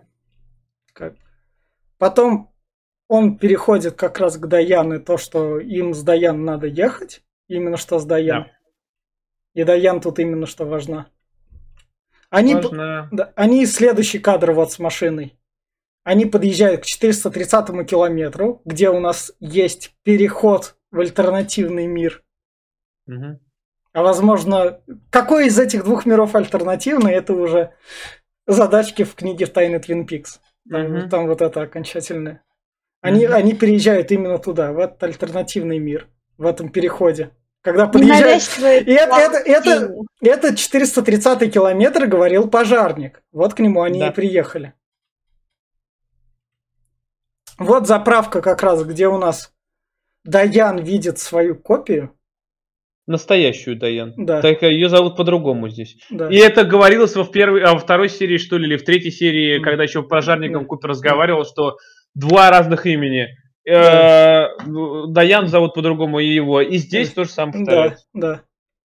[SPEAKER 1] Потом он переходит как раз к Даян, и то, что им с Даян надо ехать. Именно что с Даян. Да. И Даян тут именно что важна. Они следующий кадр вот с машиной. Они подъезжают к 430-му километру, где у нас есть переход в альтернативный мир.
[SPEAKER 2] Мгм.
[SPEAKER 1] А возможно, какой из этих двух миров альтернативный, это уже задачки в книге «Тайны Твин Пикс».
[SPEAKER 2] Мгм.
[SPEAKER 1] Там вот это окончательное. Они переезжают именно туда, в этот альтернативный мир, в этом переходе. Когда подъезжают...
[SPEAKER 3] Ненавязчивые
[SPEAKER 1] И это
[SPEAKER 3] тени.
[SPEAKER 1] 430-й километр говорил пожарник. Вот к нему они
[SPEAKER 2] Да.
[SPEAKER 1] и приехали. Вот заправка как раз, где у нас Даян видит свою копию.
[SPEAKER 2] Настоящую Даян.
[SPEAKER 1] Да.
[SPEAKER 2] Так ее зовут по-другому здесь.
[SPEAKER 1] Да.
[SPEAKER 2] И это говорилось во второй серии, что ли, или в третьей серии, когда еще пожарником
[SPEAKER 1] Да.
[SPEAKER 2] Купер разговаривал, что два разных имени.
[SPEAKER 1] Да.
[SPEAKER 2] Даян зовут по-другому и его. И здесь то же самое повторяется.
[SPEAKER 1] Да.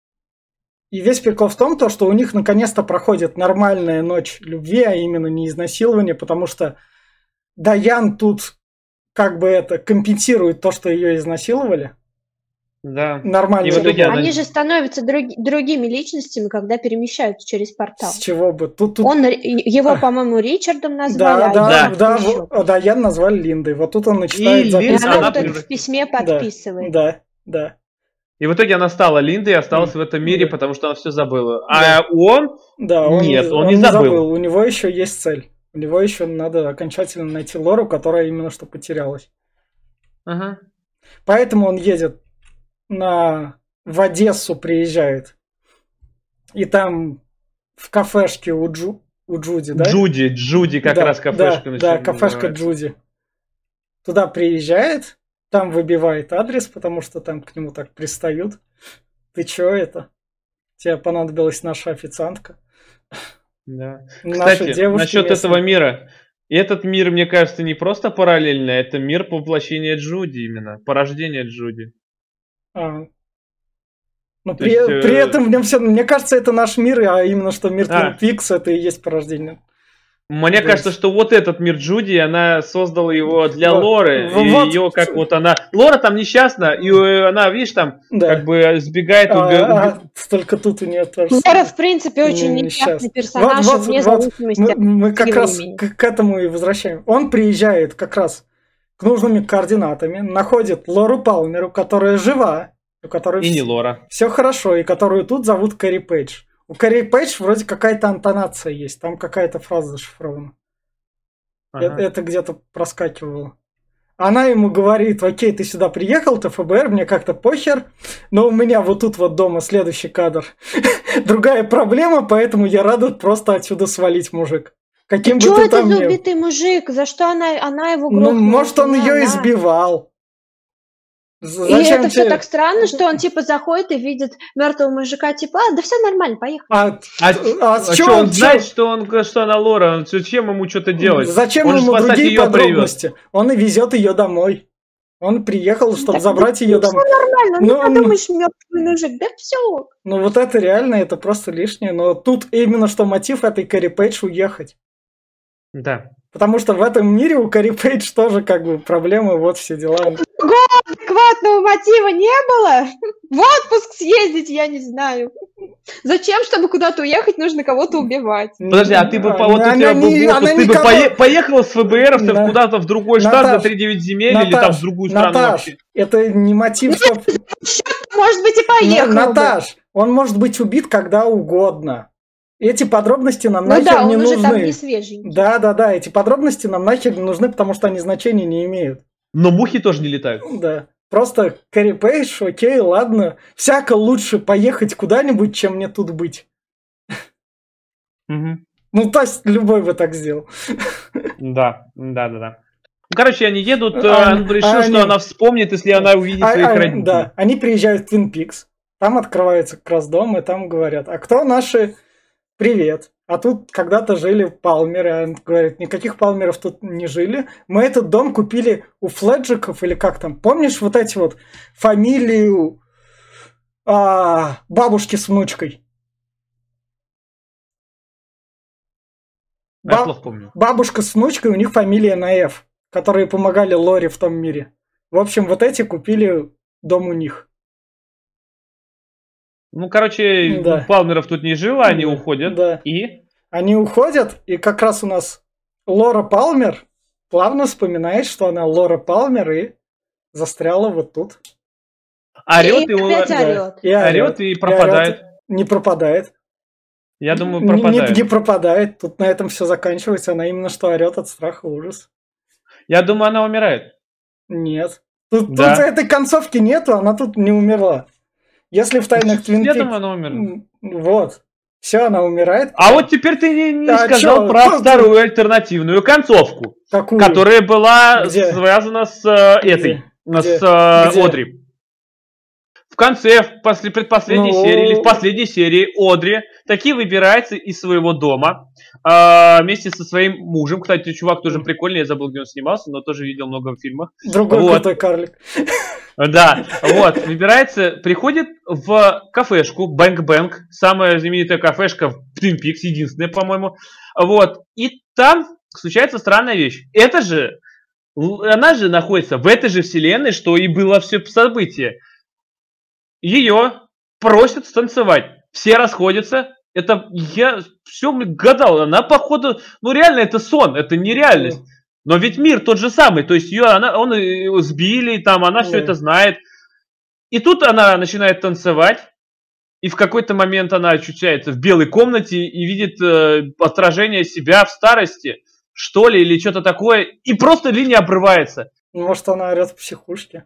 [SPEAKER 1] И весь прикол в том, что у них наконец-то проходит нормальная ночь любви, а именно не изнасилование, потому что Даян тут как бы это компенсирует то, что ее изнасиловали.
[SPEAKER 2] Да.
[SPEAKER 1] Нормально.
[SPEAKER 2] И в итоге она-
[SPEAKER 3] Они же становятся другими личностями, когда перемещаются через портал.
[SPEAKER 1] С чего бы? Тут...
[SPEAKER 3] Его, по-моему, Ричардом назвали,
[SPEAKER 1] Да,
[SPEAKER 3] еще.
[SPEAKER 1] Даян назвали Линдой. Вот тут он начинает
[SPEAKER 2] И
[SPEAKER 3] И
[SPEAKER 2] Линд,
[SPEAKER 3] она
[SPEAKER 2] она
[SPEAKER 3] вот это
[SPEAKER 2] превратилась.
[SPEAKER 3] в письме подписывает.
[SPEAKER 1] Да.
[SPEAKER 2] И в итоге она стала Линдой и осталась в этом мире,
[SPEAKER 1] Да.
[SPEAKER 2] потому что она все забыла.
[SPEAKER 1] Да.
[SPEAKER 2] А он...
[SPEAKER 1] Да,
[SPEAKER 2] Нет, он не забыл.
[SPEAKER 1] У него еще есть цель. У него еще надо окончательно найти Лору, которая именно что потерялась.
[SPEAKER 2] Ага.
[SPEAKER 1] Поэтому он едет в Одессу, приезжает. И там в кафешке у Джуди, да?
[SPEAKER 2] Джуди как
[SPEAKER 1] Да,
[SPEAKER 2] раз кафешка
[SPEAKER 1] Да, кафешка
[SPEAKER 2] называется.
[SPEAKER 1] Джуди. Туда приезжает, там выбивает адрес, потому что там к нему так пристают. Ты чё это? Тебе понадобилась наша официантка.
[SPEAKER 2] Да.
[SPEAKER 1] Наши
[SPEAKER 2] Кстати,
[SPEAKER 1] девушки
[SPEAKER 2] насчет
[SPEAKER 1] местные.
[SPEAKER 2] этого мира. Этот мир, мне кажется, не просто параллельный, это мир по воплощению Джуди именно, порождение Джуди.
[SPEAKER 1] А. Но
[SPEAKER 2] То есть,
[SPEAKER 1] при этом в нем все, мне кажется, это наш мир, а именно что мир
[SPEAKER 2] А.
[SPEAKER 1] Twin Peaks, это и есть порождение.
[SPEAKER 2] Мне
[SPEAKER 1] Да.
[SPEAKER 2] кажется, что вот этот мир Джуди, она создала его для
[SPEAKER 1] Вот.
[SPEAKER 2] Лоры. И
[SPEAKER 1] Вот.
[SPEAKER 2] ее как вот она... Лора там несчастна, и она, видишь, там
[SPEAKER 1] Да.
[SPEAKER 2] как бы сбегает.
[SPEAKER 1] Только тут у нее тоже.
[SPEAKER 3] Лора, в принципе, очень несчастный персонаж, вне зависимости от
[SPEAKER 1] Мы как раз
[SPEAKER 3] времени.
[SPEAKER 1] к этому и возвращаем. Он приезжает как раз к нужными координатами, находит Лору Палмеру, которая жива, у которой
[SPEAKER 2] И не Лора.
[SPEAKER 1] все хорошо, и которую тут зовут Кэрри Пейдж. У Кэрри Пейдж вроде какая-то интонация есть, там какая-то фраза зашифрована.
[SPEAKER 2] Ага.
[SPEAKER 1] Это где-то проскакивало. Она ему говорит: окей, ты сюда приехал, ты ФБР, мне как-то похер, но у меня вот тут вот дома следующий кадр. Другая проблема, поэтому я рада просто отсюда свалить, мужик. Каким бы
[SPEAKER 3] Что
[SPEAKER 1] ты
[SPEAKER 3] это
[SPEAKER 1] там
[SPEAKER 3] за
[SPEAKER 1] ни был.
[SPEAKER 3] убитый мужик? За что она его
[SPEAKER 1] Ну,
[SPEAKER 3] грохнула?
[SPEAKER 1] может, он
[SPEAKER 3] Не
[SPEAKER 1] ее
[SPEAKER 3] она.
[SPEAKER 1] избивал.
[SPEAKER 3] И
[SPEAKER 1] Зачем
[SPEAKER 3] это все
[SPEAKER 1] тебе-
[SPEAKER 3] так странно, что он типа заходит и видит мертвого мужика, типа, да все нормально, поехали.
[SPEAKER 1] с чего
[SPEAKER 2] что, он
[SPEAKER 1] он-
[SPEAKER 2] знает, что она Лора? Зачем ему что-то делать?
[SPEAKER 1] Зачем
[SPEAKER 2] Он же
[SPEAKER 1] ему
[SPEAKER 2] спасать
[SPEAKER 1] другие
[SPEAKER 2] её привез.
[SPEAKER 1] подробности? Он и везет ее домой. Он приехал, чтобы
[SPEAKER 3] Так,
[SPEAKER 1] забрать ее домой.
[SPEAKER 3] Нормально,
[SPEAKER 1] Ну,
[SPEAKER 3] ну подумаешь, мертвый мужик, да все.
[SPEAKER 1] Ну вот это реально, это просто лишнее. Но тут именно что мотив этой Кэрри Пейдж уехать.
[SPEAKER 2] Да.
[SPEAKER 1] Потому что в этом мире у Кэрри Пейдж тоже как бы проблемы, вот все дела.
[SPEAKER 3] Адекватного мотива не было. В отпуск съездить, я не знаю. Зачем, чтобы куда-то уехать, нужно кого-то убивать?
[SPEAKER 2] Подожди, а ты бы
[SPEAKER 1] Она
[SPEAKER 2] вот у тебя был
[SPEAKER 1] не-
[SPEAKER 2] отпуск,
[SPEAKER 1] она
[SPEAKER 2] ты бы
[SPEAKER 1] никого-
[SPEAKER 2] поехала с ФБРовцев
[SPEAKER 1] Да.
[SPEAKER 2] куда-то в другой штат
[SPEAKER 1] Наташ,
[SPEAKER 2] за 3-9 земель или там в другую страну
[SPEAKER 1] Наташ,
[SPEAKER 2] вообще?
[SPEAKER 1] это не мотив, что...
[SPEAKER 3] Может быть, и поехала бы.
[SPEAKER 1] Наташ, он может быть убит когда угодно. Эти подробности нам
[SPEAKER 3] Ну
[SPEAKER 1] нахер
[SPEAKER 3] да,
[SPEAKER 1] не
[SPEAKER 3] он уже там
[SPEAKER 1] нужны.
[SPEAKER 3] не свеженький.
[SPEAKER 1] Да, эти подробности нам нахер не нужны, потому что они значения не имеют.
[SPEAKER 2] Но мухи тоже не летают.
[SPEAKER 1] Да. Просто Кэрри Пейдж, окей, ладно. Всяко лучше поехать куда-нибудь, чем мне тут быть.
[SPEAKER 2] Мгм.
[SPEAKER 1] Ну, то есть, любой бы так сделал.
[SPEAKER 2] Да. Ну, короче, они едут,
[SPEAKER 1] А,
[SPEAKER 2] он решил,
[SPEAKER 1] они-
[SPEAKER 2] что она вспомнит, если она увидит своих родителей.
[SPEAKER 1] Да, они приезжают в Твин Пикс. Там открывается как раз дом, и там говорят: а кто наши? Привет. А тут когда-то жили Палмеры. А он говорит: никаких Палмеров тут не жили. Мы этот дом купили у Фледжиков, или как там. Помнишь вот эти вот фамилию бабушки с внучкой?
[SPEAKER 2] Я плохо помню.
[SPEAKER 1] Бабушка с внучкой, у них фамилия на F, которые помогали Лоре в том мире. В общем, вот эти купили дом у них.
[SPEAKER 2] Ну, короче,
[SPEAKER 1] Да.
[SPEAKER 2] Палмеров тут не жило, они
[SPEAKER 1] Да,
[SPEAKER 2] уходят.
[SPEAKER 1] да.
[SPEAKER 2] И?
[SPEAKER 1] Они уходят, и как раз у нас Лора Палмер плавно вспоминает, что она Лора Палмер и застряла вот тут.
[SPEAKER 2] Орет
[SPEAKER 3] И опять
[SPEAKER 2] да.
[SPEAKER 3] орет.
[SPEAKER 1] И
[SPEAKER 2] Орет и пропадает.
[SPEAKER 1] орет. Не пропадает.
[SPEAKER 2] Я думаю, пропадает.
[SPEAKER 1] Не пропадает. Тут на этом все заканчивается. Она именно что орет от страха и ужаса.
[SPEAKER 2] Я думаю, она умирает.
[SPEAKER 1] Нет. Тут
[SPEAKER 2] Да.
[SPEAKER 1] этой концовки нету, она тут не умерла. Если в «Тайнах Твин
[SPEAKER 2] Я
[SPEAKER 1] Пикс».
[SPEAKER 2] думаю, она умерла.
[SPEAKER 1] Вот. Все, она умирает.
[SPEAKER 2] А вот теперь ты не
[SPEAKER 1] А
[SPEAKER 2] сказал
[SPEAKER 1] чё?
[SPEAKER 2] про вторую альтернативную концовку,
[SPEAKER 1] Какую?
[SPEAKER 2] которая была
[SPEAKER 1] Где?
[SPEAKER 2] связана с этой,
[SPEAKER 1] Где?
[SPEAKER 2] с
[SPEAKER 1] Где?
[SPEAKER 2] Одри. В конце, в предпоследней серии или в последней серии Одри таки выбирается из своего дома вместе со своим мужем. Кстати, чувак тоже прикольный, я забыл, где он снимался, но тоже видел много в фильмах.
[SPEAKER 1] Другой крутой карлик.
[SPEAKER 2] Да, вот, выбирается, приходит в кафешку Бэнк-Бэнк, самая знаменитая кафешка в Twin Peaks, единственная, по-моему. Вот, и там случается странная вещь. Она же находится в этой же вселенной, что и было все событие. Ее просят станцевать. Все расходятся. Это я все гадал. Она, походу, реально это сон, это нереальность. Но ведь мир тот же самый. То есть он сбили, там, она все это знает. И тут она начинает танцевать. И в какой-то момент она очутяется в белой комнате и видит отражение себя в старости, что ли, или что-то такое. И просто линия обрывается.
[SPEAKER 1] Может, она орет в психушке?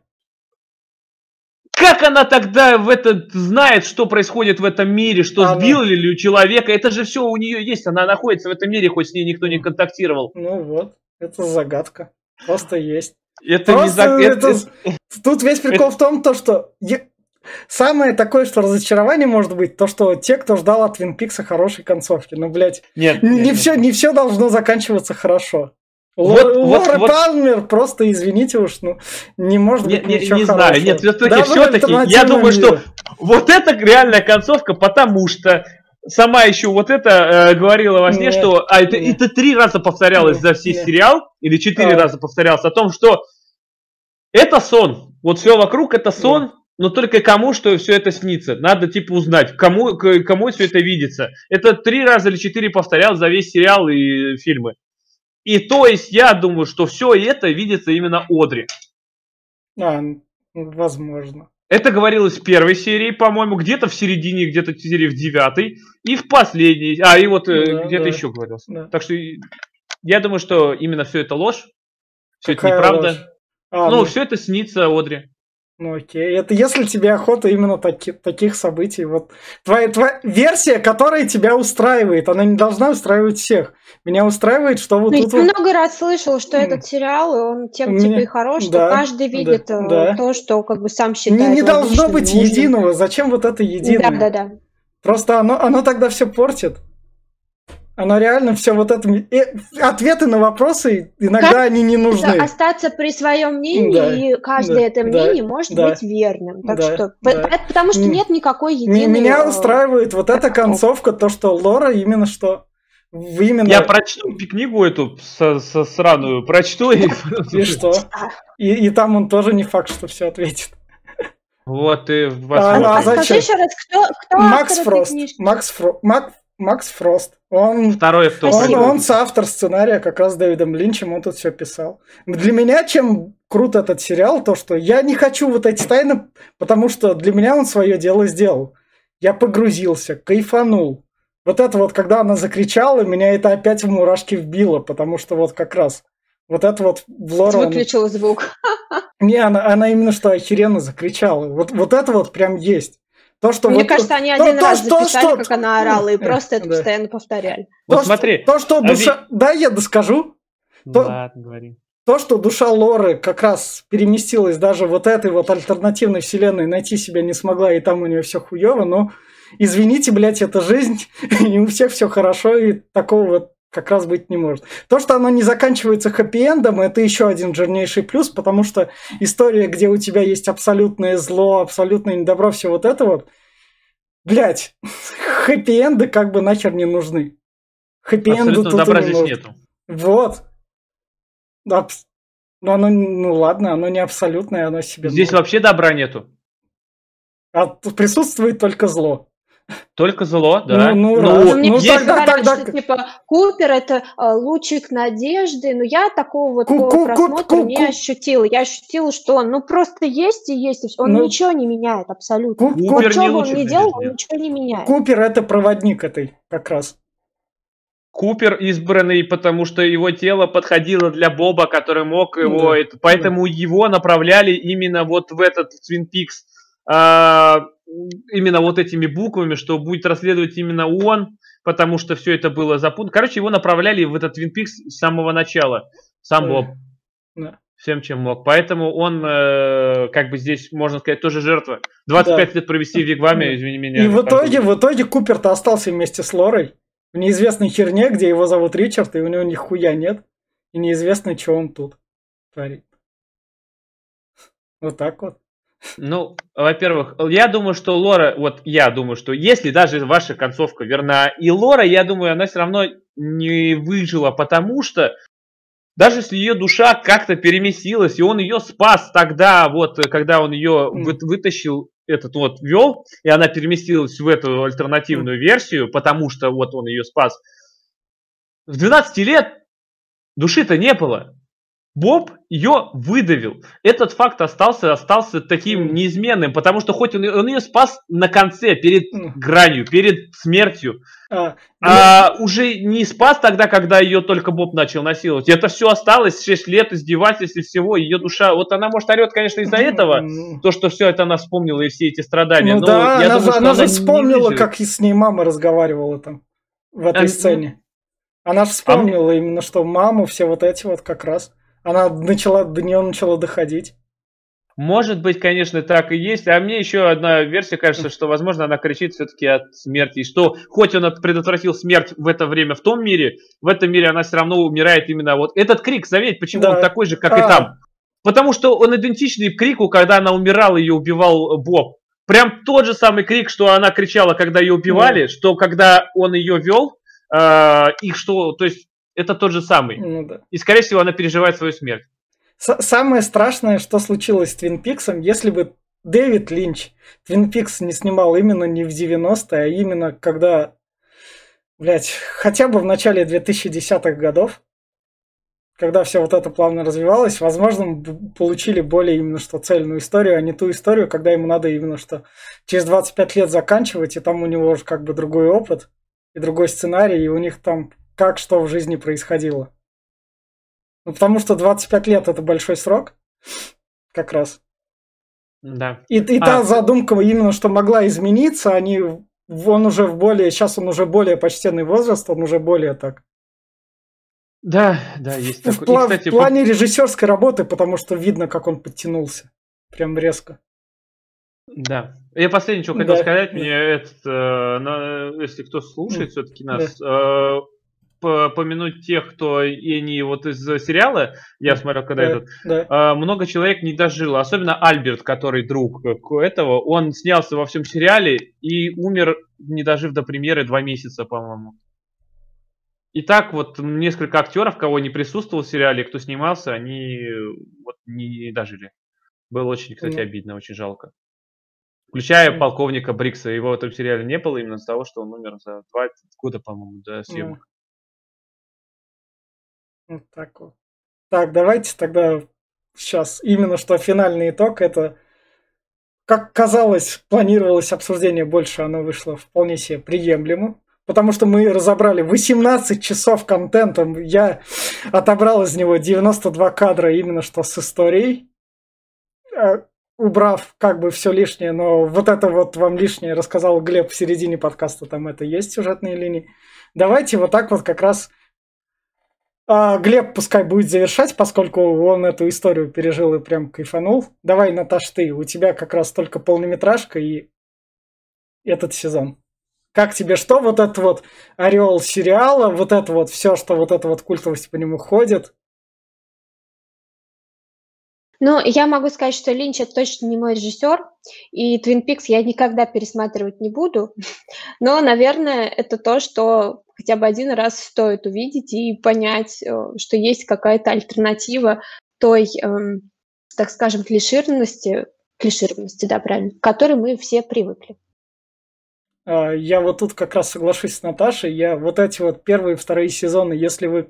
[SPEAKER 2] Как она тогда знает, что происходит в этом мире, что сбили ли человека? Это же все у нее есть. Она находится в этом мире, хоть с ней никто не контактировал.
[SPEAKER 1] Ну вот, это загадка. Просто есть.
[SPEAKER 2] Это не загадка.
[SPEAKER 1] Тут весь прикол в том, что самое такое, что разочарование может быть, то, что те, кто ждал от Твин Пикса хорошей концовки. Ну, блядь, не все должно заканчиваться хорошо. Лора Палмер, просто извините уж, не может быть ничего
[SPEAKER 2] не
[SPEAKER 1] хорошего.
[SPEAKER 2] Не знаю, все-таки я думаю, что вот это реальная концовка, потому что сама еще вот это говорила во сне, что это 3 раза повторялось за весь сериал, или 4 раза повторялось о том, что это сон. Вот все вокруг это сон, но только кому что все это снится. Надо узнать, кому все это видится. Это 3 раза или 4 повторялось за весь сериал и фильмы. И то есть я думаю, что все это видится именно Одри.
[SPEAKER 1] Возможно.
[SPEAKER 2] Это говорилось в первой серии, по-моему, где-то в середине, где-то в серии в 9, и в последней. И вот где-то еще говорилось. Да. Так что я думаю, что именно все это ложь. Все это неправда. Все это снится Одри.
[SPEAKER 1] Ну окей, это если тебе охота именно таких событий. Вот твоя версия, которая тебя устраивает, она не должна устраивать всех. Меня устраивает, что вот тут...
[SPEAKER 3] Я много раз слышал, что этот сериал, он тем и хорош, что каждый видит то, что сам считает.
[SPEAKER 1] Не должно быть единого. Зачем вот это единое?
[SPEAKER 3] Да.
[SPEAKER 1] Просто оно тогда все портит. Оно реально все вот это... Ответы на вопросы, иногда они не нужны.
[SPEAKER 3] Остаться при своем мнении, и каждое это мнение может быть верным. Так что, потому что нет никакой единой...
[SPEAKER 1] Меня устраивает вот эта концовка, то, что Лора именно что...
[SPEAKER 2] Я прочту книгу эту сраную, прочту и
[SPEAKER 1] что? И там он тоже не факт, что все ответит.
[SPEAKER 2] Вот и...
[SPEAKER 3] Скажи еще раз, кто
[SPEAKER 1] Макс Фрост. Макс Фрост. Он соавтор сценария как раз с Дэвидом Линчем, он тут все писал. Для меня чем крут этот сериал, то что я не хочу вот эти тайны, потому что для меня он свое дело сделал. Я погрузился, кайфанул. Вот это вот, когда она закричала, меня это опять в мурашки вбило, потому что вот как раз вот это вот в Лору...
[SPEAKER 3] Выключил звук.
[SPEAKER 1] Не, она именно что охеренно закричала. Вот это вот прям есть.
[SPEAKER 3] Мне кажется, они один раз записали, как она орала, и просто это постоянно повторяли.
[SPEAKER 2] Вот смотри.
[SPEAKER 1] То, что душа... Да, я доскажу.
[SPEAKER 2] Ладно, говори.
[SPEAKER 1] То, что душа Лоры как раз переместилась даже вот этой вот альтернативной вселенной, найти себя не смогла, и там у нее все хуево, но извините, блядь, это жизнь, и у всех все хорошо, и такого вот как раз быть не может. То, что оно не заканчивается хэппи-эндом, это еще один жирнейший плюс, потому что история, где у тебя есть абсолютное зло, абсолютное недобро, все вот это вот, блядь, хэппи-энды как бы нахер не нужны. Хэппи-энды тут
[SPEAKER 2] добра здесь нету.
[SPEAKER 1] Вот. Да, оно, ладно, оно не абсолютное, оно себе...
[SPEAKER 2] Здесь вообще добра нету.
[SPEAKER 1] Присутствует только зло.
[SPEAKER 2] Только зло, да.
[SPEAKER 1] Ну,
[SPEAKER 3] Ну,
[SPEAKER 1] раз.
[SPEAKER 3] мне
[SPEAKER 1] Ну,
[SPEAKER 3] все
[SPEAKER 1] тогда,
[SPEAKER 3] говорят,
[SPEAKER 1] тогда...
[SPEAKER 3] что типа Купер это лучик надежды, но я такого вот
[SPEAKER 1] Ку,
[SPEAKER 3] по
[SPEAKER 1] ку, ку,
[SPEAKER 3] просмотру
[SPEAKER 1] ку,
[SPEAKER 3] не
[SPEAKER 1] ку,
[SPEAKER 3] ощутила. Я ощутила, что он просто есть и есть, и всё. Он
[SPEAKER 1] ну,
[SPEAKER 3] ничего не меняет абсолютно. Вот
[SPEAKER 2] Купер
[SPEAKER 3] что
[SPEAKER 2] не
[SPEAKER 3] бы он
[SPEAKER 2] лучик
[SPEAKER 3] ни делал,
[SPEAKER 2] надежды,
[SPEAKER 3] он
[SPEAKER 2] нет.
[SPEAKER 3] ничего не меняет.
[SPEAKER 1] Купер это проводник этой как раз.
[SPEAKER 2] Купер избранный, потому что его тело подходило для Боба, который мог его...
[SPEAKER 1] Да,
[SPEAKER 2] Поэтому его направляли именно вот в этот Twin Peaks. Именно вот этими буквами, что будет расследовать именно он, потому что все это было запутано. Короче, его направляли в этот Twin Peaks с самого начала. Сам Боб.
[SPEAKER 1] да,
[SPEAKER 2] Всем, чем мог. Поэтому он, как бы здесь, можно сказать, тоже жертва.
[SPEAKER 1] да.
[SPEAKER 2] 25 лет провести в Вигваме,
[SPEAKER 1] Да.
[SPEAKER 2] извини меня.
[SPEAKER 1] И в
[SPEAKER 2] Антон.
[SPEAKER 1] итоге Купер-то остался вместе с Лорой в неизвестной херне, где его зовут Ричард, и у него нихуя нет. И неизвестно, что он тут творит. Вот так вот.
[SPEAKER 2] Ну, во-первых, я думаю, что Лора, вот я думаю, что если даже ваша концовка верна, и Лора, я думаю, она все равно не выжила, потому что даже если ее душа как-то переместилась, и он ее спас тогда, вот, когда он ее вытащил, этот вот вел, и она переместилась в эту альтернативную версию, потому что вот он ее спас, в 12 лет души-то не было. Боб ее выдавил. Этот факт остался таким неизменным, потому что хоть он ее спас на конце, перед гранью, перед смертью, уже не спас тогда, когда ее только Боб начал насиловать. Это все осталось, 6 лет издевательств и всего, ее душа, вот она, может, орет, конечно, из-за этого, то, что все это она вспомнила и все эти страдания.
[SPEAKER 1] Ну
[SPEAKER 2] но
[SPEAKER 1] да,
[SPEAKER 2] я думаю, что
[SPEAKER 1] она же вспомнила,
[SPEAKER 2] не
[SPEAKER 1] как и с ней мама разговаривала там, в этой сцене. Она же вспомнила именно, что маму, все вот эти вот как раз. Она до нее начала доходить.
[SPEAKER 2] Может быть, конечно, так и есть. А мне еще одна версия кажется, что, возможно, она кричит все-таки от смерти. И что, хоть он предотвратил смерть в это время в том мире, в этом мире она все равно умирает именно вот. Этот крик, заметь, почему он такой же, как и там. Потому что он идентичный крику, когда она умирала, ее убивал Боб. Прям тот же самый крик, что она кричала, когда ее убивали, что когда он ее вел, и что, то есть, это тот же самый. И, скорее всего, она переживает свою смерть.
[SPEAKER 1] Самое страшное, что случилось с Твин Пиксом, если бы Дэвид Линч Твин Пикс не снимал именно не в 90-е, а именно когда, хотя бы в начале 2010-х годов, когда все вот это плавно развивалось, возможно, мы получили более именно что цельную историю, а не ту историю, когда ему надо именно что через 25 лет заканчивать, и там у него уже как бы другой опыт и другой сценарий, и у них там как что в жизни происходило. Ну, потому что 25 лет это большой срок, как раз.
[SPEAKER 2] Да.
[SPEAKER 1] И та задумка именно, что могла измениться, сейчас он уже более почтенный возраст, он уже более так.
[SPEAKER 2] Да, есть такое.
[SPEAKER 1] В плане режиссерской работы, потому что видно, как он подтянулся. Прям резко.
[SPEAKER 2] Да. Я последнее, что хотел сказать, мне если кто слушает все-таки нас, помянуть тех, кто и не вот из сериала, я смотрел, когда много человек не дожило, особенно Альберт, который друг этого, он снялся во всем сериале и умер, не дожив до премьеры 2 месяца, по-моему. И так вот несколько актеров, кого не присутствовал в сериале, кто снимался, они вот не дожили. Было очень, кстати, обидно, очень жалко. Включая полковника Брикса, его в этом сериале не было именно из-за того, что он умер за 2 года, по-моему, до съемок.
[SPEAKER 1] Вот так вот. Так, давайте тогда сейчас именно что финальный итог. Это, как казалось, планировалось обсуждение больше, оно вышло вполне себе приемлемо. Потому что мы разобрали 18 часов контента. Я отобрал из него 92 кадра именно что с историей. Убрав как бы все лишнее, но вот это вот вам лишнее рассказал Глеб в середине подкаста, там это есть сюжетные линии. Давайте вот так вот как раз Глеб пускай будет завершать, поскольку он эту историю пережил и прям кайфанул. Давай, Наташ, ты, у тебя как раз только полнометражка и этот сезон. Как тебе что вот этот вот ореол сериала, вот это вот все, что вот эта вот культовость по нему ходит?
[SPEAKER 3] Ну, я могу сказать, что Линч это точно не мой режиссер, и Twin Peaks я никогда пересматривать не буду. Но, наверное, это то, что хотя бы один раз стоит увидеть и понять, что есть какая-то альтернатива той, так скажем, клишированности, да, правильно, к которой мы все привыкли.
[SPEAKER 1] Я вот тут как раз соглашусь с Наташей. Я вот эти вот первые и вторые сезоны, если вы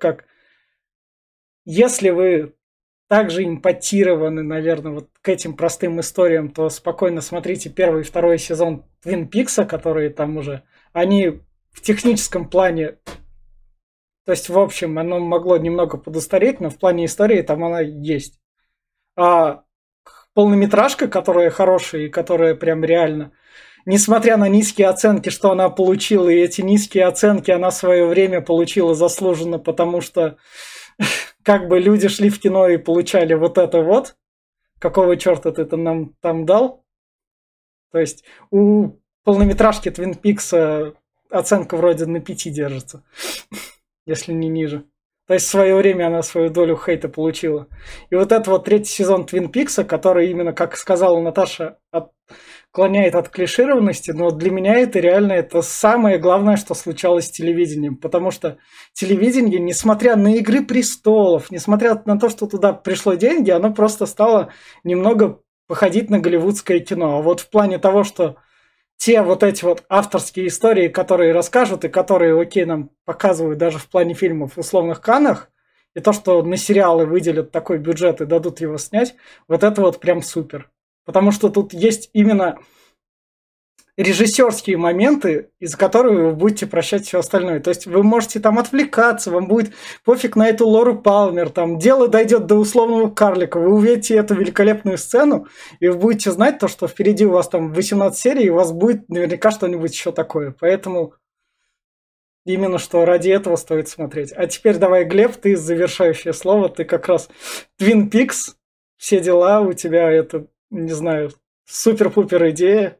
[SPEAKER 1] также импотированы, наверное, вот к этим простым историям, то спокойно смотрите первый и второй сезон Твин Пикса, которые там уже, они в техническом плане, то есть, в общем, оно могло немного подустареть, но в плане истории там она есть. А полнометражка, которая хорошая и которая прям реально, несмотря на низкие оценки, что она получила, и эти низкие оценки она в свое время получила заслуженно, потому что как бы люди шли в кино и получали вот это вот. Какого черта ты нам там дал? То есть у полнометражки Твин Пикса оценка вроде на 5 держится, если не ниже. То есть в свое время она свою долю хейта получила. И вот это вот третий сезон Твин Пикса, который именно, как сказала Наташа, отклоняет от клишированности, но для меня это реально это самое главное, что случалось с телевидением. Потому что телевидение, несмотря на «Игры престолов», несмотря на то, что туда пришло деньги, оно просто стало немного походить на голливудское кино. А вот в плане того, что те вот эти вот авторские истории, которые расскажут и которые, окей, нам показывают даже в плане фильмов в условных Каннах, и то, что на сериалы выделят такой бюджет и дадут его снять, вот это вот прям супер. Потому что тут есть именно режиссерские моменты, из-за которых вы будете прощать все остальное. То есть вы можете там отвлекаться, вам будет пофиг на эту Лору Палмер, там дело дойдет до условного карлика, вы увидите эту великолепную сцену, и вы будете знать то, что впереди у вас там 18 серий, и у вас будет наверняка что-нибудь еще такое. Поэтому именно что ради этого стоит смотреть. А теперь давай, Глеб, ты завершающее слово, ты как раз Twin Peaks, все дела, у тебя это, не знаю, супер-пупер идея.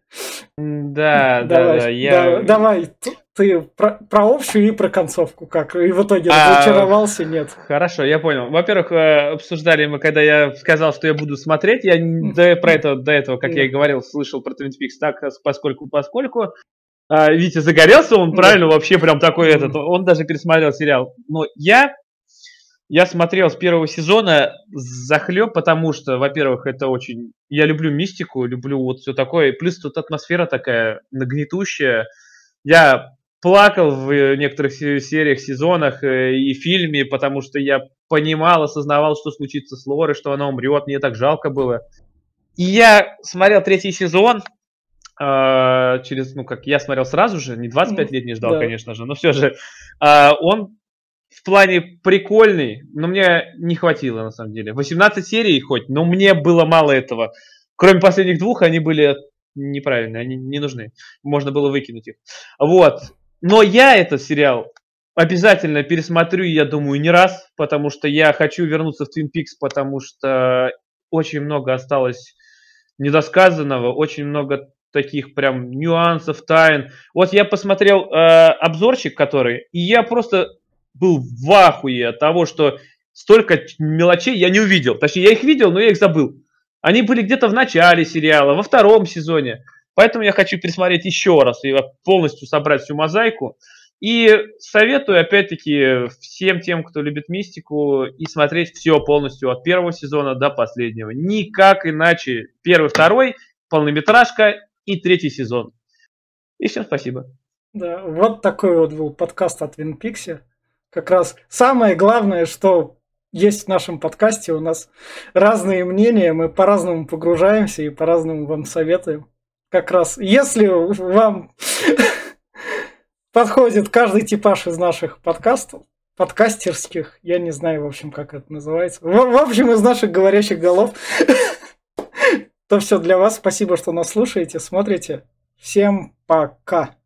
[SPEAKER 1] Давай, ты про общую и про концовку, как и в итоге разочаровался, нет.
[SPEAKER 2] Хорошо, я понял. Во-первых, обсуждали мы, когда я сказал, что я буду смотреть, я до этого, как я и говорил, слышал про Twin Peaks так, поскольку. Витя загорелся, он правильно вообще прям такой он даже пересмотрел сериал. Но я смотрел с первого сезона захлеб, потому что, во-первых, это очень... Я люблю мистику, люблю вот все такое. Плюс тут атмосфера такая нагнетущая. Я плакал в некоторых сериях, сезонах и фильме, потому что я понимал, осознавал, что случится с Лорой, что она умрет. Мне так жалко было. И я смотрел третий сезон я смотрел сразу же, не 25 лет не ждал, конечно же, но все же. Он в плане прикольный, но мне не хватило, на самом деле. 18 серий хоть, но мне было мало этого. Кроме последних 2, они были неправильные, они не нужны. Можно было выкинуть их. Вот. Но я этот сериал обязательно пересмотрю, я думаю, не раз, потому что я хочу вернуться в Twin Peaks, потому что очень много осталось недосказанного, очень много таких прям нюансов, тайн. Вот я посмотрел обзорчик, и я просто был в ахуе от того, что столько мелочей я не увидел. Точнее, я их видел, но я их забыл. Они были где-то в начале сериала, во 2 сезоне. Поэтому я хочу пересмотреть еще раз и полностью собрать всю мозаику. И советую, опять-таки, всем тем, кто любит мистику, и смотреть все полностью от 1 сезона до последнего. Никак иначе. 1, 2, полнометражка и 3 сезон. И всем спасибо.
[SPEAKER 1] Да, вот такой вот был подкаст о Twin Peaks. Как раз самое главное, что есть в нашем подкасте, у нас разные мнения, мы по-разному погружаемся и по-разному вам советуем. Как раз, если вам подходит каждый типаж из наших подкастерских, я не знаю, в общем, как это называется, в общем, из наших говорящих голов, то все для вас. Спасибо, что нас слушаете, смотрите. Всем пока.